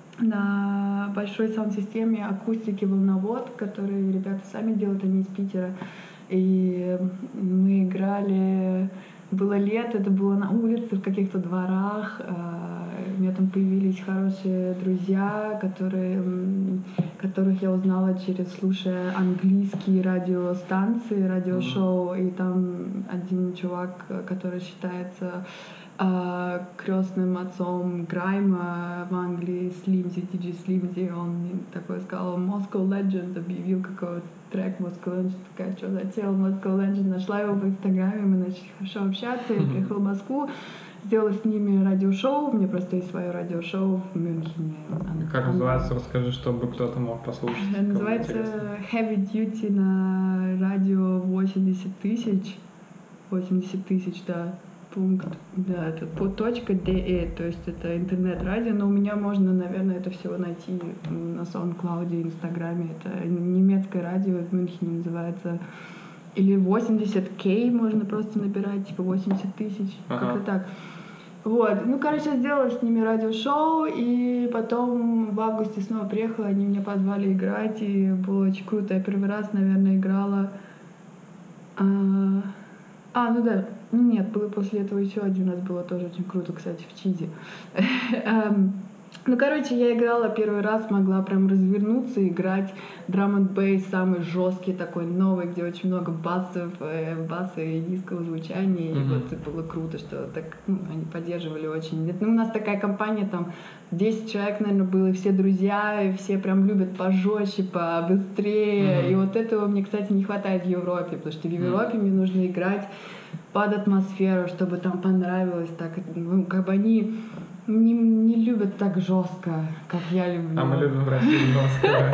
на большой саунд-системе акустики волновод, которые ребята сами делают, они из Питера. И мы играли, было лето, это было на улице, в каких-то дворах, У меня там появились хорошие друзья, которые, которых я узнала через слушая английские радиостанции, радиошоу. И там один чувак, который считается Uh, крестным отцом Грайма в Англии, Слимзи, диджей Слимзи, он такой сказал, Moscow Legend, объявил какой-то трек Moscow Legend, такая, что затеял Moscow Legend, нашла его в Инстаграме, мы начали хорошо общаться, я приехала в Москву, сделала с ними радиошоу, у меня просто есть свое радиошоу в Мюнхене. Как называется? Расскажи, чтобы кто-то мог послушать. Называется Heavy Duty на радио восемьдесят тысяч, восемьдесят тысяч, да. Пункт, да, это точка .de, то есть это интернет-радио, но у меня можно, наверное, это все найти на SoundCloud, Инстаграме, это немецкое радио в Мюнхене называется, или восемьдесят кей можно просто набирать, типа восемьдесят тысяч, ага. Как-то так. Вот, ну, короче, я сделала с ними радиошоу, и потом в августе снова приехала, они меня позвали играть, и было очень круто, я первый раз, наверное, играла... А, а ну да. Нет, было после этого еще один раз, было тоже очень круто, кстати, в Чизе. Ну, короче, я играла первый раз, могла прям развернуться, играть драм-н-бейс, самый жесткий такой, новый, где очень много басов, баса и низкого звучания, mm-hmm. И вот это было круто, что так, ну, они поддерживали очень. Ну, у нас такая компания, там, десять человек, наверное, было, и все друзья, и все прям любят пожестче, побыстрее, mm-hmm. И вот этого мне, кстати, не хватает в Европе, потому что в Европе mm-hmm. мне нужно играть под атмосферу, чтобы там понравилось, так, ну, как бы они не, не любят так жестко, как я люблю. А мы любим в России жестко.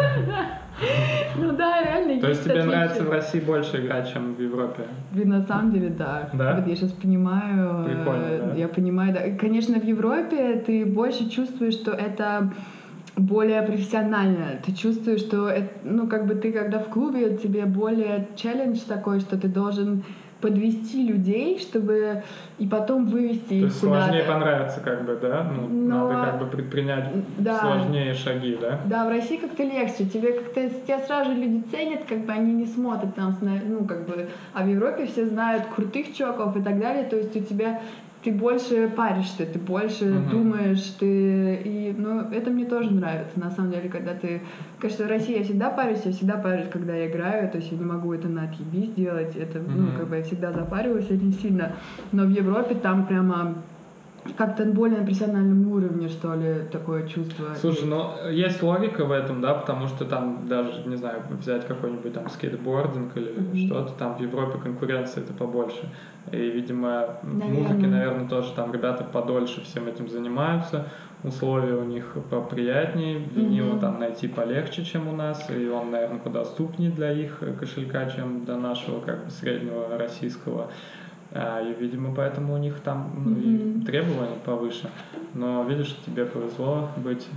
Ну да, реально. То есть тебе нравится в России больше играть, чем в Европе? На самом деле, да. Да? Вот я сейчас понимаю. Прикольно, да? Я понимаю, да. Конечно, в Европе ты больше чувствуешь, что это более профессионально. Ты чувствуешь, что это, ну, как бы ты, когда в клубе, тебе более челлендж такой, что ты должен подвести людей, чтобы и потом вывести их куда-то. То есть сложнее понравится, как бы, да? Ну, Но... надо как бы предпринять да. сложнее шаги, да? Да, в России как-то легче. Тебе как-то тебя сразу же люди ценят, как бы они не смотрят там, ну, как бы, а в Европе все знают крутых чуваков и так далее, то есть у тебя ты больше паришься, ты больше uh-huh. думаешь, ты... И, ну, это мне тоже нравится, на самом деле, когда ты... Конечно, в России я всегда парюсь, я всегда парюсь, когда я играю, то есть я не могу это на отъебись делать, это, uh-huh. ну, как бы я всегда запариваюсь очень сильно, но в Европе там прямо как-то более на профессиональном уровне, что ли, такое чувство. Слушай, ну, есть логика в этом, да, потому что там даже, не знаю, взять какой-нибудь там скейтбординг или mm-hmm. что-то, там в Европе конкуренция это побольше. И, видимо, в музыке, наверное, тоже там ребята подольше всем этим занимаются, условия у них поприятнее, винила mm-hmm. там найти полегче, чем у нас, и он, наверное, подоступнее для их кошелька, чем до нашего, как бы, среднего российского. И, видимо, поэтому у них там ну, mm-hmm. и требования повыше. Но, видишь, тебе повезло быть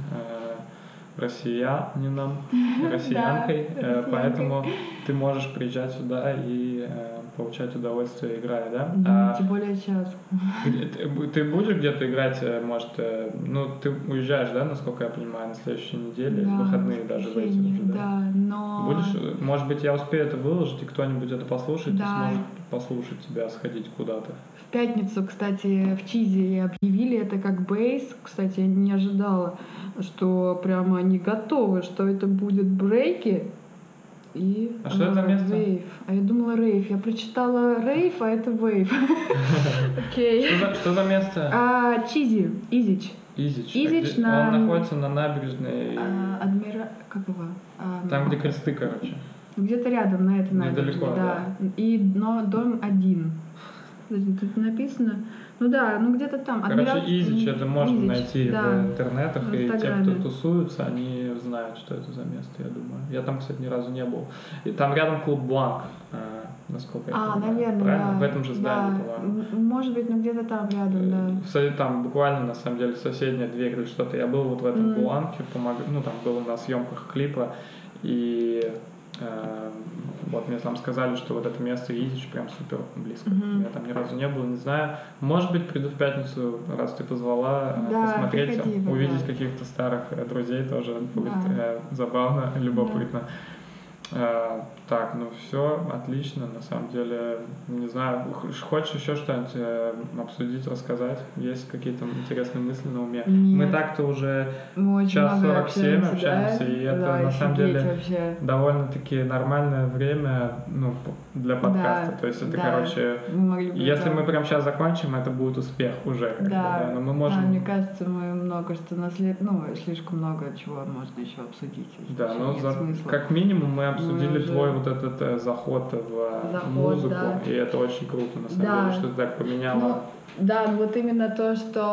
э, россиянином, россиянкой, э, поэтому ты можешь приезжать сюда и э, получать удовольствие, играя, да? Mm-hmm, а, тем более сейчас. Ты, ты будешь где-то играть, может, э, ну, ты уезжаешь, да, насколько я понимаю, на следующей неделе, да, в выходные даже выйти уже, да? Да, но... Будешь, может быть, я успею это выложить, и кто-нибудь это послушает, да. и сможет послушать тебя, сходить куда-то. В пятницу, кстати, в Чизе объявили это как бейс. Кстати, я не ожидала, что прямо они готовы, что это будет брейки. И, а что это за место? Вейв. А я думала рейв. Я прочитала рейв, а это вейв. Окей. Что за место? А, Чизи. Изич. Изич. Изич а на... Он находится на набережной... А, Адмира... Как его? А, там, где кресты, короче. Где-то рядом на этой набережной. Недалеко, да. да. И, но дом один. Тут написано... Ну да, ну где-то там. Короче, Адмирал... Изич, это можно Изич, найти да, в интернетах, в и те, кто тусуются, они знают, что это за место, я думаю. Я там, кстати, ни разу не был. И там рядом клуб Бланк, насколько я а, понимаю. Наверное, правильно? Да, в этом же здании да. была. Может быть, ну где-то там рядом, да. Там буквально, на самом деле, соседняя дверь или что-то. Я был вот в этом mm. Бланке, помог... ну там был на съемках клипа, и э, вот мне там сказали, что вот это место Изич прям супер близко. Mm-hmm. Я там ни разу не был, не знаю. Может быть, приду в пятницу, раз ты позвала, да, посмотреть, приходи, увидеть да. каких-то старых друзей тоже будет да. э, забавно, любопытно. А, так, ну все, отлично, на самом деле, не знаю, хочешь еще что-нибудь э, обсудить, рассказать? Есть какие-то интересные мысли на уме? Нет. Мы так-то уже Мы час сорок семь общаемся, общаемся, да? и это Да, на самом деле вообще. довольно-таки нормальное время, ну, для подкаста. Да, То есть это, да. короче, мы если мы прямо сейчас закончим, это будет успех уже. Как да, бы, да? Но мы можем... да, мне кажется, мы много что наслед... ну, слишком много чего можно еще обсудить. Да, но за... как минимум мы обсудили мы уже... твой вот этот э, заход в заход, музыку, да. И это очень круто, на самом да. деле, что ты так поменяла. Ну, да, ну вот именно то,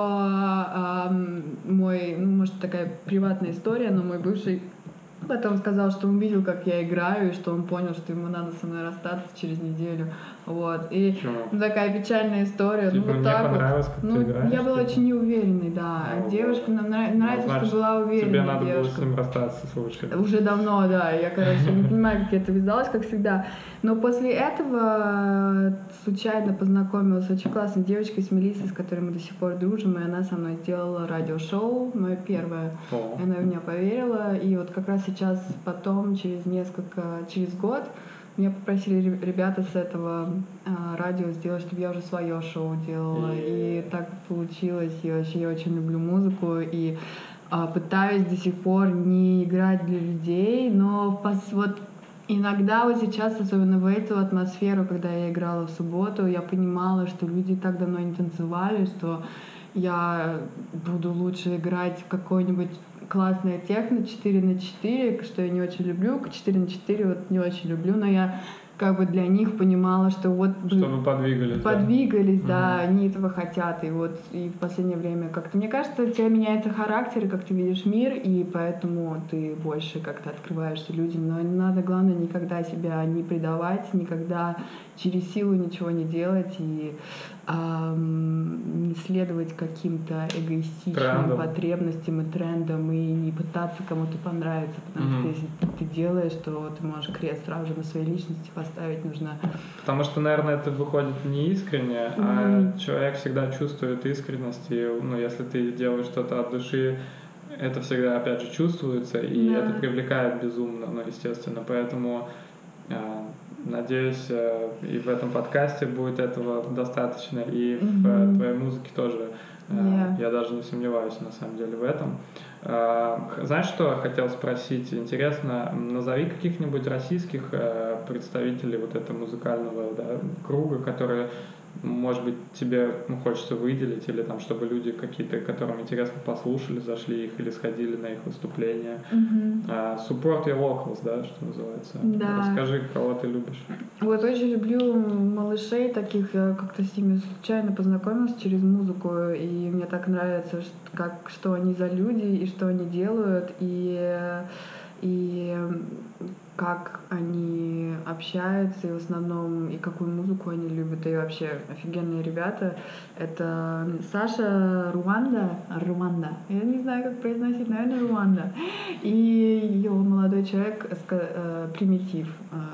что э, мой, ну, может, такая приватная история, но мой бывший потом сказал, что он видел, как я играю, и что он понял, что ему надо со мной расстаться через неделю. Вот. И ну, такая печальная история. Типа, ну, вот мне так понравилось, вот. как ну, ты играешь. Я была типа? очень неуверенной, да. Ну, девушка, вот. нам нравится, ну, значит, что была уверенная тебе надо девушка. было с ним расстаться, слушай. Уже давно, да. Я, короче, не понимаю, как я это вязалась, как всегда. Но после этого случайно познакомилась с очень классной девочкой, с Мелиссой, с которой мы до сих пор дружим, и она со мной сделала радиошоу, мое первое. О. Она в меня поверила. И вот как раз сейчас потом, через несколько, через год, меня попросили ребята с этого а, радио сделать, чтобы я уже свое шоу делала. И, и так получилось. И вообще я очень люблю музыку. И а, пытаюсь до сих пор не играть для людей, но пос, вот иногда вот сейчас, особенно в эту атмосферу, когда я играла в субботу, я понимала, что люди так давно не танцевали, что я буду лучше играть в какой-нибудь классная техно четыре на четыре, что я не очень люблю, четыре на четыре вот не очень люблю, но я как бы для них понимала, что вот... Чтобы подвигались. Подвигались, да, да, mm-hmm. они этого хотят, и вот и в последнее время как-то... Мне кажется, у тебя меняется характер, как ты видишь мир, и поэтому ты больше как-то открываешься людям, но не надо, главное, никогда себя не предавать, никогда через силу ничего не делать, и эм, не следовать каким-то эгоистичным трендом. Потребностям и трендам, и не пытаться кому-то понравиться, потому mm-hmm. что если ты делаешь, то ты можешь крест сразу же на своей личности поставить, нужно... Потому что, наверное, это выходит не искренне, mm-hmm. а человек всегда чувствует искренность, и ну, если ты делаешь что-то от души, это всегда, опять же, чувствуется, и да. это привлекает безумно, ну, естественно, поэтому... Надеюсь, и в этом подкасте будет этого достаточно, и mm-hmm. в твоей музыке тоже. Yeah. Я даже не сомневаюсь, на самом деле, в этом. Знаешь, что хотел спросить? Интересно, назови каких-нибудь российских представителей вот этого музыкального, да, круга, которые, может быть, тебе ну, хочется выделить, или там, чтобы люди какие-то, которым интересно, послушали, зашли их или сходили на их выступления. Mm-hmm. Uh, support your locals, да, что называется. Да. Расскажи, кого ты любишь. Вот очень люблю малышей таких, я как-то с ними случайно познакомилась через музыку, и мне так нравится, как, что они за люди, и что они делают, и, и как они общаются, и в основном, и какую музыку они любят, и вообще офигенные ребята. Это Саша Руанда, Руанда, я не знаю, как произносить, наверное, Руанда, и ее молодой человек, Примитив.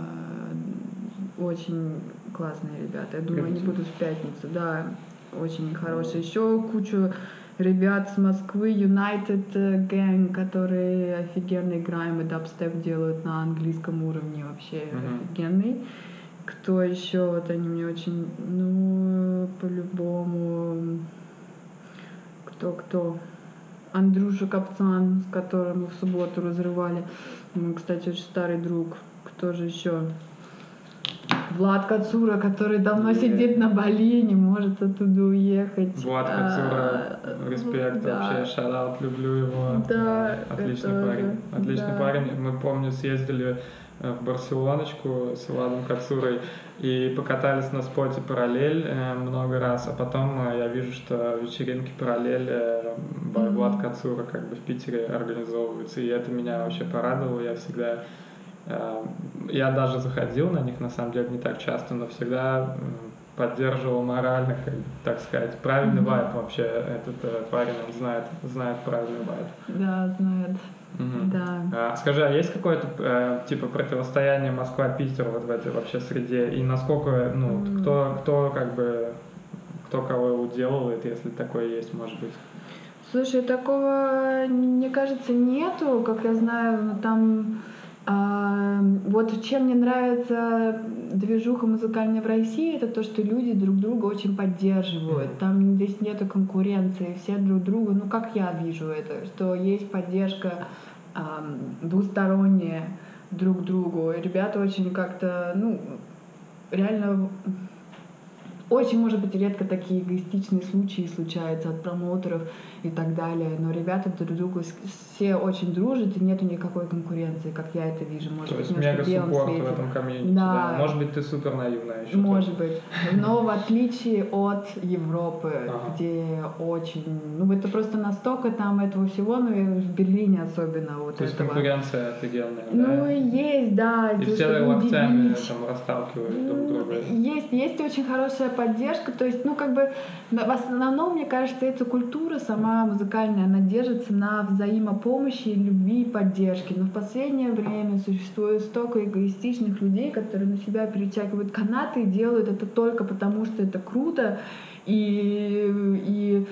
Очень классные ребята. Я думаю, они будут в пятницу. Да, очень хорошие. Еще кучу ребят с Москвы, United Gang, которые офигенный грайм и дабстеп делают на английском уровне, вообще uh-huh. офигенный. Кто еще? Вот они мне очень, ну, по-любому, кто-кто? Андрюша Капцан, с которым мы в субботу разрывали. Ну, кстати, очень старый друг. Кто же еще? Влад Кацура, который давно yeah. сидит на Бали, не может оттуда уехать. Влад Кацура, респект, да. вообще, шараут, люблю его. Да, отличный парень. Отличный да. парень. Мы, помню, съездили в Барселоночку с Владом Кацурой и покатались на споте «Параллель» много раз, а потом я вижу, что вечеринки «Параллель» mm-hmm. Влад Кацура как бы в Питере организовываются, и это меня вообще порадовало. Я всегда... Я даже заходил на них, на самом деле, не так часто, но всегда поддерживал морально, как, так сказать, правильный mm-hmm. вайб вообще. Этот э, парень, он знает, знает правильный вайб. Да, знает. Mm-hmm. Да. А, скажи, а есть какое-то э, типа противостояние Москва-Питер вот в этой вообще среде? И насколько, ну, mm-hmm. кто, кто как бы, кто кого уделывает, если такое есть, может быть? Слушай, такого, мне кажется, нету, как я знаю, но там А, вот чем мне нравится движуха музыкальная в России, это то, что люди друг друга очень поддерживают. Там здесь нету конкуренции, все друг друга, ну как я вижу это, что есть поддержка а, двусторонняя друг другу. И ребята очень как-то, ну, реально очень, может быть, редко такие эгоистичные случаи случаются от промоутеров и так далее, но ребята друг другу все очень дружат, и нету никакой конкуренции, как я это вижу. Может То быть, есть мега суппорт в этом комьюнити. Да. Да. Может быть, ты супер наивная еще. Может тоже. быть. Но в отличие от Европы, ага. где очень... Ну, это просто настолько там этого всего, ну, и в Берлине особенно вот То есть этого. конкуренция офигенная, Ну, да? есть, да. И все локтями там расталкивают друг друга. Есть, есть очень хорошая поддержка, то есть, ну, как бы, в основном, мне кажется, эта культура сама музыкальная, она держится на взаимопомощи, любви и поддержке. Но в последнее время существует столько эгоистичных людей, которые на себя перетягивают канаты и делают это только потому, что это круто, и, и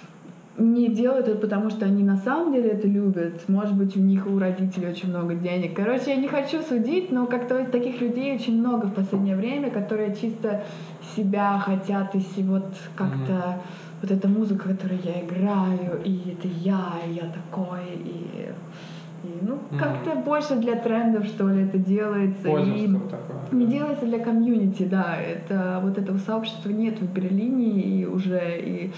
не делают это потому, что они на самом деле это любят. Может быть, у них у родителей очень много денег. Короче, я не хочу судить, но как-то таких людей очень много в последнее время, которые чисто себя хотят, и вот как-то mm-hmm. вот эта музыка, которую я играю, и это я, и я такой, и, и ну, mm-hmm. как-то больше для трендов, что ли, это делается. И не делается для комьюнити, да. Это, вот этого сообщества нет в Берлине и уже... И,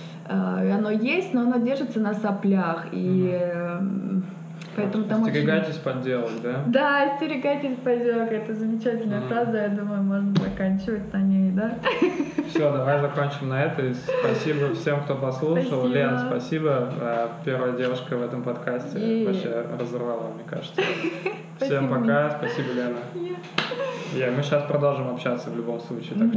оно есть, но оно держится на соплях, и mm-hmm. поэтому там остерегайтесь очень... подделок, да? Да, остерегайтесь подделок, это замечательная mm-hmm. фраза, я думаю, можно заканчивать на ней, да? Все, давай закончим на этой. Спасибо всем, кто послушал. Спасибо. Лена, спасибо. Первая девушка в этом подкасте и... вообще разорвала, мне кажется. Всем пока, спасибо, Лена. Yeah. Yeah, мы сейчас продолжим общаться в любом случае.